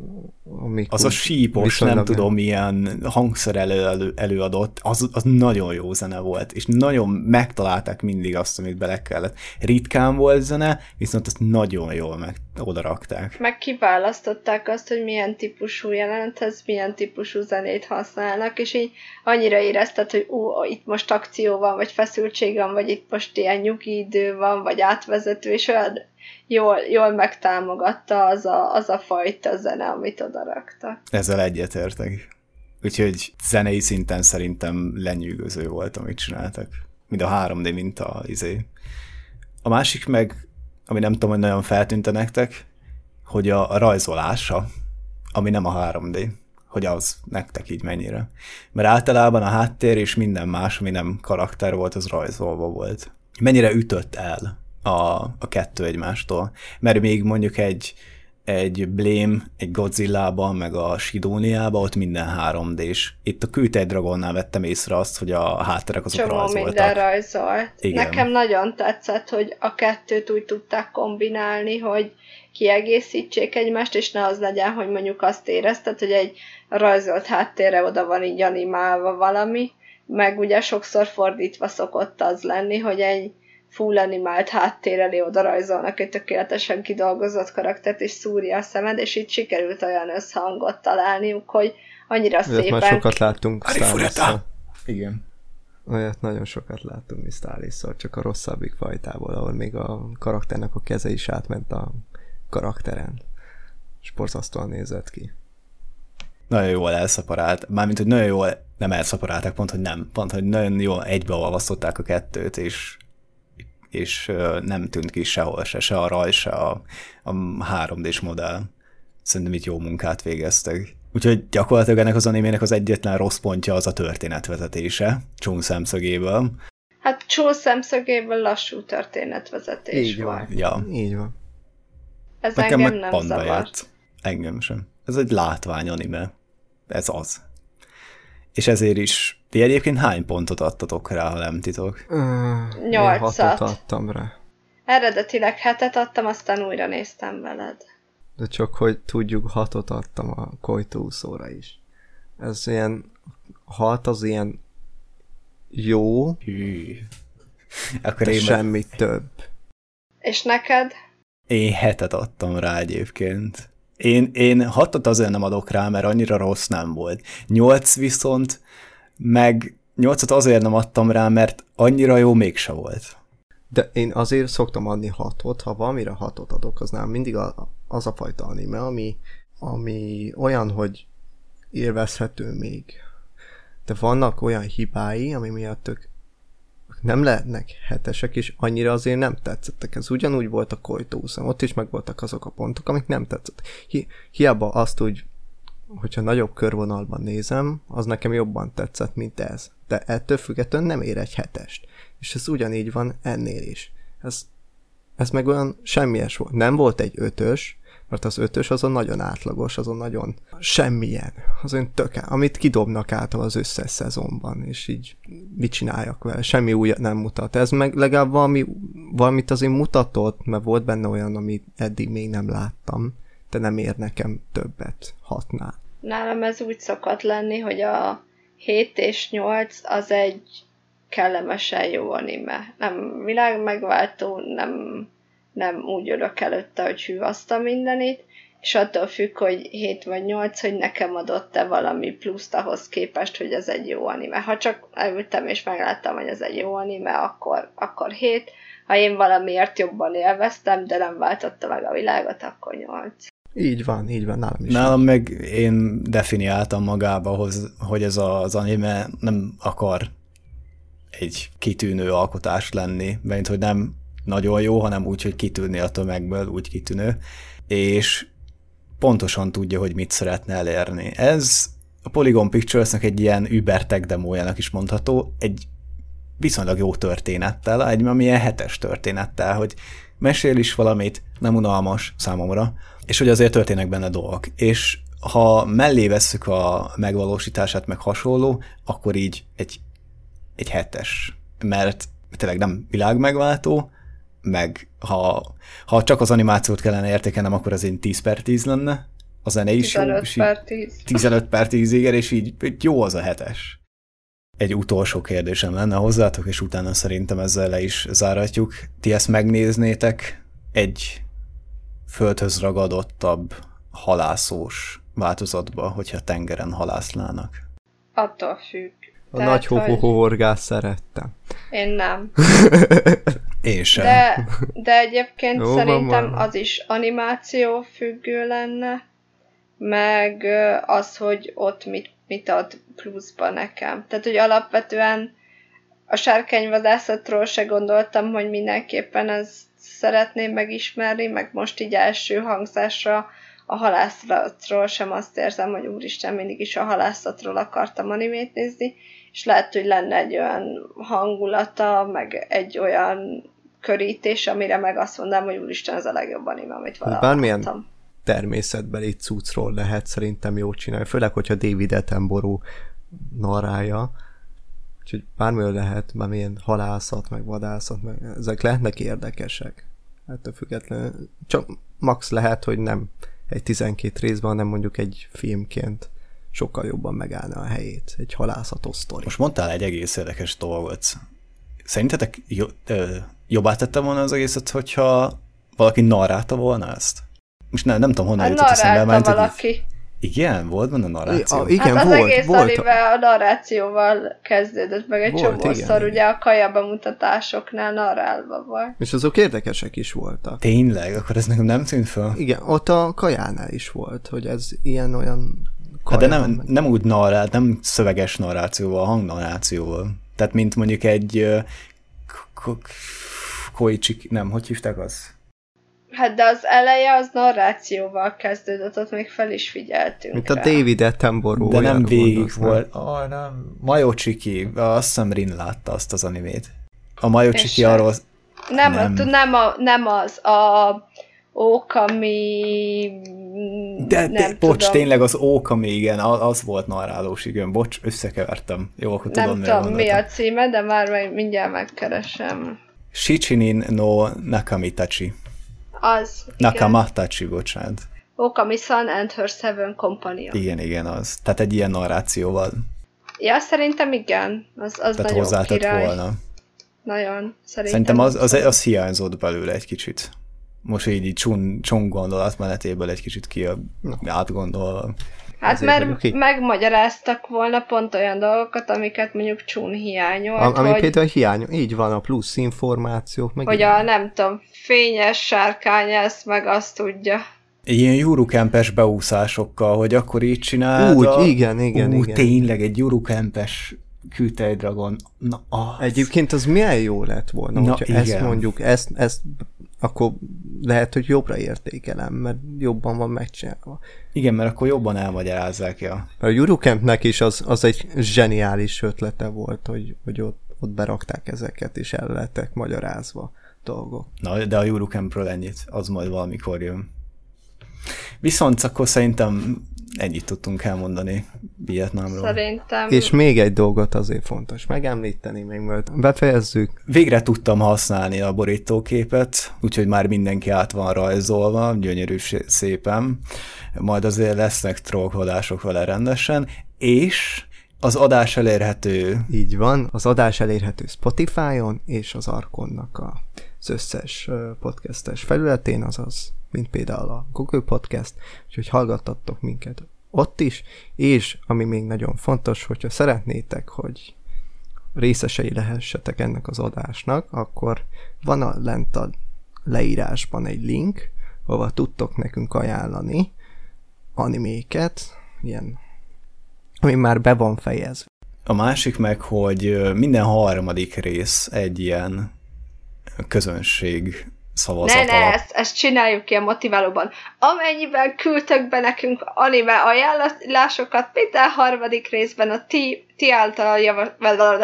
amik Az a úgy sípos, viszonylag nem tudom, milyen hangszer elő, elő, előadott, az, az nagyon jó zene volt, és nagyon megtalálták mindig azt, amit bele kellett. Ritkán volt zene, viszont azt nagyon jól meg odarakták. Meg kiválasztották azt, hogy milyen típusú jelenethez milyen típusú zenét használnak, és így annyira érezted, hogy ú, itt most akció van, vagy feszültség van, vagy itt most ilyen nyugi idő van, vagy átvezető, és olyan jól, jól megtámogatta az a, az a fajta zene, amit odaraktak. Ezzel egyetértek. Úgyhogy zenei szinten szerintem lenyűgöző volt, amit csináltak. Mind a három dé, mint a izé. A másik meg, ami nem tudom, hogy nagyon feltűnte nektek, hogy a, a rajzolása, ami nem a három dé, hogy az nektek így mennyire. Mert általában a háttér és minden más, ami nem karakter volt, az rajzolva volt. Mennyire ütött el a, a kettő egymástól. Mert még mondjuk egy, egy Blame, egy Godzilla-ban, meg a Sidóniában ott minden három dés. Itt a Küldte Dragonnál vettem észre azt, hogy a hátterek azok Csomó rajzoltak. minden rajzolt. Igen. Nekem nagyon tetszett, hogy a kettőt úgy tudták kombinálni, hogy kiegészítsék egymást, és ne az legyen, hogy mondjuk azt érezted, hogy egy rajzolt háttérre oda van így animálva valami, meg ugye sokszor fordítva szokott az lenni, hogy egy full animált háttér elé oda rajzolnak egy tökéletesen kidolgozott karaktert, és szúrja a szemed, és itt sikerült olyan összhangot találniuk, hogy annyira Olyat szépen... már sokat láttunk Arifureta! Starless-szal. Igen. Olyat nagyon sokat láttunk mi Starless-szal, csak a rosszabbik fajtából, ahol még a karakternek a keze is átment a karakteren. És borzasztóan nézett ki. Nagyon jól elszaporált, mármint, hogy nagyon jól nem elszaporálták, pont, hogy nem. Pont, hogy nagyon jól egybeolvasztották a kettőt, és, és nem tűnt ki sehol se, se a raj, se a, a három dés modell. szerintem itt jó munkát végeztek. Úgyhogy gyakorlatilag ennek az animének az egyetlen rossz pontja az a történetvezetése, Chung szemszögéből. Hát Chung szemszögéből lassú történetvezetés Így van. volt. Ja. Így van. Ez Nekem engem meg nem pont zavart. bejött. Engem sem. Ez egy látvány anime. Ez az. És ezért is, ti egyébként hány pontot adtatok rá, ha nem titok? Uh, Nyolcat. Hatot adtam rá. Eredetileg hetet adtam, aztán újra néztem veled. De csak hogy tudjuk, hatot adtam a Kojtó-úszóra is. Ez ilyen, hat az ilyen jó, Hű. Akkor de én, semmi több. És neked? én hetet adtam rá egyébként. Én, én hatot azért nem adok rá, mert annyira rossz nem volt. Nyolc viszont, meg nyolcat azért nem adtam rá, mert annyira jó mégse volt. De én azért szoktam adni hatot, ha valamire hatot adok, az nem mindig a, az a fajta anime, ami, ami olyan, hogy élvezhető még. De vannak olyan hibái, ami miatt ők nem lehetnek hetesek, és annyira azért nem tetszettek. Ez ugyanúgy volt a Kojtó-úszón, ott is megvoltak azok a pontok, amik nem tetszett. Hi- hiába azt úgy, hogyha nagyobb körvonalban nézem, az nekem jobban tetszett, mint ez. De ettől függetlenül nem ér egy hetest. És ez ugyanígy van ennél is. Ez, ez meg olyan semmies volt. Nem volt egy ötös, mert az ötös azon nagyon átlagos, azon nagyon semmilyen, azon töke, amit kidobnak által az összes szezonban, és így mit csináljak vele, semmi újat nem mutat. Ez meg legalább valami, valamit azért mutatott, mert volt benne olyan, amit eddig még nem láttam, de nem ér nekem többet, hatnál. Nálam ez úgy szokott lenni, hogy a hét és nyolc az egy kellemesen jó anime. Nem világmegváltó, nem, nem úgy örök előtte, hogy hű azt a mindenit, és attól függ, hogy hét vagy nyolc, hogy nekem adott-e valami pluszt ahhoz képest, hogy ez egy jó anime. Ha csak elültem és megláttam, hogy ez egy jó anime, akkor, akkor hét. Ha én valamiért jobban élveztem, de nem váltotta meg a világot, akkor nyolc. Így van, így van, nálam is. Nálam meg én definiáltam magába, hogy ez az anime nem akar egy kitűnő alkotás lenni, mert hogy nem nagyon jó, hanem úgy, hogy kitűnni a tömegből, úgy kitűnő, és pontosan tudja, hogy mit szeretne elérni. Ez a Polygon Pictures-nek egy ilyen übertech demójának is mondható, egy viszonylag jó történettel, egy amilyen hetes történettel, hogy mesél is valamit, nem unalmas számomra, és hogy azért történnek benne dolgok. És ha mellé vesszük a megvalósítását, meg hasonló, akkor így egy, egy hetes. Mert tényleg nem világmegváltó, meg ha, ha csak az animációt kellene értékelnem, akkor az egy tíz per tíz lenne. A zene is jó. tizenöt per tíz. tizenöt per tíz, igen, és így jó az a hetes. Egy utolsó kérdésem lenne hozzátok, és utána szerintem ezzel le is záratjuk. Ti ezt megnéznétek egy földhöz ragadottabb halászós változatba, hogyha tengeren halászlának? Attól függ. A Tehát, nagy ho-ho-ho-horgász szerettem. Én nem. Én sem. De, de egyébként Jó, szerintem van, az is animáció függő lenne, meg az, hogy ott mit, mit ad pluszba nekem. Tehát, hogy alapvetően a sárkányvadászatról se gondoltam, hogy mindenképpen ezt szeretném megismerni, meg most így első hangzásra a halászatról sem azt érzem, hogy úristen, mindig is a halászatról akartam animét nézni, és lehet, hogy lenne egy olyan hangulata, meg egy olyan körítés, amire meg azt mondanám, hogy úristen, ez a legjobb anime, amit valaha Bármilyen láttam. Természetbeli cuccról lehet szerintem jót csinálni, főleg, hogyha David Attenborough narrálja, úgyhogy bármilyen lehet, bármilyen halászat, meg vadászat, meg ezek lehetnek érdekesek. Ettől függetlenül csak max lehet, hogy nem egy tizenkét részben, hanem mondjuk egy filmként sokkal jobban megállna a helyét, egy halászatos sztori. Most mondtál egy egész érdekes dolgot. Szerintetek jo- ö, jobbá tette volna az egészet, hogyha valaki narrálta volna ezt? Most ne, nem tudom, honnan Hát jutott eszembe. narrálta valaki. Igen, volt benne narráció? A, igen, hát az volt, egész volt. anime a narrációval kezdődött, meg egy Volt, csomószor, igen. ugye a kaja bemutatásoknál narrálva volt. És azok érdekesek is voltak. Tényleg? Akkor ez nekem nem tűnt fel? Igen, ott a kajánál is volt, hogy ez ilyen-olyan Hát de nem, meg... nem úgy narrált, nem szöveges narrációval, hangnarrációval. Tehát mint mondjuk egy uh, Koichiki, nem, hogy hívták az? Hát de az eleje az narrációval kezdődött, ott még fel is figyeltünk Mint rá. a David Attenborough. De nem végig gondolsz, volt. Oh, nem. Majochiki, azt hiszem Rin látta azt az animét. A Majochiki És arról... Nem, nem. nem. nem, a, nem az, a Okami... De, de nem bocs, tudom. tényleg az Okami, igen, az volt narrálós, igen, bocs, összekevertem. Jó, akkor Nem tudom, tudom, mi a címe, de már majd mindjárt megkeresem. Shichinin no Nakamitachi. Az, igen. Nakamatachi, bocsánat. Okami-san and her seven companion. Igen, igen, az. Tehát egy ilyen narrációval. Ja, szerintem igen. Az, az Tehát nagyon hozzátett király. volna. Nagyon. Szerintem, Szerintem az, az, az hiányzott belőle egy kicsit. Most így, így Chun, Chun gondolatmenetéből egy kicsit ki a, átgondolva. Hát Ezért mert vagyok itt. megmagyaráztak volna pont olyan dolgokat, amiket mondjuk Chun hiányolt, A, ami hogy, például hiány, így van a plusz információk, meg hogy a nem tudom, fényes sárkány ezt meg azt tudja. Ilyen jurukempes beúszásokkal, hogy akkor így csináld. Úgy, a... igen, igen, Ú, igen. tényleg egy jurukempes kűtejdragon. Na, az... Egyébként az milyen jó lett volna, Na, hogyha ezt igen. mondjuk, ezt, ezt akkor lehet, hogy jobbra értékelem, mert jobban van megcsinálva. Igen, mert akkor jobban elmagyarázzák, ja. A Jurucampnek is az, az egy zseniális ötlete volt, hogy, hogy ott, ott berakták ezeket, és el lettek magyarázva dolgok. Na, de a Jurucampről ennyit, az majd valamikor jön. Viszont akkor szerintem ennyit tudtunk elmondani Vietnámról. Szerintem... És még egy dolgot azért fontos megemlíteni, még mert befejezzük. Végre tudtam használni a borítóképet, úgyhogy már mindenki át van rajzolva, gyönyörű szépen. Majd azért lesznek trollkodások vele rendesen, és az adás elérhető... Így van, az adás elérhető Spotify-on, és az Arkonnak a, az összes podcastes felületén, azaz, mint például a Google Podcast, úgyhogy hallgattatok minket ott is, és ami még nagyon fontos, hogyha szeretnétek, hogy részesei lehessetek ennek az adásnak, akkor van a lent a leírásban egy link, ahol tudtok nekünk ajánlani animéket, ilyen, ami már be van fejezve. A másik meg, hogy minden harmadik rész egy ilyen közönség szavazat Ne, ne, alap. ezt, ezt csináljuk ki a motiválóban. Amennyiben küldtök be nekünk anime ajánlásokat, minden harmadik részben a ti, ti által javasolt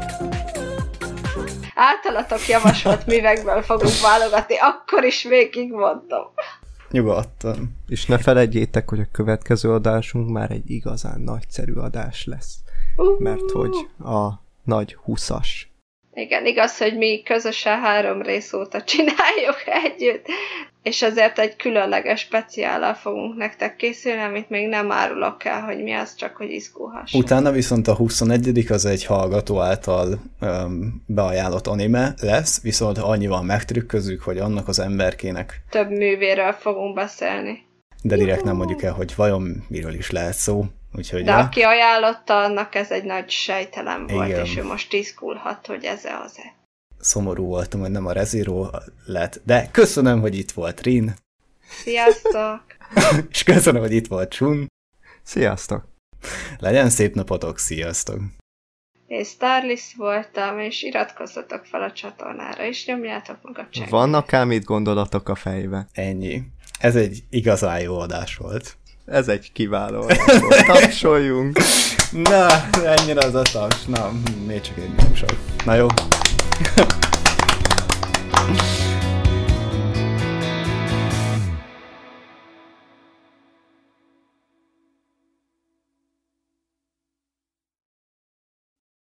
általatok javasolt művekből fogunk válogatni, akkor is végig mondom. Nyugodtan. És ne felejtjétek, hogy a következő adásunk már egy igazán nagyszerű adás lesz. Uh. Mert hogy a nagy húszas. Igen, igaz, hogy mi közösen három rész óta csináljuk együtt, és ezért egy különleges speciállal fogunk nektek készülni, amit még nem árulok el, hogy mi az, csak hogy izgulhassunk. Utána viszont a huszonegyedik az egy hallgató által um, beajánlott anime lesz, viszont annyival megtrükközzük, hogy annak az emberkének, Több művéről fogunk beszélni. de direkt nem mondjuk el, hogy vajon miről is lehet szó. Úgyhogy De ja. aki ajánlotta, annak ez egy nagy sejtelem volt, Igen. és ő most izgulhat, hogy ez-e az-e. Szomorú voltam, hogy nem a Reziro lett, de köszönöm, hogy itt volt Rin, Sziasztok! és köszönöm, hogy itt volt Chun. Sziasztok! Legyen szép napotok, sziasztok! Én Starlis voltam, és iratkozzatok fel a csatornára, és nyomjátok meg a csengőt. Vannak ám itt gondolatok a fejbe. Ennyi. Ez egy igazán jó adás volt. Ez egy kiváló adás volt. Tapsoljunk! Na, ennyire az a taps. Na, még csak egy nem sok. Na jó.